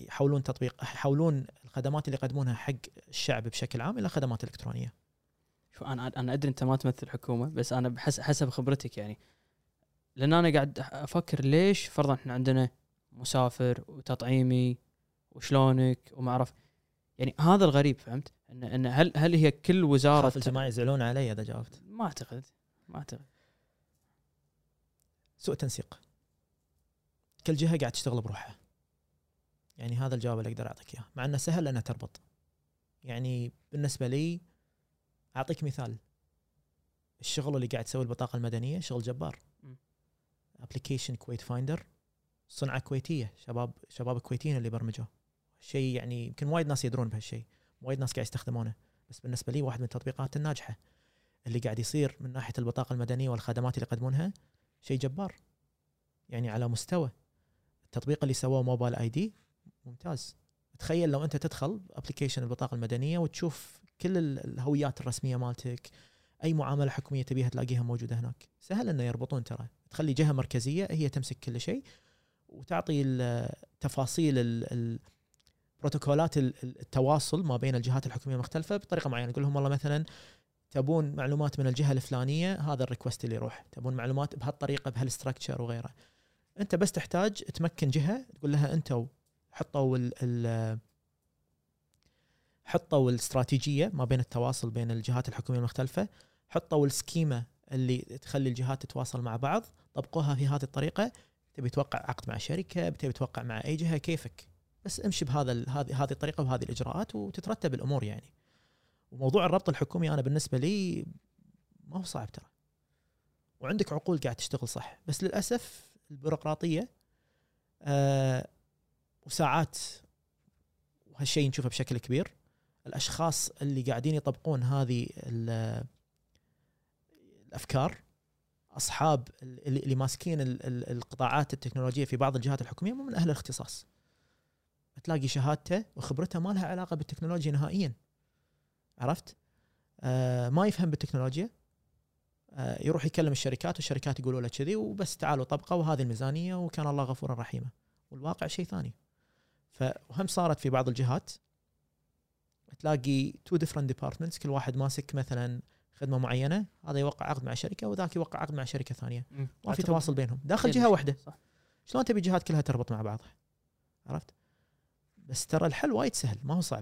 يحولون الخدمات اللي يقدمونها حق الشعب بشكل عام الى خدمات الكترونيه. شو انا ادري انت ما تمثل الحكومه، بس انا حسب خبرتك يعني، لان انا قاعد افكر ليش فرضا احنا عندنا مسافر وتطعيمي وشلونك وما اعرف، يعني هذا الغريب. فهمت ان هل هي كل وزاره؟ الجماعه يزعلون علي اذا جاوبت. ما اعتقد سوء تنسيق. كل جهه قاعد تشتغل بروحها. يعني هذا الجواب اللي اقدر اعطيك اياه، مع انه سهل لانها تربط. يعني بالنسبه لي اعطيك مثال، الشغل اللي قاعد تسوي البطاقه المدنيه شغل جبار. ابلكيشن كويت فايندر صنعه كويتيه، شباب كويتيين اللي برمجوه. شيء يعني يمكن وايد ناس يدرون بهالشيء، وايد ناس قاعد يستخدمونه، بس بالنسبه لي واحد من التطبيقات الناجحه. اللي قاعد يصير من ناحيه البطاقه المدنيه والخدمات اللي يقدمونها شيء جبار. يعني على مستوى التطبيق اللي سووه موبايل اي دي ممتاز. تخيل لو انت تدخل ابلكيشن البطاقه المدنيه وتشوف كل الهويات الرسميه مالتك، اي معامله حكوميه تبيها تلاقيها موجوده هناك. سهل انه يربطون، ترى تخلي جهه مركزيه هي تمسك كل شيء وتعطي التفاصيل بروتوكولات التواصل ما بين الجهات الحكوميه المختلفه بطريقه معينه. نقول لهم والله مثلا تبون معلومات من الجهه الفلانيه، هذا الريكوست اللي يروح. تبون معلومات بهالطريقه بهالستراكشر وغيره. انت بس تحتاج تمكن جهه تقول لها انتوا حطوا الاستراتيجيه ما بين التواصل بين الجهات الحكوميه المختلفه، حطوا السكيما اللي تخلي الجهات تتواصل مع بعض، طبقوها في هذه الطريقه. تبي توقع عقد مع شركه، بتبي توقع مع اي جهه، كيفك، بس امشي هذه الطريقه وهذه الاجراءات وتترتب الامور يعني. وموضوع الربط الحكومي انا بالنسبه لي ما هو صعب ترى، وعندك عقول قاعد تشتغل صح، بس للاسف البيروقراطيه وساعات، وهالشيء نشوفه بشكل كبير، الاشخاص اللي قاعدين يطبقون هذه الافكار، اصحاب اللي ماسكين القطاعات التكنولوجيه في بعض الجهات الحكوميه مو من اهل الاختصاص. تلاقي شهادته وخبرته ما لها علاقه بالتكنولوجيا نهائيا، عرفت؟ ما يفهم بالتكنولوجيا، يروح يكلم الشركات والشركات يقولوا له كذي وبس، تعالوا طبقوا وهذه الميزانيه وكان الله غفورا رحيما، والواقع شيء ثاني. فهم صارت في بعض الجهات تلاقي 2 different departments، كل واحد ماسك مثلا خدمه معينه، هذا يوقع عقد مع شركه وذاك يوقع عقد مع شركه ثانيه، ما في تواصل بينهم داخل جهه واحده. صح. شلون تبي جهات كلها تربط مع بعضها؟ عرفت؟ بس ترى الحل وايد سهل، ما هو صعب.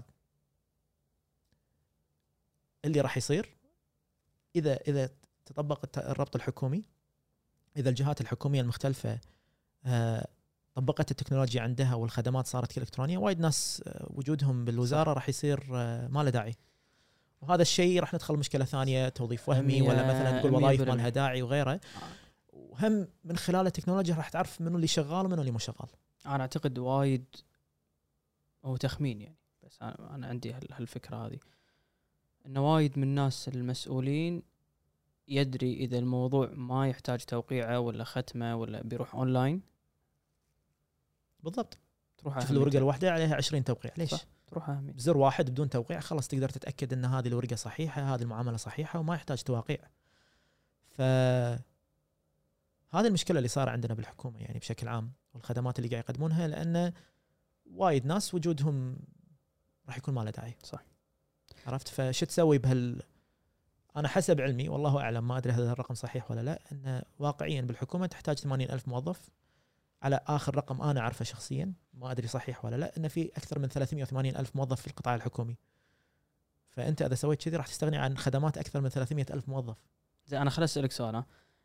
اللي راح يصير اذا تطبق الربط الحكومي، اذا الجهات الحكوميه المختلفه طبقت التكنولوجيا عندها والخدمات صارت كل الكترونيه، وايد ناس وجودهم بالوزاره راح يصير ما له داعي. وهذا الشيء راح ندخل مشكله ثانيه، توظيف وهمي، ولا مثلا نقول وظائف ما لها داعي وغيره. وهم من خلال التكنولوجيا راح تعرف منو اللي شغال ومنو اللي مو شغال. انا اعتقد وايد هو تخمين يعني، بس انا عندي هالفكره هذه، انه وايد من الناس المسؤولين يدري اذا الموضوع ما يحتاج توقيعه ولا ختمه ولا بيروح اونلاين. بالضبط. تروح شوف الورقه الواحده عليها 20 توقيع، ليش؟ صح. تروح أهمية. بزر واحد بدون توقيع خلاص تقدر تتاكد ان هذه الورقه صحيحه، هذه المعامله صحيحه، وما يحتاج تواقيع. هذه المشكله اللي صار عندنا بالحكومه يعني بشكل عام، والخدمات اللي قاعد يقدمونها، لان وايد ناس وجودهم راح يكون ما له داعي. صح. عرفت؟ فشو تسوي انا حسب علمي والله اعلم، ما ادري هذا الرقم صحيح ولا لا، ان واقعيا بالحكومه تحتاج 80,000 موظف. على اخر رقم انا اعرفه شخصيا، ما ادري صحيح ولا لا، ان في اكثر من 380,000 موظف في القطاع الحكومي. فانت اذا سويت كذي راح تستغني عن خدمات اكثر من 300,000 موظف. زين، انا خلص اسالك سؤال.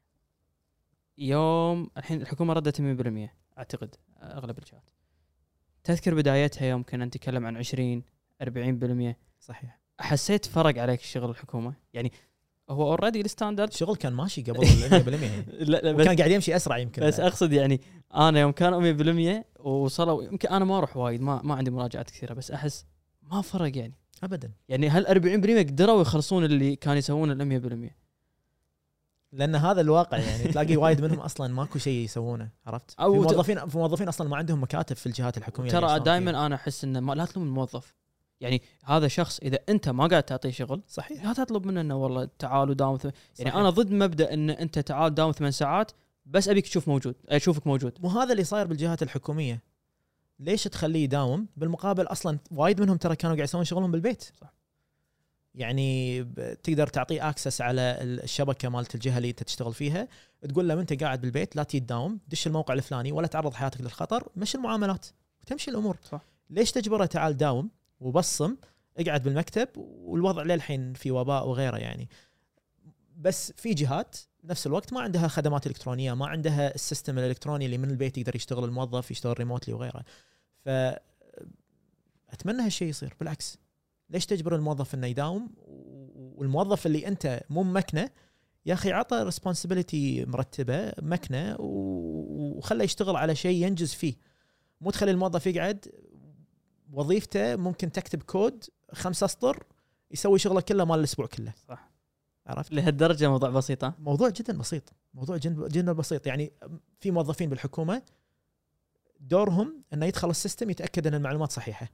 يوم الحين الحكومه ردت 100% اعتقد اغلب الجهات. تذكر بدايتها يوم كنا نتكلم عن 20-40%. صحيح. حسيت فرق عليك شغل الحكومه؟ يعني هو اوريدي الستاندرد الشغل كان ماشي قبل 100%. لا كان قاعد يمشي اسرع يمكن. بس اقصد يعني انا يوم كانوا 100% وصلوا، يمكن انا ما اروح وايد، ما عندي مراجعات كثيره، بس احس ما فرق يعني ابدا. يعني هل 40% قدروا يخلصون اللي كانوا يسوون ال 100%؟ لان هذا الواقع يعني تلاقي وايد منهم اصلا ماكو شيء يسوونه، عرفت؟ في موظفين اصلا ما عندهم مكاتب في الجهات الحكوميه. ترى دائما انا احس انه ما لا تلوم الموظف، يعني هذا شخص اذا انت ما قاعد تعطيه شغل صحيح لا تطلب منه انه والله تعال وداوم يعني انا ضد مبدا ان انت تعال داوم 8 ساعات بس ابيك تشوف موجود، اشوفك موجود. مو هذا اللي صاير بالجهات الحكوميه. ليش تخليه يداوم؟ بالمقابل اصلا وايد منهم ترى كانوا قاعد يسوون شغلهم بالبيت. صح. يعني تقدر تعطيه اكسس على الشبكه مالت الجهه اللي انت تشتغل فيها، تقول له انت قاعد بالبيت لا تداوم، دش الموقع الفلاني ولا تعرض حياتك للخطر، مش المعاملات وتمشي الامور. صح. ليش تجبره تعال داوم وبصم اقعد بالمكتب والوضع للحين في وباء وغيره يعني. بس في جهات بنفس الوقت ما عندها خدمات الكترونيه، ما عندها السيستم الالكتروني اللي من البيت يقدر يشتغل الموظف، يشتغل ريموتلي وغيره. فاتمنى هالشيء يصير بالعكس. ليش تجبر الموظف انه يداوم؟ والموظف اللي انت مو مكنه يا اخي عطى ريسبونسبيلتي مرتبه مكنه وخليه يشتغل على شيء ينجز فيه. مو تخلي الموظف يقعد وظيفته ممكن تكتب كود 5 أسطر يسوي شغله كله مال الاسبوع كله. صح. عرفت لهالدرجه موضوع بسيطه. موضوع جدا بسيط، موضوع جدا بسيط. يعني في موظفين بالحكومه دورهم انه يدخل السيستم يتاكد ان المعلومات صحيحه،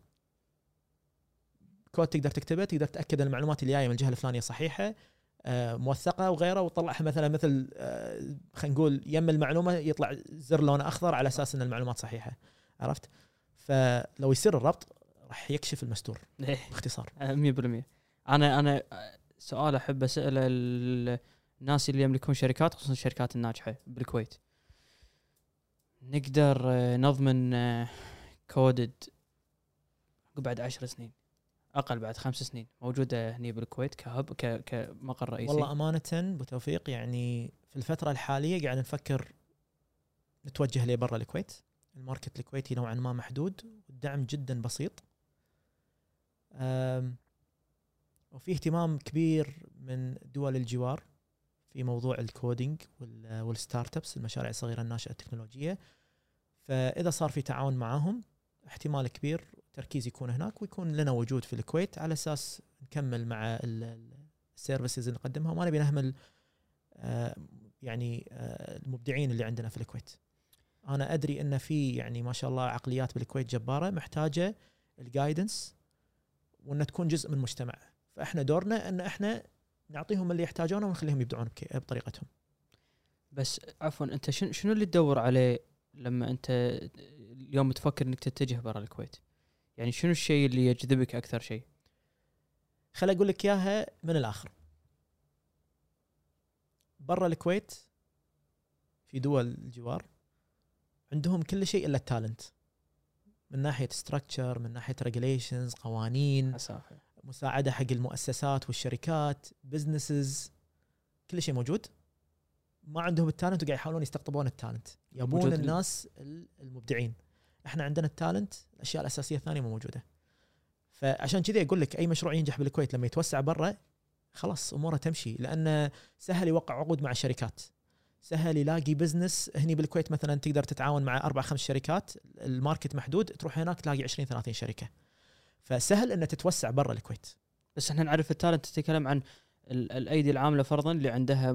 كود تقدر تكتبه، تقدر تاكد ان المعلومات اللي جايه من الجهه الفلانيه صحيحه موثقه وغيره، وتطلعها مثل خلينا نقول يم المعلومه يطلع زر لونه اخضر على اساس ان المعلومات صحيحه. عرفت؟ فلو يصير الربط راح يكشف المستور باختصار. 100%. انا سؤال احب اساله الناس اللي يملكون شركات، خصوصا الشركات الناجحه بالكويت. نقدر نضمن كودد بعد 10 سنين، اقل بعد 5 سنين، موجوده هني بالكويت كهب كمقر رئيسي؟ والله امانه ابو توفيق، يعني في الفتره الحاليه قاعد نفكر نتوجه لبرا الكويت. الماركت الكويتي نوعا ما محدود والدعم جدا بسيط، وفي اهتمام كبير من دول الجوار في موضوع الكودينج والستارت ابس، المشاريع الصغيره الناشئه التكنولوجيه. فاذا صار في تعاون معهم احتمال كبير تركيز يكون هناك ويكون لنا وجود في الكويت على اساس نكمل مع السيرفيسز اللي نقدمها، وما نبي نهمل يعني المبدعين اللي عندنا في الكويت. انا ادري ان في يعني ما شاء الله عقليات بالكويت جباره محتاجه الجايدنس وان تكون جزء من المجتمع، فاحنا دورنا ان احنا نعطيهم اللي يحتاجونه ونخليهم يبدعون بطريقتهم. بس عفوا، انت شنو اللي تدور عليه لما انت اليوم تفكر انك تتجه برا الكويت؟ يعني شنو الشيء اللي يجذبك اكثر شيء؟ خل اقول لك اياها من الاخر. برا الكويت في دول الجوار عندهم كل شيء الا التالنت، من ناحيه ستراكشر، من ناحيه ريجوليشنز، قوانين، مساعده حق المؤسسات والشركات، بزنسز، كل شيء موجود. ما عندهم التالنت وقاعد يحاولون يستقطبون التالنت، يبون الناس المبدعين. احنا عندنا التالنت، الاشياء الاساسيه الثانيه مو موجوده. فعشان كذا اقول لك اي مشروع ينجح بالكويت لما يتوسع برا خلاص اموره تمشي، لانه سهل يوقع عقود مع الشركات، سهل يلاقي بزنس. هني بالكويت مثلا تقدر تتعاون مع 4-5 شركات، الماركت محدود، تروح هناك تلاقي 20-30 شركه، فسهل ان تتوسع برا الكويت. بس احنا نعرف التالنت، تتكلم عن الايدي العامله فرضا اللي عندها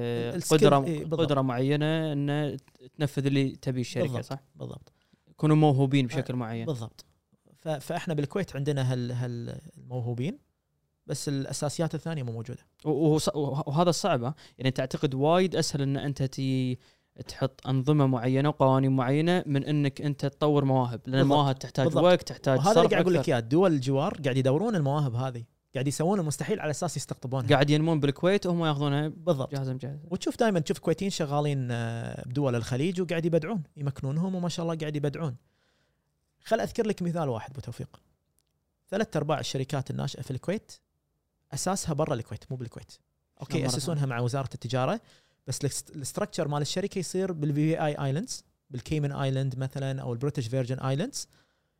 قدره معينه ان تنفذ اللي تبي الشركه. بالضبط. صح، بالضبط، يكونوا موهوبين بشكل معين. بالضبط. فاحنا بالكويت عندنا الموهوبين، بس الاساسيات الثانيه مو موجوده. وهذا الصعب. يعني تعتقد وايد اسهل ان انت تحط انظمه معينه وقوانين معينه من انك انت تطور مواهب، لان المواهب تحتاج وقت، تحتاج صرف. هذا اللي قاعد اقول لك اياه، دول الجوار قاعد يدورون المواهب هذه، قاعد يسوون المستحيل على اساس يستقطبونها، قاعد ينمون بالكويت وهم ياخذونها بالضبط جاهزه. وتشوف دائما تشوف كويتيين شغالين بدول الخليج وقاعد يبدعون، يمكنونهم وما شاء الله قاعد يبدعون. خل اذكر لك مثال واحد ابو توفيق. 3/4 الشركات الناشئه في الكويت اساسها برا الكويت مو بالكويت. اوكي اسسونها مع وزاره التجاره، بس الاستراكشر مال الشركه يصير بالفي اي ايلاندز، بالكيمن ايلاند مثلا او البريتش فيرجن ايلاندز.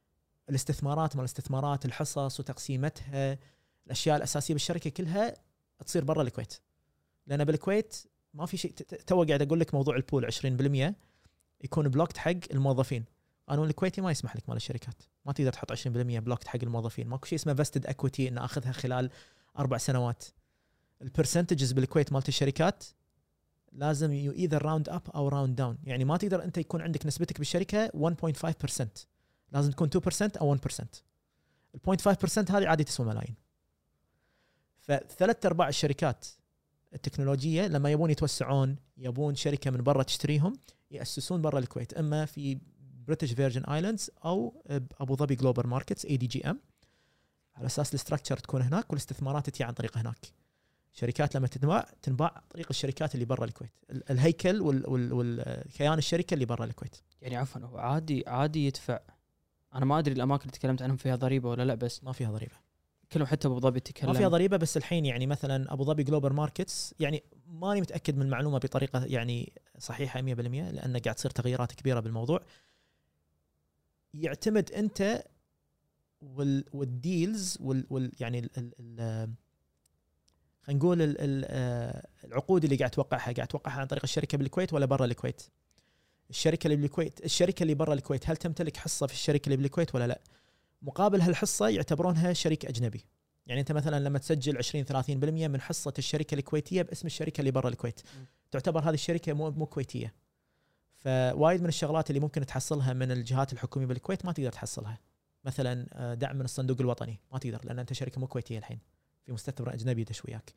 الاستثمارات الحصص وتقسيمتها، الاشياء الاساسيه بالشركه كلها تصير برا الكويت، لان بالكويت ما في شيء. تو قاعد اقول لك موضوع البول 20% يكون بلوكت حق الموظفين. قانون الكويتي ما يسمح لك مال الشركات، ما تقدر تحط 20% بلوكت حق الموظفين. ماكو شيء اسمه فيستد اكويتي ان اخذها خلال 4 سنوات. البرسنتجز بالكويت مالت الشركات لازم يو ايذر راوند اب او راوند داون، يعني ما تقدر انت يكون عندك نسبتك بالشركه 1.5%، لازم تكون 2% او 1%. ال 0.5% هذه عادي تسوى ملايين. ف3/4 الشركات التكنولوجيه لما يبون يتوسعون، يبون شركه من برا تشتريهم، ياسسون برا الكويت، اما في بريتش فيرجن ايلاندز او ابو ظبي جلوبال ماركتس ADGM، على اساس الاستراكشر تكون هناك والاستثمارات تجي عن طريق هناك. شركات لما تنباع عن طريق الشركات اللي برا الكويت، الهيكل والكيان الشركه اللي برا الكويت. يعني عفوا، هو عادي يدفع. انا ما ادري الاماكن اللي تكلمت عنهم فيها ضريبه ولا لا، بس ما فيها ضريبه كلهم. حتى ابو ظبي تكلم ما فيها ضريبه، بس الحين يعني مثلا ابو ظبي جلوبال ماركتس، يعني ماني متاكد من المعلومه بطريقه يعني صحيحه 100%، لان قاعد تصير تغييرات كبيره بالموضوع. يعتمد انت والديلز يعني خلينا نقول العقود اللي قاعد توقعها عن طريق الشركه بالكويت ولا برا الكويت. الشركه اللي برا الكويت هل تمتلك حصه في الشركه اللي بالكويت ولا لا؟ مقابل هالحصه يعتبرونها شريك اجنبي، يعني انت مثلا لما تسجل 20-30% من حصه الشركه الكويتيه باسم الشركه اللي برا الكويت، تعتبر هذه الشركه مو كويتيه. فوايد من الشغلات اللي ممكن تحصلها من الجهات الحكوميه بالكويت ما تقدر تحصلها، مثلا دعم من الصندوق الوطني ما تقدر، لان انت شركه مو كويتيه الحين، في مستثمر اجنبي يدش وياك.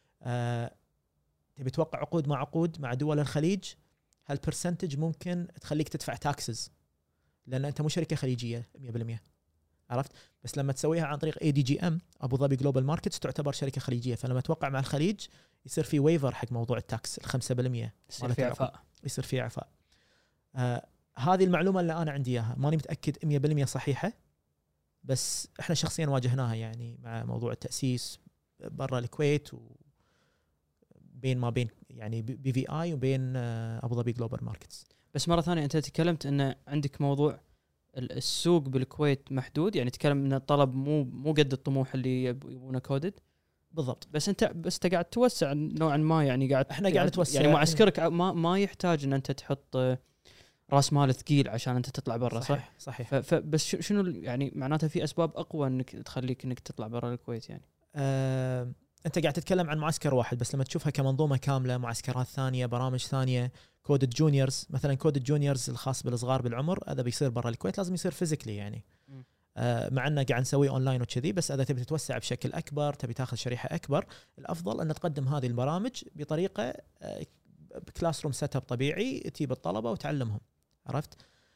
تبي توقع عقود مع دول الخليج، هالبرسنتج ممكن تخليك تدفع تاكسز، لان انت مو شركه خليجيه 100%، عرفت؟ بس لما تسويها عن طريق ADGM ابو ظبي جلوبال ماركتس تعتبر شركه خليجيه، فلما توقع مع الخليج يصير في ويفر حق موضوع التاكس 5%، يصير في عفاء. يصير في عفاء. هذه المعلومه اللي انا عندي اياها، ماني متاكد 100% صحيحه، بس احنا شخصيا واجهناها يعني مع موضوع التاسيس برا الكويت وبين ما بين يعني BVI وبين ابو ظبي جلوبال ماركتس. بس مره ثانيه انت تكلمت ان عندك موضوع السوق بالكويت محدود، يعني تكلم ان الطلب مو قد الطموح اللي يبونه كودد بالضبط. بس انت قاعد توسع نوعا ما، يعني احنا قاعد نتوسع، يعني معسكرك ما يحتاج ان انت تحط راس مال ثقيل عشان انت تطلع برا. صحيح. فبس شنو يعني معناته في اسباب اقوى انك تخليك انك تطلع برا الكويت يعني؟ انت قاعد تتكلم عن معسكر واحد، بس لما تشوفها كمنظومه كامله، معسكرات ثانيه، برامج ثانيه، كود جونيورز مثلا، كود جونيورز الخاص بالصغار بالعمر، هذا بيصير برا الكويت لازم يصير فيزيكلي يعني. مع انه قاعد نسويه اونلاين وكذي، بس اذا تبي تتوسع بشكل اكبر، تبي تاخذ شريحه اكبر، الافضل ان تقدم هذه البرامج بطريقه بكلاس روم سيت اب طبيعي، تجيب الطلبه وتعلمهم، عرفت؟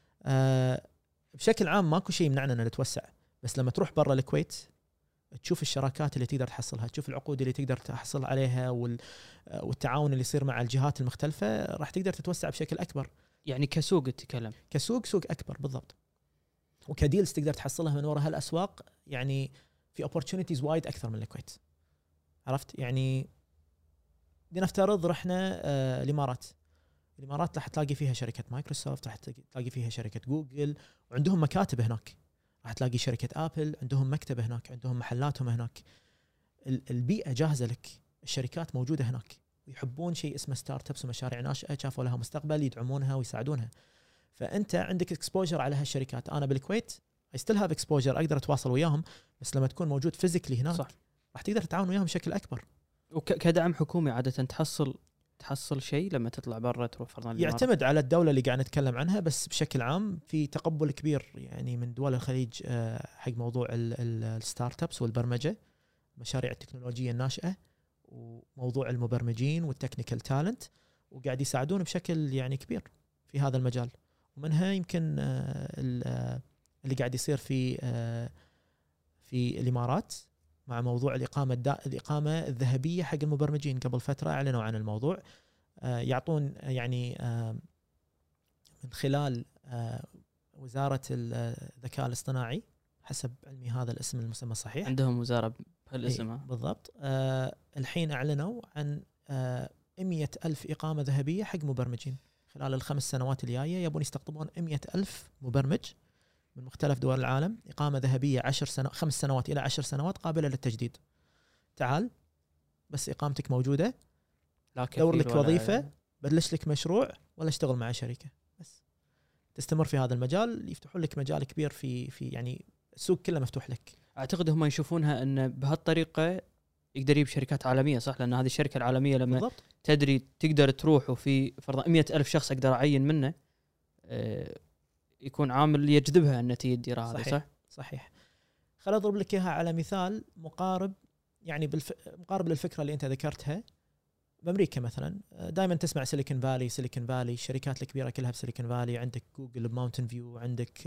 بشكل عام ماكو شيء يمنعنا ان نتوسع، بس لما تروح برا الكويت تشوف الشراكات اللي تقدر تحصلها، تشوف العقود اللي تقدر تحصل عليها، والتعاون اللي يصير مع الجهات المختلفه، راح تقدر تتوسع بشكل اكبر. يعني كسوق تتكلم، سوق اكبر بالضبط، وكديلز تقدر تحصلها من وراء هالاسواق، يعني في opportunities وايد اكثر من الكويت، عرفت؟ يعني لنفترض رحنا الامارات راح تلاقي فيها شركه مايكروسوفت، راح تلاقي فيها شركه جوجل، وعندهم مكاتب هناك، راح تلاقي شركه ابل عندهم مكتب هناك، عندهم محلاتهم هناك، البيئه جاهزه لك، الشركات موجوده هناك، ويحبون شيء اسمه ستارت ابس ومشاريع ناشئه، شافوا لها مستقبل، يدعمونها ويساعدونها. فانت عندك اكسبوجر على هالشركات. انا بالكويت استيل هاف اكسبوجر، اقدر اتواصل وياهم، بس لما تكون موجود فيزيكلي هناك، صح، راح تقدر تتعاون وياهم بشكل اكبر. وكدعم حكومي عاده تحصل شيء لما تطلع برا تروح فرضا؟ يعتمد على الدوله اللي قاعد نتكلم عنها، بس بشكل عام في تقبل كبير يعني من دول الخليج حق موضوع الستارت ابس والبرمجه، مشاريع التكنولوجيا الناشئه، وموضوع المبرمجين والتكنيكال تالنت، وقاعد يساعدون بشكل يعني كبير في هذا المجال. ومنها يمكن اللي قاعد يصير في الامارات مع موضوع الإقامة الذهبية حق المبرمجين. قبل فترة أعلنوا عن الموضوع، يعطون يعني من خلال وزارة الذكاء الاصطناعي، حسب علمي هذا الاسم المسمى الصحيح، عندهم وزارة بهالاسم بالضبط. الحين أعلنوا عن 100,000 إقامة ذهبية حق مبرمجين خلال ال5 سنوات الجاية. يبون يستقطبون 100,000 مبرمج من مختلف دول العالم، إقامة ذهبية 5 سنوات إلى 10 سنوات قابلة للتجديد. تعال بس إقامتك موجودة، دور لك وظيفة، بدلش لك مشروع، ولا اشتغل مع شركة، بس تستمر في هذا المجال، يفتحون لك مجال كبير في يعني السوق كله مفتوح لك. أعتقد هم يشوفونها أن بهالطريقة يقدر يجيب شركات عالمية، صح؟ لأن هذه الشركة العالمية لما بالضبط تدري تقدر تروح، وفي فرضا 100,000 شخص أقدر أعين منه، يكون عامل يجذبها أن تدير هذا. صح؟ صحيح. خل أضرب لك إياها على مثال مقارب، يعني مقارب للفكرة اللي أنت ذكرتها. بأمريكا مثلا دائما تسمع سيليكون فالي، الشركات الكبيرة كلها بسيليكون فالي. عندك جوجل بماونتن فيو، عندك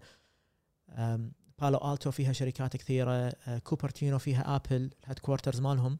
بالو ألتو فيها شركات كثيرة، كوبرتينو فيها أبل الهيد كوارترز مالهم.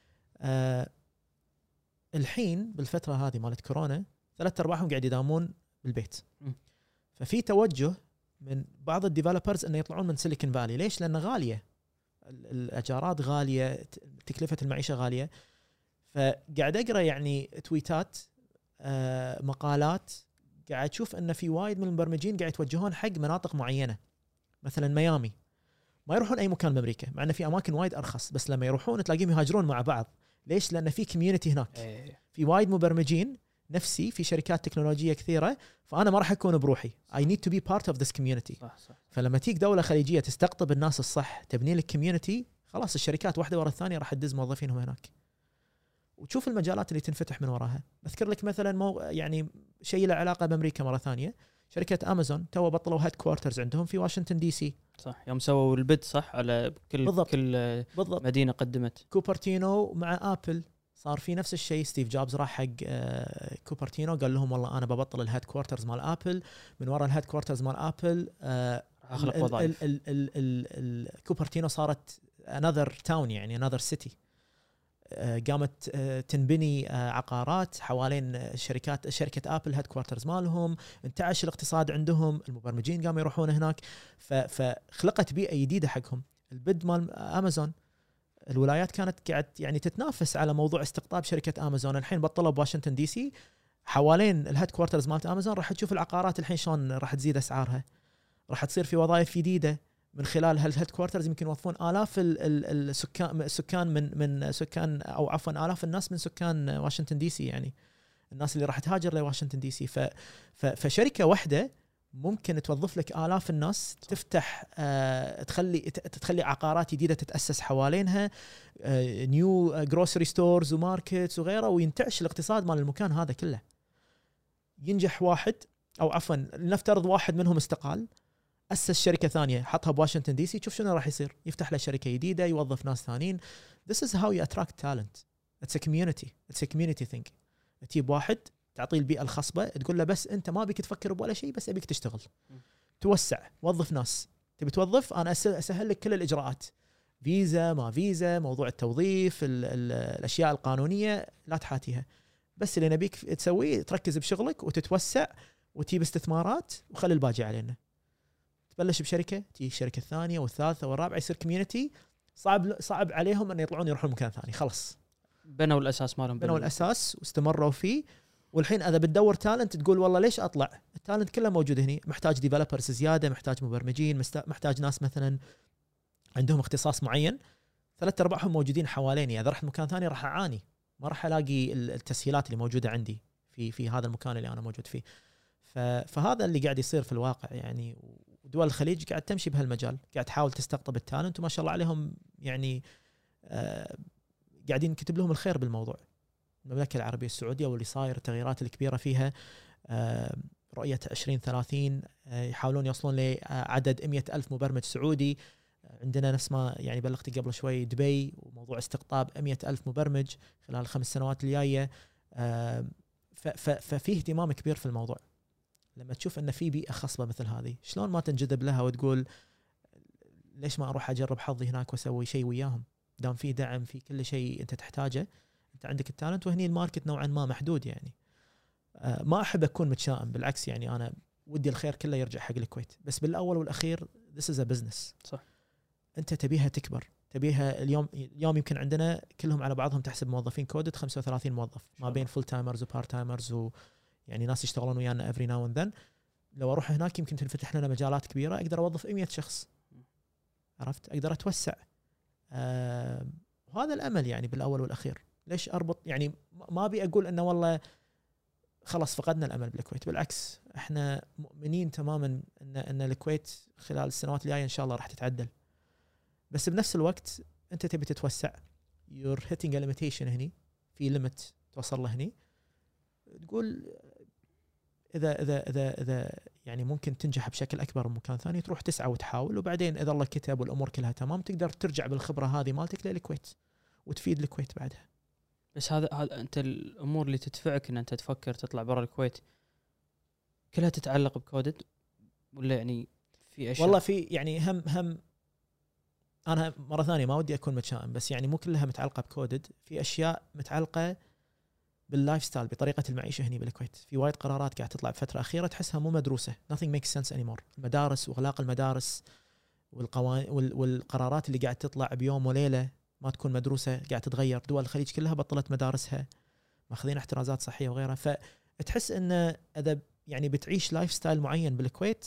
الحين بالفترة هذه مالت كورونا 3/4 قاعد يداومون بالبيت. ففي توجه من بعض الديفلوبرز انه يطلعون من سيليكون فالي. ليش؟ لانه غاليه، الاجارات غاليه، تكلفه المعيشه غاليه. فقاعد اقرا يعني تويتات، مقالات، قاعد اشوف ان في وايد من المبرمجين قاعد يتوجهون حق مناطق معينه، مثلا ميامي، ما يروحون اي مكان بامريكا، مع انه في اماكن وايد ارخص، بس لما يروحون تلاقيهم يهاجرون مع بعض. ليش؟ لان في كوميونتي هناك، في وايد مبرمجين نفسي في شركات تكنولوجية كثيرة، فأنا ما راح أكون بروحي. I need to be part of this community. صح. فلما تيجي دولة خليجية تستقطب الناس الصح، تبني لك community، خلاص الشركات واحده ورا الثانيه راح تدز موظفينهم هناك، وتشوف المجالات اللي تنفتح من وراها. اذكر لك مثلا يعني شيء له علاقه بامريكا مره ثانيه، شركه امازون تو بطلوا هيد كوارترز عندهم في واشنطن دي سي. صح، يوم سووا البد صح على كل بالضبط. مدينه قدمت. كوبرتينو مع ابل صار في نفس الشيء، ستيف جوبز راح حق كوبرتينو قال لهم والله انا ببطل الهيد كوارترز مال ابل، من وراء الهيد كوارترز مال ابل اخلق وظائف. كوبرتينو صارت another town يعني another city، قامت تنبني عقارات حوالين شركة ابل هيد كوارترز مالهم، انتعش الاقتصاد عندهم، المبرمجين قاموا يروحون هناك، فخلقت بيئة جديدة حقهم. البد مال امازون الولايات كانت قاعد يعني تتنافس على موضوع استقطاب شركة امازون، الحين بطلوا بواشنطن دي سي حوالين الهيد كوارترز مالت امازون، راح تشوف العقارات الحين شلون راح تزيد اسعارها، راح تصير في وظائف جديده من خلال هالهيد كوارترز، يمكن يوظفون آلاف السكان من سكان او عفوا آلاف الناس من سكان واشنطن دي سي، يعني الناس اللي راح تهاجر لواشنطن دي سي. فشركه واحده ممكن توظف لك آلاف الناس، تفتح تخلي عقارات جديده تتاسس حوالينها، نيو جروسري ستورز وماركتس وغيره، وينتعش الاقتصاد مال المكان هذا كله. ينجح واحد او عفوا نفترض واحد منهم استقال، أسس شركة ثانية حطها بواشنطن دي سي، شوف شنو راح يصير، يفتح له شركة جديدة، يوظف ناس ثانيين. This is how you attract talent. It's a community. It's a community thing. تجيب واحد تعطيه البيئة الخصبة، تقول له بس أنت ما بيك تفكر بولا شيء، بس أبيك تشتغل، توسع، وظف ناس، تبي توظف أنا أسهل لك كل الإجراءات، فيزا ما فيزا، موضوع التوظيف، الأشياء القانونية لا تحاتيها، بس اللي نبيك تسويه تركز بشغلك وتتوسع وتجيب استثمارات وخلي الباقي علينا. تبلش بشركه، تيجي الشركه الثانيه والثالثه والرابعه، يصير كوميونتي. صعب عليهم ان يطلعون يروحون مكان ثاني، خلاص بنوا الاساس مالهم، بنوا الاساس واستمروا فيه. والحين اذا بتدور تالنت تقول والله ليش اطلع، التالنت كله موجود هنا، محتاج ديفلوبرز زياده، محتاج مبرمجين، محتاج ناس مثلا عندهم اختصاص معين، 3/4 موجودين حواليني. اذا رحت مكان ثاني راح اعاني، ما راح الاقي التسهيلات اللي موجوده عندي في هذا المكان اللي انا موجود فيه. فهذا اللي قاعد يصير في الواقع يعني. ودول الخليج قاعد تمشي بهالمجال، قاعد تحاول تستقطب التالنت، وما شاء الله عليهم يعني قاعدين نكتب لهم الخير بالموضوع. المملكة العربية السعودية واللي صاير التغييرات الكبيرة فيها، رؤية 2030 يحاولون يوصلون لعدد 100,000 مبرمج سعودي. عندنا نفس ما يعني بلغتي قبل شوي دبي، وموضوع استقطاب 100,000 مبرمج خلال 5 سنوات الجاية. ففيه اهتمام كبير في الموضوع. لما تشوف ان في بيئه خصبه مثل هذه، شلون ما تنجذب لها وتقول ليش ما اروح اجرب حظي هناك واسوي شيء وياهم، دام في دعم، في كل شيء انت تحتاجه، انت عندك التالنت. وهني الماركت نوعا ما محدود يعني. ما احب اكون متشائم، بالعكس يعني انا ودي الخير كله يرجع حق الكويت، بس بالاول والاخير this is a business. صح، انت تبيها تكبر، تبيها اليوم يمكن عندنا كلهم على بعضهم تحسب موظفين كودد 35 موظف، ما بين فول تايمرز وبارت تايمرز يعني ناس يشتغلون ويانا every now and then. لو اروح هناك يمكن تنفتح لنا مجالات كبيره، اقدر اوظف 100 شخص، عرفت، اقدر اتوسع. وهذا الامل يعني بالاول والاخير. ليش اربط يعني، ما ابي اقول انه والله خلاص فقدنا الامل بالكويت، بالعكس احنا مؤمنين تماما ان الكويت خلال السنوات الجايه ان شاء الله راح تتعدل. بس بنفس الوقت انت تبي تتوسع، you're hitting a limitation هني، في ليميت توصل له هني، تقول اذا يعني ممكن تنجح بشكل اكبر بمكان ثاني، تروح تسعى وتحاول، وبعدين اذا الله كتب والامور كلها تمام تقدر ترجع بالخبره هذه مالتك للكويت وتفيد الكويت بعدها. بس هذا انت الامور اللي تدفعك ان انت تفكر تطلع برا الكويت كلها تتعلق بكودد، ولا يعني في اشياء؟ والله في يعني هم انا مره ثانيه ما ودي اكون متشائم، بس يعني مو كلها متعلقه بكودد، في اشياء متعلقه باللايف ستايل، بطريقه المعيشه هنا بالكويت. في وايد قرارات قاعده تطلع بفتره اخيره تحسها مو مدروسه، nothing makes sense anymore. المدارس واغلاق المدارس والقوانين والقرارات اللي قاعده تطلع بيوم وليله ما تكون مدروسه، قاعده تتغير. دول الخليج كلها بطلت مدارسها، ماخذين احترازات صحيه وغيرها. فتحس ان اذا يعني بتعيش لايف ستايل معين بالكويت،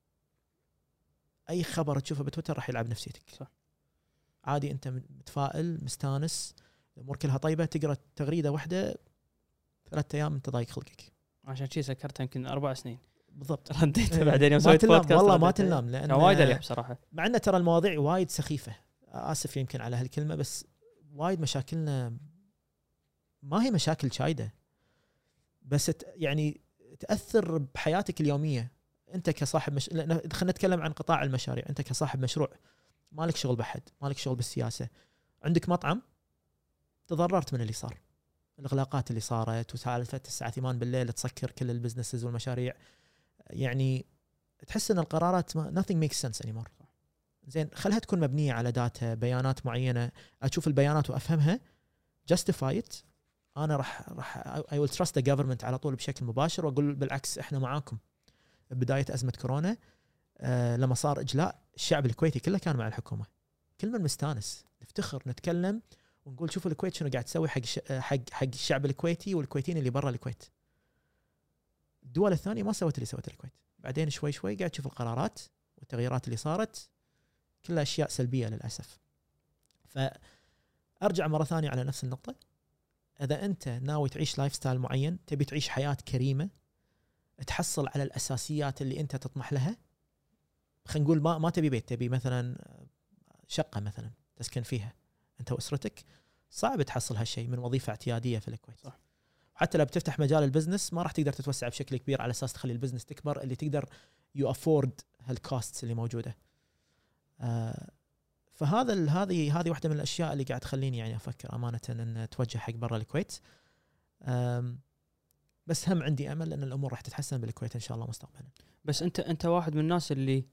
اي خبر تشوفه بتويتر راح يلعب نفسيتك. صح. عادي انت متفائل مستانس، الامور كلها طيبه، تقرا تغريده واحده 3 ايام انت ضايق خلقك. عشان شيء سكرتها يمكن 4 سنين بالضبط. رديتها بعدين يوم سويت بودكاست والله ما تنام، لان وايد اريح بصراحه. مع ان ترى المواضيع وايد سخيفه. اسف يمكن على هالكلمه، بس وايد مشاكلنا ما هي مشاكل شايده، بس يعني تاثر بحياتك اليوميه. انت كصاحب خلينا نتكلم عن قطاع المشاريع. انت كصاحب مشروع مالك شغل بحد، مالك شغل بالسياسه، عندك مطعم، تضررت من اللي صار، الاغلاقات اللي صارت وسالفه الساعه 8 بالليل تسكر كل البزنسز والمشاريع. يعني تحس ان القرارات nothing makes sense anymore. زين خلها تكون مبنيه على داتا، بيانات معينه، اشوف البيانات وافهمها، justify it. انا راح I will trust the government على طول بشكل مباشر، واقول بالعكس احنا معاكم. بدايه ازمه كورونا لما صار اجلاء، الشعب الكويتي كله كان مع الحكومه، كل من مستانس، نفتخر، نتكلم ونقول شوفوا الكويت شنو قاعد تسوي حق الشعب الكويتي والكويتيين اللي برا الكويت. الدول الثانيه ما سوت اللي سوت الكويت. بعدين شوي شوي قاعد تشوف القرارات والتغييرات اللي صارت، كلها اشياء سلبيه للاسف. فارجع مره ثانيه على نفس النقطه. اذا انت ناوي تعيش لايف ستايل معين، تبي تعيش حياه كريمه، تحصل على الاساسيات اللي انت تطمح لها. خلينا نقول ما تبي بيت، تبي مثلا شقه مثلا تسكن فيها انت واسرتك، صعب تحصل هالشيء من وظيفه اعتياديه في الكويت. صح. حتى لو بتفتح مجال البزنس ما راح تقدر تتوسع بشكل كبير على اساس تخلي البزنس تكبر، اللي تقدر يو افورد هالكوستس اللي موجوده. فهذا هذه واحده من الاشياء اللي قاعد تخليني يعني افكر امانه ان اتوجه حق برا الكويت. بس هم عندي امل ان الامور راح تتحسن بالكويت ان شاء الله مستقبلا. بس انت واحد من الناس اللي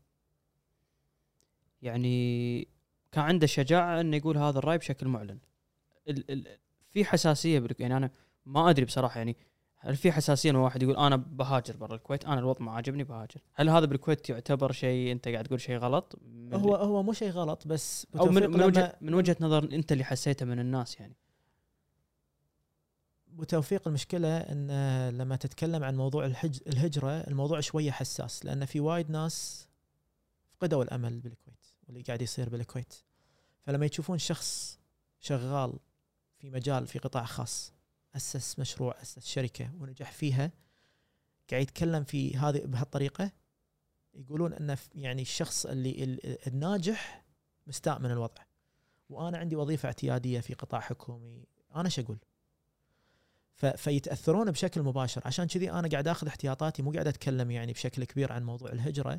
يعني كان عنده شجاعه انه يقول هذا الراي بشكل معلن. في حساسيه يعني انا ما ادري بصراحه، يعني هل في حساسيه ان واحد يقول انا بهاجر برا الكويت، انا الوضع ما عاجبني بهاجر؟ هل هذا بالكويت يعتبر شيء انت قاعد تقول شيء غلط؟ هو مو شيء غلط، بس او من وجهه نظر انت اللي حسيته من الناس يعني. بتوفيق المشكله ان لما تتكلم عن موضوع الهجره، الموضوع شويه حساس، لان في وايد ناس فقدوا الامل بالكويت واللي قاعد يصير بالكويت. فلما يشوفون شخص شغال في مجال في قطاع خاص، أسس مشروع، أسس شركة ونجح فيها، قاعد يتكلم في هذه بهالطريقة، يقولون أن يعني الشخص اللي الناجح مستاء من الوضع، وأنا عندي وظيفة اعتيادية في قطاع حكومي، أنا شو أقول؟ فيتأثرون بشكل مباشر. عشان كذي أنا قاعد أخذ احتياطاتي، مو قاعد أتكلم يعني بشكل كبير عن موضوع الهجرة،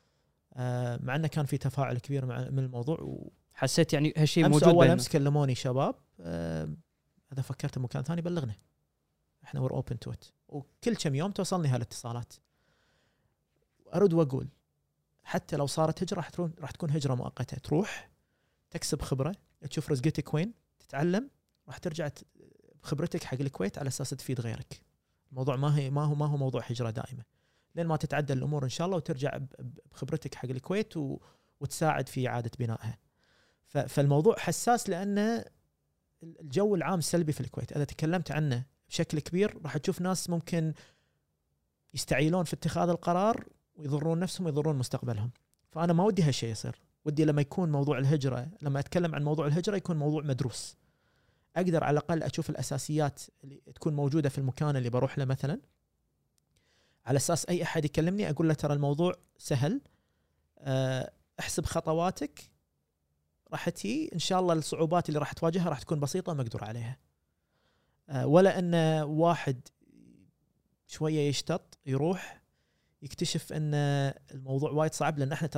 مع أنه كان في تفاعل كبير من الموضوع. حسيت يعني هالشيء موجود أول أمس كلموني شباب، إذا فكرت بمكان ثاني بلغنا، إحنا we're open to it. وكل كم يوم توصلني هالاتصالات. أرد وأقول حتى لو صارت هجرة راح تكون هجرة مؤقتة، تروح تكسب خبرة، تشوف رزقتك وين، تتعلم، راح ترجع بخبرتك حق الكويت على أساس تفيد غيرك. الموضوع ما هو موضوع هجرة دائمة، لين ما تتعدل الأمور إن شاء الله وترجع بخبرتك حق الكويت وتساعد في إعادة بنائها. فالموضوع حساس لأن الجو العام سلبي في الكويت. إذا تكلمت عنه بشكل كبير راح تشوف ناس ممكن يستعيلون في اتخاذ القرار ويضرون نفسهم ويضرون مستقبلهم. فأنا ما ودي هالشيء يصير. ودي لما يكون موضوع الهجرة، لما أتكلم عن موضوع الهجرة يكون موضوع مدروس، أقدر على الأقل أشوف الأساسيات اللي تكون موجودة في المكان اللي بروح له مثلا، على أساس أي أحد يكلمني أقول له ترى الموضوع سهل، احسب خطواتك، راح تي إن شاء الله الصعوبات اللي راح تواجهها راح تكون بسيطة مقدور عليها. ولا أن واحد شوية يشتط يروح يكتشف أن الموضوع وايد صعب. لأن احنا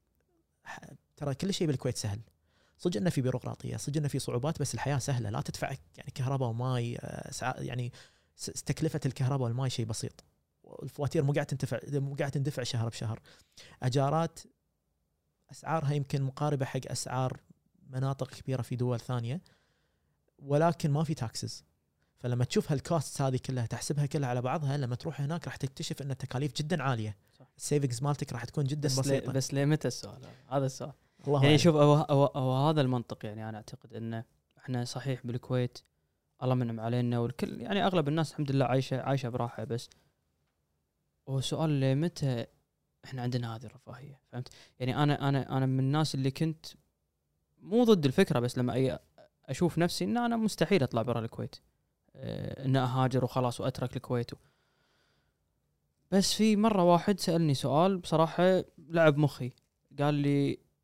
ترى كل شيء بالكويت سهل، صدق إنه في بيروقراطية، صدق إنه في صعوبات، بس الحياة سهلة. لا تدفع يعني كهرباء وماي، يعني تكلفة الكهرباء والماي شيء بسيط، الفواتير مو قاعد تندفع شهر بشهر، أجارات أسعارها يمكن مقاربة حق أسعار مناطق كبيرة في دول ثانية، ولكن ما في تاكسز. فلما تشوف هالكوست هذه كلها تحسبها كلها على بعضها، لما تروح هناك راح تكتشف ان التكاليف جدا عاليه. السيفنجز مالتك راح تكون جدا بسيطه. بس ليه متى السؤال هذا السؤال يعني شوف أو هذا المنطق. يعني انا اعتقد ان احنا صحيح بالكويت الله منعم علينا والكل، يعني اغلب الناس الحمد لله عايشه براحه، بس هو سؤال ليه متى احنا عندنا هذه الرفاهيه؟ فهمت يعني؟ انا من الناس اللي كنت مو ضد الفكره، بس لما اشوف نفسي ان انا مستحيل اطلع برا الكويت، ان اهاجر وخلاص واترك الكويت بس في مره واحد سالني سؤال بصراحه لعب مخي، قال لي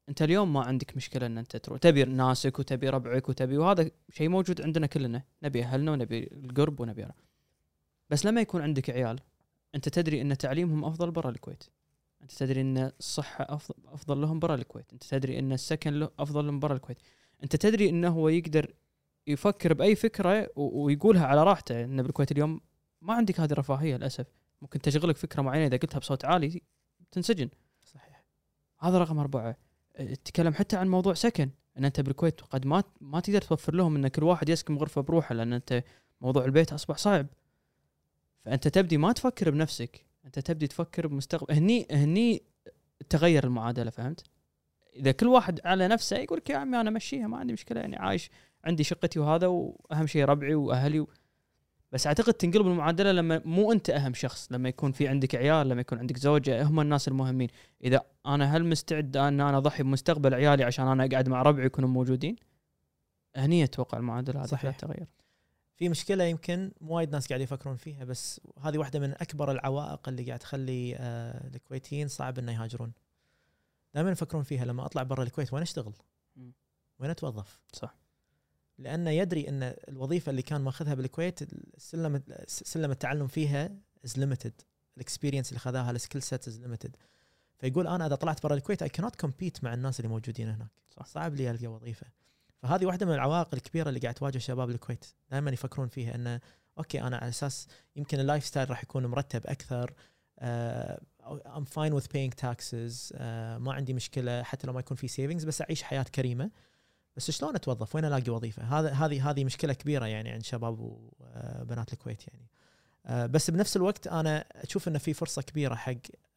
انت اليوم ما عندك مشكله ان انت تروح تبي ناسك وتبي ربعك وتبي، وهذا شيء موجود عندنا كلنا، نبي اهلنا ونبي القرب ونبي بس لما يكون عندك عيال انت تدري ان تعليمهم افضل برا الكويت، انت تدري ان الصحه افضل لهم برا الكويت، انت تدري ان السكن له افضل لهم برا الكويت، انت تدري انه هو يقدر يفكر باي فكره ويقولها على راحته. ان بالكويت اليوم ما عندك هذه الرفاهيه للاسف، ممكن تشغلك فكره معينه اذا قلتها بصوت عالي تنسجن. صحيح. هذا رقم 4. تتكلم حتى عن موضوع سكن، ان انت بالكويت قد ما تقدر توفر لهم ان كل واحد يسكن غرفه بروحه، لان انت موضوع البيت اصبح صعب. فانت تبدي ما تفكر بنفسك، انت تبدي تفكر بمستقبل. هني تغير المعادله، فهمت؟ اذا كل واحد على نفسه يقول لك يا عمي انا مشيها ما عندي مشكله، يعني عايش عندي شقتي وهذا، واهم شيء ربعي واهلي بس اعتقد تنقلب المعادله لما مو انت اهم شخص، لما يكون في عندك عيال، لما يكون عندك زوجه، هم الناس المهمين. اذا انا هل مستعد ان انا اضحي بمستقبل عيالي عشان انا اقعد مع ربعي يكونوا موجودين؟ هني اتوقع المعادله هذه لا تغير. في مشكله يمكن مو وايد ناس قاعد يفكرون فيها، بس هذه واحده من اكبر العوائق اللي قاعد تخلي الكويتيين صعب انه يهاجرون. دائما يفكرون فيها لما اطلع برا الكويت وين اشتغل؟ وين اتوظف؟ صح. لانه يدري ان الوظيفه اللي كان ماخذها بالكويت سلم التعلم فيها از ليميتد، الاكسبيرينس اللي خذاها، السكيل سيت از ليميتد. فيقول انا اذا طلعت برا الكويت اي كانت كومبيت مع الناس اللي موجودين هناك. صح. صعب لي القى وظيفه. فهذه واحده من العوائق الكبيره اللي قاعد تواجه شباب الكويت. دائما يفكرون فيها انه اوكي انا على اساس يمكن اللايف ستايل راح يكون مرتب اكثر، I'm fine with paying taxes، ما عندي مشكله حتى لو ما يكون في سيفنجز، بس اعيش حياه كريمه. بس شلون اتوظف؟ وين الاقي وظيفه؟ هذه مشكله كبيره يعني عند شباب وبنات الكويت يعني. بس بنفس الوقت انا اشوف انه في فرصه كبيره حق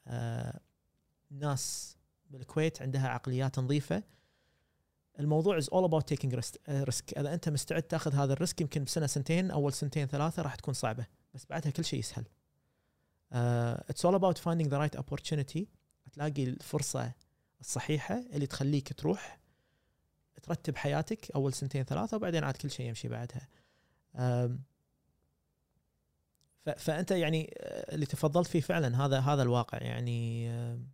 ناس بالكويت عندها عقليات نظيفه. الموضوع is all about taking risk. اذا انت مستعد تاخذ هذا الريسك، يمكن بسنه سنتين، اول سنتين ثلاثه راح تكون صعبه، بس بعدها كل شيء يسهل. it's all about finding the right opportunity. تلاقي الفرصه الصحيحه اللي تخليك تروح ترتب حياتك اول سنتين ثلاثه، وبعدين عاد كل شيء يمشي بعدها. فانت يعني اللي تفضلت فيه فعلا هذا الواقع يعني.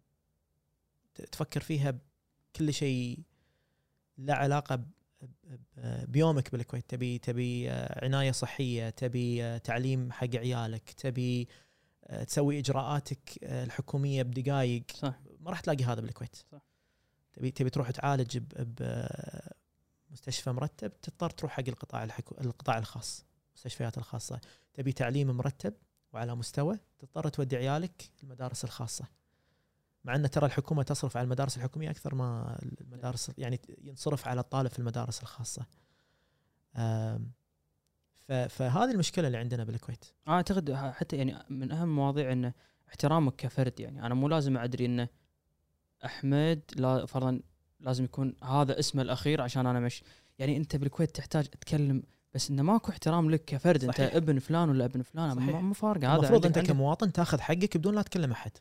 تفكر فيها بكل شيء له علاقه بيومك بالكويت. تبي عنايه صحيه، تبي تعليم حق عيالك، تبي تسوي اجراءاتك الحكوميه بدقائق. صح. ما راح تلاقي هذا بالكويت. صح. تبي تروح تعالج بمستشفى مرتب، تضطر تروح حق القطاع الخاص، المستشفيات الخاصه. تبي تعليم مرتب وعلى مستوى، تضطر تودي عيالك المدارس الخاصه، مع ان ترى الحكومه تصرف على المدارس الحكوميه اكثر ما المدارس، يعني ينصرف على الطالب في المدارس الخاصه. فهذه المشكله اللي عندنا بالكويت. اعتقد حتى يعني من اهم مواضيع انه احترامك كفرد. يعني انا مو لازم ادري انه احمد لا فرضا لازم يكون هذا اسمه الاخير عشان انا مش، يعني انت بالكويت تحتاج تتكلم، بس انه ماكو احترام لك كفرد. صحيح. انت ابن فلان ولا ابن فلان، مو فارقه. هذا المفروض انت كمواطن تاخذ حقك بدون لا تكلم احد،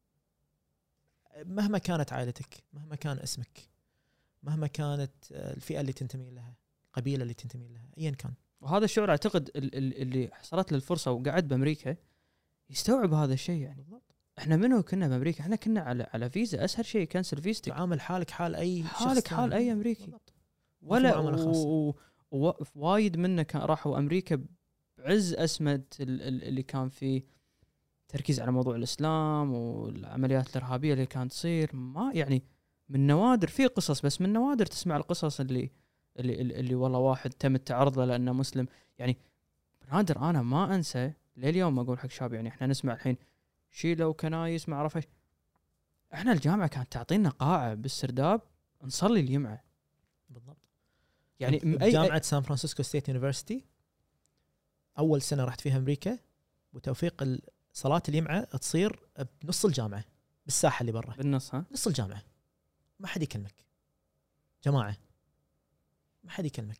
مهما كانت عائلتك، مهما كان اسمك، مهما كانت الفئه اللي تنتمي لها، القبيله اللي تنتمي لها، ايا كان. وهذا الشعور اعتقد اللي حصلت له الفرصه وقعد بامريكا يستوعب هذا الشيء. يعني بالضبط. احنا منو كنا بامريكا؟ احنا كنا على فيزا، اسهل شيء كنسل فيزتك، تعامل حالك حال اي شخص، حالك حال اي امريكي. بالضبط. ولا وايد منا كان راحوا امريكا بعز اسمه اللي كان فيه تركيز على موضوع الاسلام والعمليات الارهابيه اللي كانت تصير. ما يعني من نوادر في قصص، بس من نوادر تسمع القصص اللي والله واحد تم التعرض له لانه مسلم. يعني نادر. انا ما انسى لليوم اقول حق شاب، يعني احنا نسمع الحين شيلة وكنايس ما اعرف ايش. احنا الجامعه كانت تعطينا قاعه بالسرداب نصلي الجمعه. بالضبط. يعني جامعه سان فرانسيسكو ستيت يونيفرسيتي اول سنه رحت فيها امريكا، وتوفيق صلاه الجمعه تصير بنص الجامعه، بالساحه اللي برا بالنص. نص الجامعه ما حد يكلمك، جماعه ما حد يكلمك.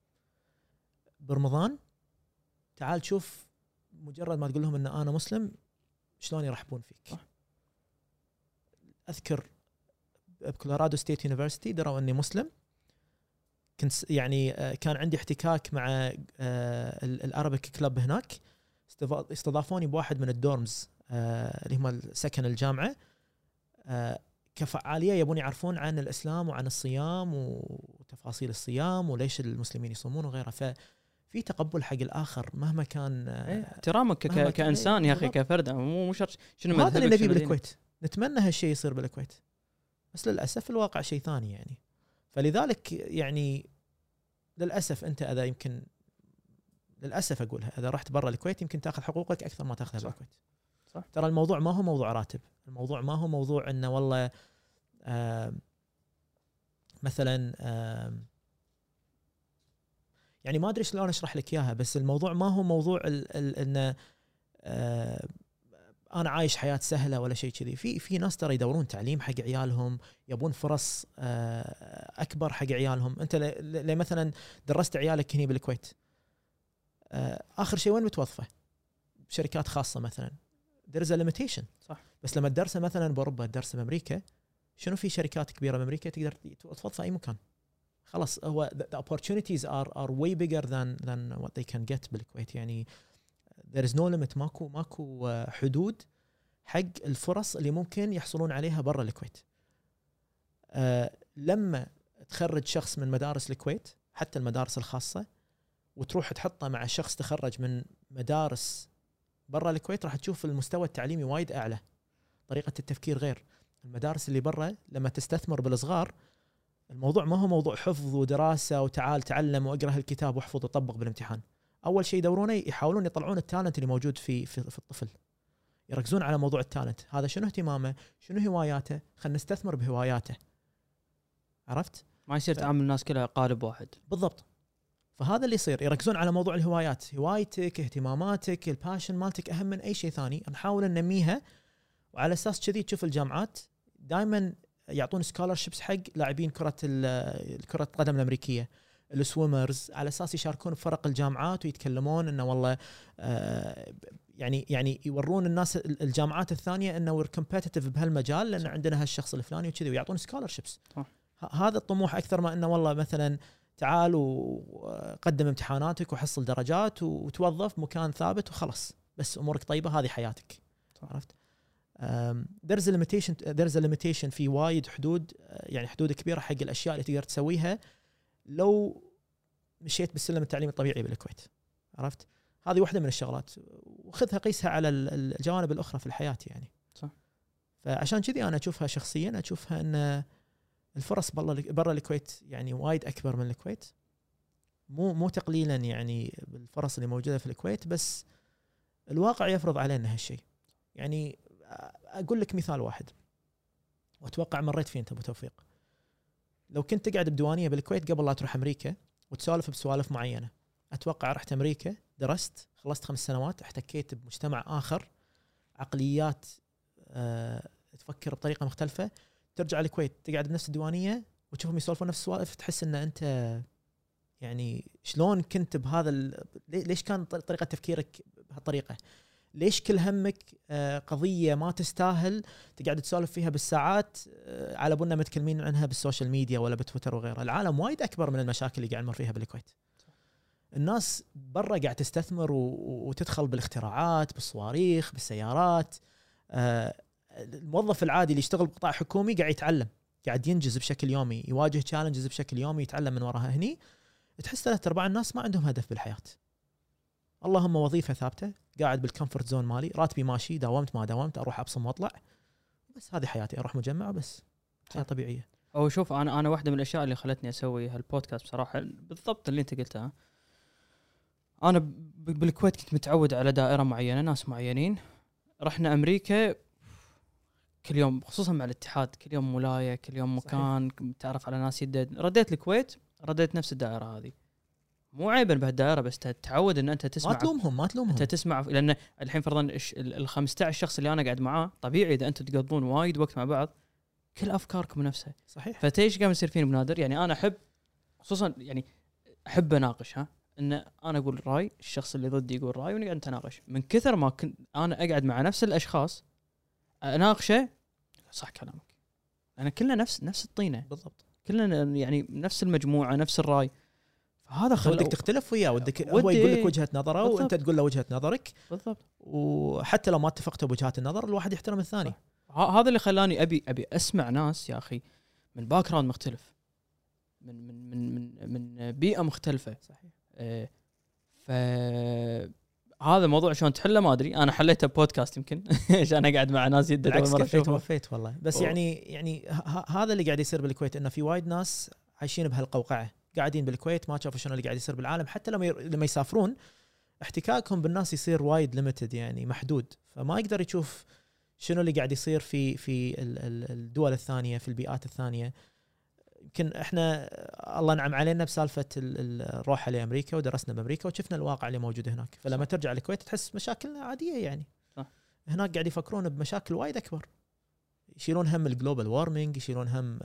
برمضان تعال شوف، مجرد ما تقول لهم ان انا مسلم شلون يرحبون فيك. صح. اذكر بكولورادو ستيت يونيفرسيتي دروا اني مسلم، كنت يعني كان عندي احتكاك مع الارابيك كلاب هناك، استضافوني بواحد من الدورمز اللي هم سكن الجامعه. كفعاليه يبون يعرفون عن الاسلام وعن الصيام وتفاصيل الصيام وليش المسلمين يصومون وغيره. ففي تقبل حق الاخر مهما كان احترامك كانسان يا اخي كفرد، مو شرط شنو مذهبك. هذا اللي نبيه بالكويت، نتمنى هالشيء يصير بالكويت، بس للاسف الواقع شيء ثاني يعني. فلذلك يعني للاسف انت اذا يمكن للاسف اقولها اذا رحت برا الكويت يمكن تاخذ حقوقك اكثر ما تاخذها بالكويت. صح. ترى الموضوع ما هو موضوع راتب، الموضوع ما هو موضوع انه والله مثلا يعني ما ادري شلون اشرح لك اياها، بس الموضوع ما هو موضوع ان انا عايش حياه سهله ولا شيء كذي. في ناس ترى يدورون تعليم حق عيالهم، يبون فرص اكبر حق عيالهم. انت مثلا درست عيالك هنا بالكويت، اخر شيء وين بتوظفه؟ بشركات خاصه مثلا. there is a limitation. صح. بس لما تدرسه مثلا باوروبا، تدرسه بامريكا، شنو في شركات كبيره بامريكا تقدر توظفه اي مكان. خلاص هو the opportunities are way bigger than what they can get بالكويت. يعني there is no limit، ماكو حدود حق الفرص اللي ممكن يحصلون عليها برا الكويت. لما تخرج شخص من مدارس الكويت حتى المدارس الخاصه وتروح تحطه مع شخص تخرج من مدارس برا الكويت، راح تشوف المستوى التعليمي وايد اعلى، طريقه التفكير غير. المدارس اللي برا لما تستثمر بالصغار، الموضوع ما هو موضوع حفظ ودراسه وتعال تعلم واقرا الكتاب واحفظ وطبق بالامتحان. اول شيء يدورونه يحاولون يطلعون التالنت اللي موجود في الطفل، يركزون على موضوع التالنت. هذا شنو اهتمامه، شنو هواياته، خلينا نستثمر بهواياته. عرفت؟ ما يصير تعامل الناس كلها قالب واحد. بالضبط. فهذا اللي يصير، يركزون على موضوع الهوايات، هوايتك، اهتماماتك، الباشن مالتك اهم من اي شيء ثاني، نحاول ننميها. وعلى اساس كذي تشوف الجامعات دائما يعطون سكولرشيبس حق لاعبين كره القدم الامريكيه، السويمرز، على اساس يشاركون بفرق الجامعات ويتكلمون انه والله يعني يورون الناس الجامعات الثانيه انه وير كومبيتيتيف بهالمجال لان عندنا هالشخص الفلاني وكذي، ويعطون سكولرشيبس. هذا الطموح اكثر ما انه والله مثلا تعال وقدم امتحاناتك وحصل درجات وتوظف مكان ثابت وخلص بس امورك طيبه، هذه حياتك. عرفت؟ there's a limitation في وايد حدود، يعني حدود كبيره حق الاشياء اللي تقدر تسويها لو مشيت بالسلم التعليمي الطبيعي بالكويت. عرفت؟ هذه واحده من الشغلات، وخذها قيسها على الجوانب الاخرى في الحياه يعني. صح. فعشان كذي انا اشوفها شخصيا، اشوفها ان الفرص برا الكويت يعني وايد اكبر من الكويت. مو تقليلا يعني بالفرص اللي موجوده في الكويت، بس الواقع يفرض علينا هالشيء. يعني اقول لك مثال واحد واتوقع مريت فيه انت ابو توفيق. لو كنت تقعد بديوانيه بالكويت قبل لا تروح امريكا وتسولف بسوالف معينه، اتوقع رحت امريكا، درست، خلصت 5 سنوات، احتكيت بمجتمع اخر، عقليات تفكر بطريقه مختلفه، ترجع الكويت تقعد بنفس الديوانيه وتشوفهم يسولفون نفس السوالف، تحس ان انت يعني شلون كنت بهذا ليش كان طريقه تفكيرك بهالطريقه؟ ليش كل همك قضيه ما تستاهل تقعد تسولف فيها بالساعات على بنا متكلمين عنها بالسوشيال ميديا ولا بتويتر وغيرها؟ العالم وايد اكبر من المشاكل اللي قاعد نمر فيها بالكويت. الناس برا قاعد تستثمر وتدخل بالاختراعات، بالصواريخ، بالسيارات. الموظف العادي اللي يشتغل بقطاع حكومي قاعد يتعلم، قاعد ينجز بشكل يومي، يواجه تشالنجز بشكل يومي، يتعلم من وراها. هني تحس 3/4 الناس ما عندهم هدف بالحياه، اللهم وظيفه ثابته، قاعد بالكمفورت زون مالي، راتبي ماشي، داومت ما داومت، اروح ابصم واطلع، بس هذه حياتي، اروح مجمع بس، حياه طبيعيه. او شوف، انا واحده من الاشياء اللي خلتني اسوي هالبودكاست بصراحه بالضبط اللي انت قلتها. انا بالكويت كنت متعود على دائره معينه، ناس معينين. رحنا امريكا كل يوم، خصوصا مع الاتحاد، كل يوم ولايه، كل يوم مكان، تعرف على ناس جدد. رديت الكويت، رديت نفس الدائره هذه. مو عيبا بهالدائره، بس تتعود ان انت تسمع. ما تلومهم انت تسمع، لان الحين فرضا ال 15 شخص اللي انا قاعد معاه، طبيعي اذا انتم تقضون وايد وقت مع بعض كل افكاركم نفسها. صحيح. فتيش قام يصير فيني بنادر، يعني انا احب خصوصا يعني احب اناقش، ان انا اقول راي، الشخص اللي ضدي يقول راي، ونقعد نتناقش. من كثر ما كنت انا اقعد مع نفس الاشخاص اناقشه، صح كلامك، انا كلنا نفس الطينه بالضبط، كلنا يعني نفس المجموعه، نفس الراي. فهذا ودك تختلف وياه، هو يقول لك وجهه نظره بالضبط. وانت تقول له وجهه نظرك بالضبط. وحتى لو ما اتفقتوا بوجهات النظر، الواحد يحترم الثاني. هذا اللي خلاني ابي اسمع ناس يا اخي من باك جراوند مختلف، من بيئه مختلفه. صحيح. فهذا موضوع شلون تحله ما ادري، انا حليته بودكاست يمكن عشان اقعد مع ناس جدد اول مره اشوفهم. وفيت والله. بس يعني هذا اللي قاعد يصير بالكويت، انه في وايد ناس عايشين بهالقوقعه، قاعدين بالكويت ما شافوا شنو اللي قاعد يصير بالعالم، حتى لما يسافرون احتكاكهم بالناس يصير وايد ليميتد، يعني محدود، فما يقدر يشوف شنو اللي قاعد يصير في الدول الثانيه، في البيئات الثانيه. يمكن احنا الله نعم علينا بسالفه الروحه لامريكا ودرسنا بامريكا وشفنا الواقع اللي موجود هناك، فلما صح. ترجع الكويت تحس مشاكلنا عاديه يعني. صح. هناك قاعد يفكرون بمشاكل وايد اكبر، يشيلون هم الجلوبال وارمينج، يشيلون هم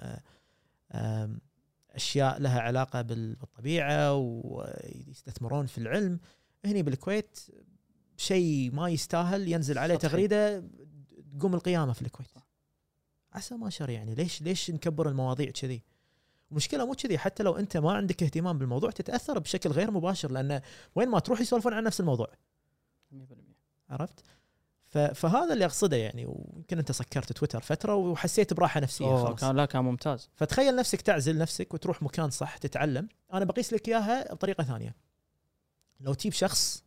اشياء لها علاقه بالطبيعه، ويستثمرون في العلم. هني بالكويت شيء ما يستاهل ينزل عليه سطحي. تغريده تقوم القيامه في الكويت. عسى ما شر يعني، ليش نكبر المواضيع كذي؟ المشكله مو كذي، حتى لو انت ما عندك اهتمام بالموضوع تتاثر بشكل غير مباشر، لان وين ما تروح يسولفون عن نفس الموضوع. 100%. عرفت؟ فهذا اللي اقصده يعني. ويمكن انت سكرت تويتر فتره وحسيت براحه نفسيه خلاص. كان ممتاز. فتخيل نفسك تعزل نفسك وتروح مكان صح تتعلم. انا بقيس لك اياها بطريقه ثانيه. لو تجيب شخص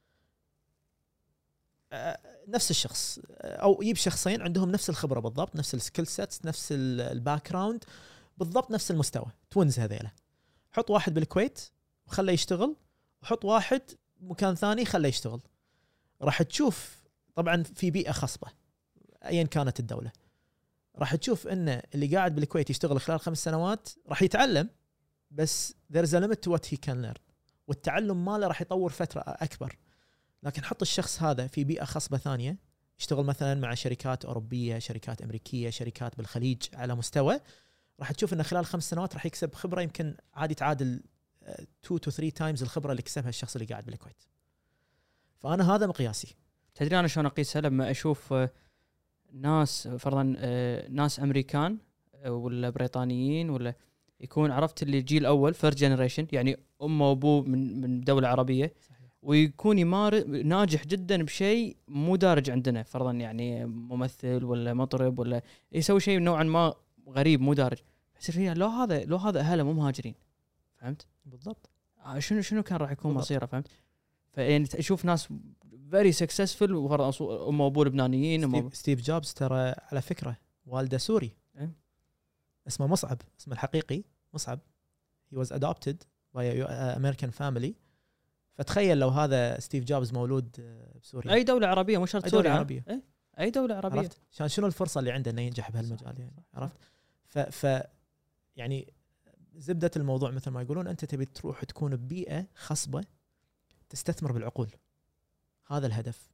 نفس الشخص، او يجيب شخصين عندهم نفس الخبره بالضبط، نفس السكيل سيتس، نفس الباك جراوند بالضبط، نفس المستوى، توينز هذيلا، حط واحد بالكويت وخليه يشتغل، وحط واحد مكان ثاني خليه يشتغل، راح تشوف طبعا في بيئه خصبه ايا كانت الدوله، راح تشوف ان اللي قاعد بالكويت يشتغل خلال 5 سنوات راح يتعلم، بس there's a limit to what he can learn، والتعلم ماله راح يطور فتره اكبر. لكن حط الشخص هذا في بيئه خصبه ثانيه، يشتغل مثلا مع شركات اوروبيه، شركات امريكيه، شركات بالخليج على مستوى، راح تشوف انه خلال 5 سنوات راح يكسب خبره يمكن عادي تعادل 2 to 3 تايمز الخبره اللي كسبها الشخص اللي قاعد بالكويت. فانا هذا مقياسي. تدري انا شلون اقيسها؟ لما اشوف ناس فرضا ناس امريكان ولا بريطانيين، ولا يكون عرفت اللي جيل اول فيرست جنريشن، يعني امه وابوه من دوله عربيه، ويكون ناجح جدا بشيء مو دارج عندنا، فرضا يعني ممثل ولا مطرب ولا يسوي شيء نوعا ما غريب مو دارج، يصير فيها لو هذا اهله مو مهاجرين. فهمت بالضبط. شنو كان راح يكون مصيره؟ فهمت؟ فيعني اشوف ناس فيري سكسسفل وامه وابوه لبنانيين. ستيف جوبز ترى على فكره والده سوري، اسمه مصعب، اسمه الحقيقي مصعب. he was adopted by a American family. فتخيل لو هذا ستيف جوبز مولود بسوريا، اي دوله عربيه مو شرط سوريا، عربية. اي دوله عربيه. عرفت شنو الفرصه اللي عنده انه ينجح بهالمجال يعني. عرفت؟ ف يعني زبده الموضوع مثل ما يقولون، انت تبي تروح تكون ببيئه خصبه تستثمر بالعقول، هذا الهدف.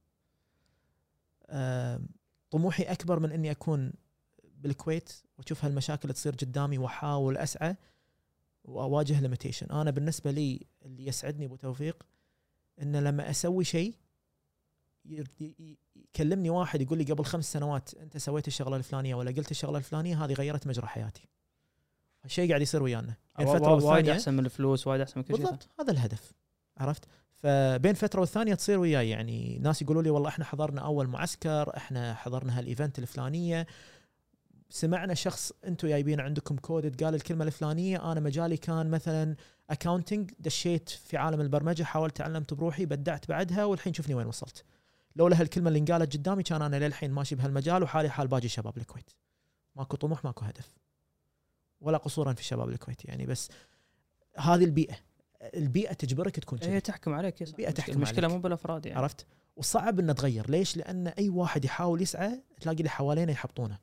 طموحي اكبر من اني اكون بالكويت واشوف هالمشاكل تصير قدامي واحاول اسعى واواجه ليميتيشن. انا بالنسبه لي اللي يسعدني ابو توفيق ان لما اسوي شيء يكلمني واحد يقول لي قبل 5 سنوات انت سويت الشغله الفلانيه ولا قلت الشغله الفلانيه، هذه غيرت مجرى حياتي. هالشيء قاعد يصير ويانا بين فتره والثانيه، وايد احسن من الفلوس، وايد احسن من كل شيء. بالضبط، هذا الهدف. عرفت؟ فبين فتره والثانيه تصير وياي يعني ناس يقولوا لي والله احنا حضرنا اول معسكر، احنا حضرنا هالايفنت الفلانيه، سمعنا شخص انتم جايبين عندكم كود قال الكلمه الفلانيه، انا مجالي كان مثلا اكاونتنج، دشيت في عالم البرمجه، حاولت تعلمت بروحي، بدعت بعدها، والحين شوفني وين وصلت. لولا هالكلمه اللي انقالت قدامي كان انا للحين ماشي بهالمجال وحالي حال باقي شباب الكويت. ماكو طموح، ماكو هدف، ولا قصورا في شباب الكويت يعني. بس هذه البيئه تجبرك تكون كذا، هي تحكم عليك. البيئه تحكم المشكله عليك. مو بالافراد يعني. عرفت؟ والصعب انه تغير. ليش؟ لان اي واحد يحاول يسعى تلاقي اللي حوالينه يحبطونه.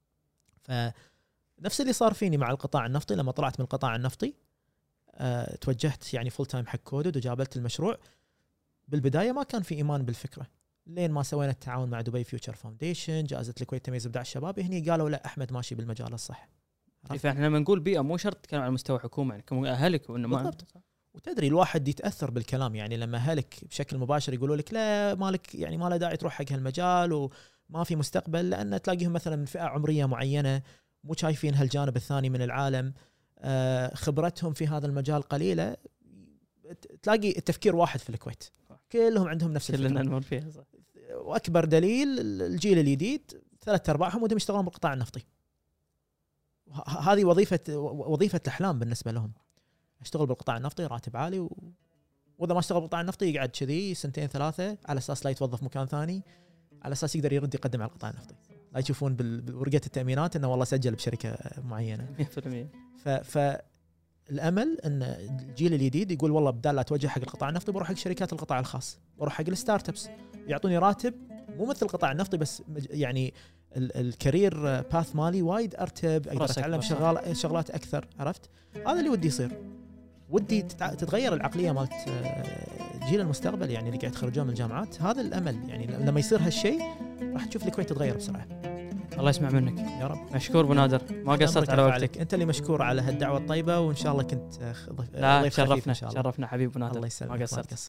فنفس اللي صار فيني مع القطاع النفطي. لما طلعت من القطاع النفطي توجهت يعني فول تايم حق كودد وجابلت المشروع. بالبدايه ما كان في ايمان بالفكره، لين ما سوينا التعاون مع دبي فيوتشر فاونديشن، جائزه الكويت تميز ابداع الشباب، هني قالوا لا احمد ماشي بالمجال الصح. فاحنا لما نقول بيئه مو شرط كان على مستوى حكومه، يعني كم اهلك وانه ما. وتدري الواحد يتاثر بالكلام، يعني لما اهلك بشكل مباشر يقولوا لك لا مالك، يعني ما له داعي تروح حق هالمجال وما في مستقبل، لان تلاقيهم مثلا من فئه عمريه معينه مو شايفين هالجانب الثاني من العالم، خبرتهم في هذا المجال قليله. تلاقي التفكير واحد في الكويت، كلهم عندهم نفس الفكره، كلنا نمر فيها صح. واكبر دليل الجيل الجديد 3-4 3/4 ودهم يشتغلون بالقطاع النفطي. هذه وظيفه الاحلام بالنسبه لهم. اشتغل بالقطاع النفطي، راتب عالي، واذا ما اشتغل بالقطاع النفطي يقعد كذي 2-3 على اساس لا يتوظف مكان ثاني، على اساس يقدر يرد يقدم على القطاع النفطي، لا يشوفون بورقه التامينات انه والله سجل بشركه معينه. 100%. فالامل ان الجيل الجديد يقول والله بدال لا اتوجه حق القطاع النفطي بروح حق شركات القطاع الخاص، بروح حق الستارت ابس، يعطوني راتب مو مثل القطاع النفطي بس يعني الكارير باث مالي وايد ارتب، اقدر اتعلم شغلات اكثر. عرفت؟ هذا اللي ودي يصير. ودي تتغير العقليه مالت جيل المستقبل، يعني اللي قاعد يتخرجون من الجامعات. هذا الامل، يعني لما يصير هالشيء راح تشوف الكويت تتغير بسرعه. الله يسمع منك يا رب. مشكور ابو نادر، ما قصرت على وقتك. انت اللي مشكور على هالدعوه الطيبه، وان شاء الله كنت لا شرفنا حبيب ابو نادر. الله يسلمك، ما قصرت.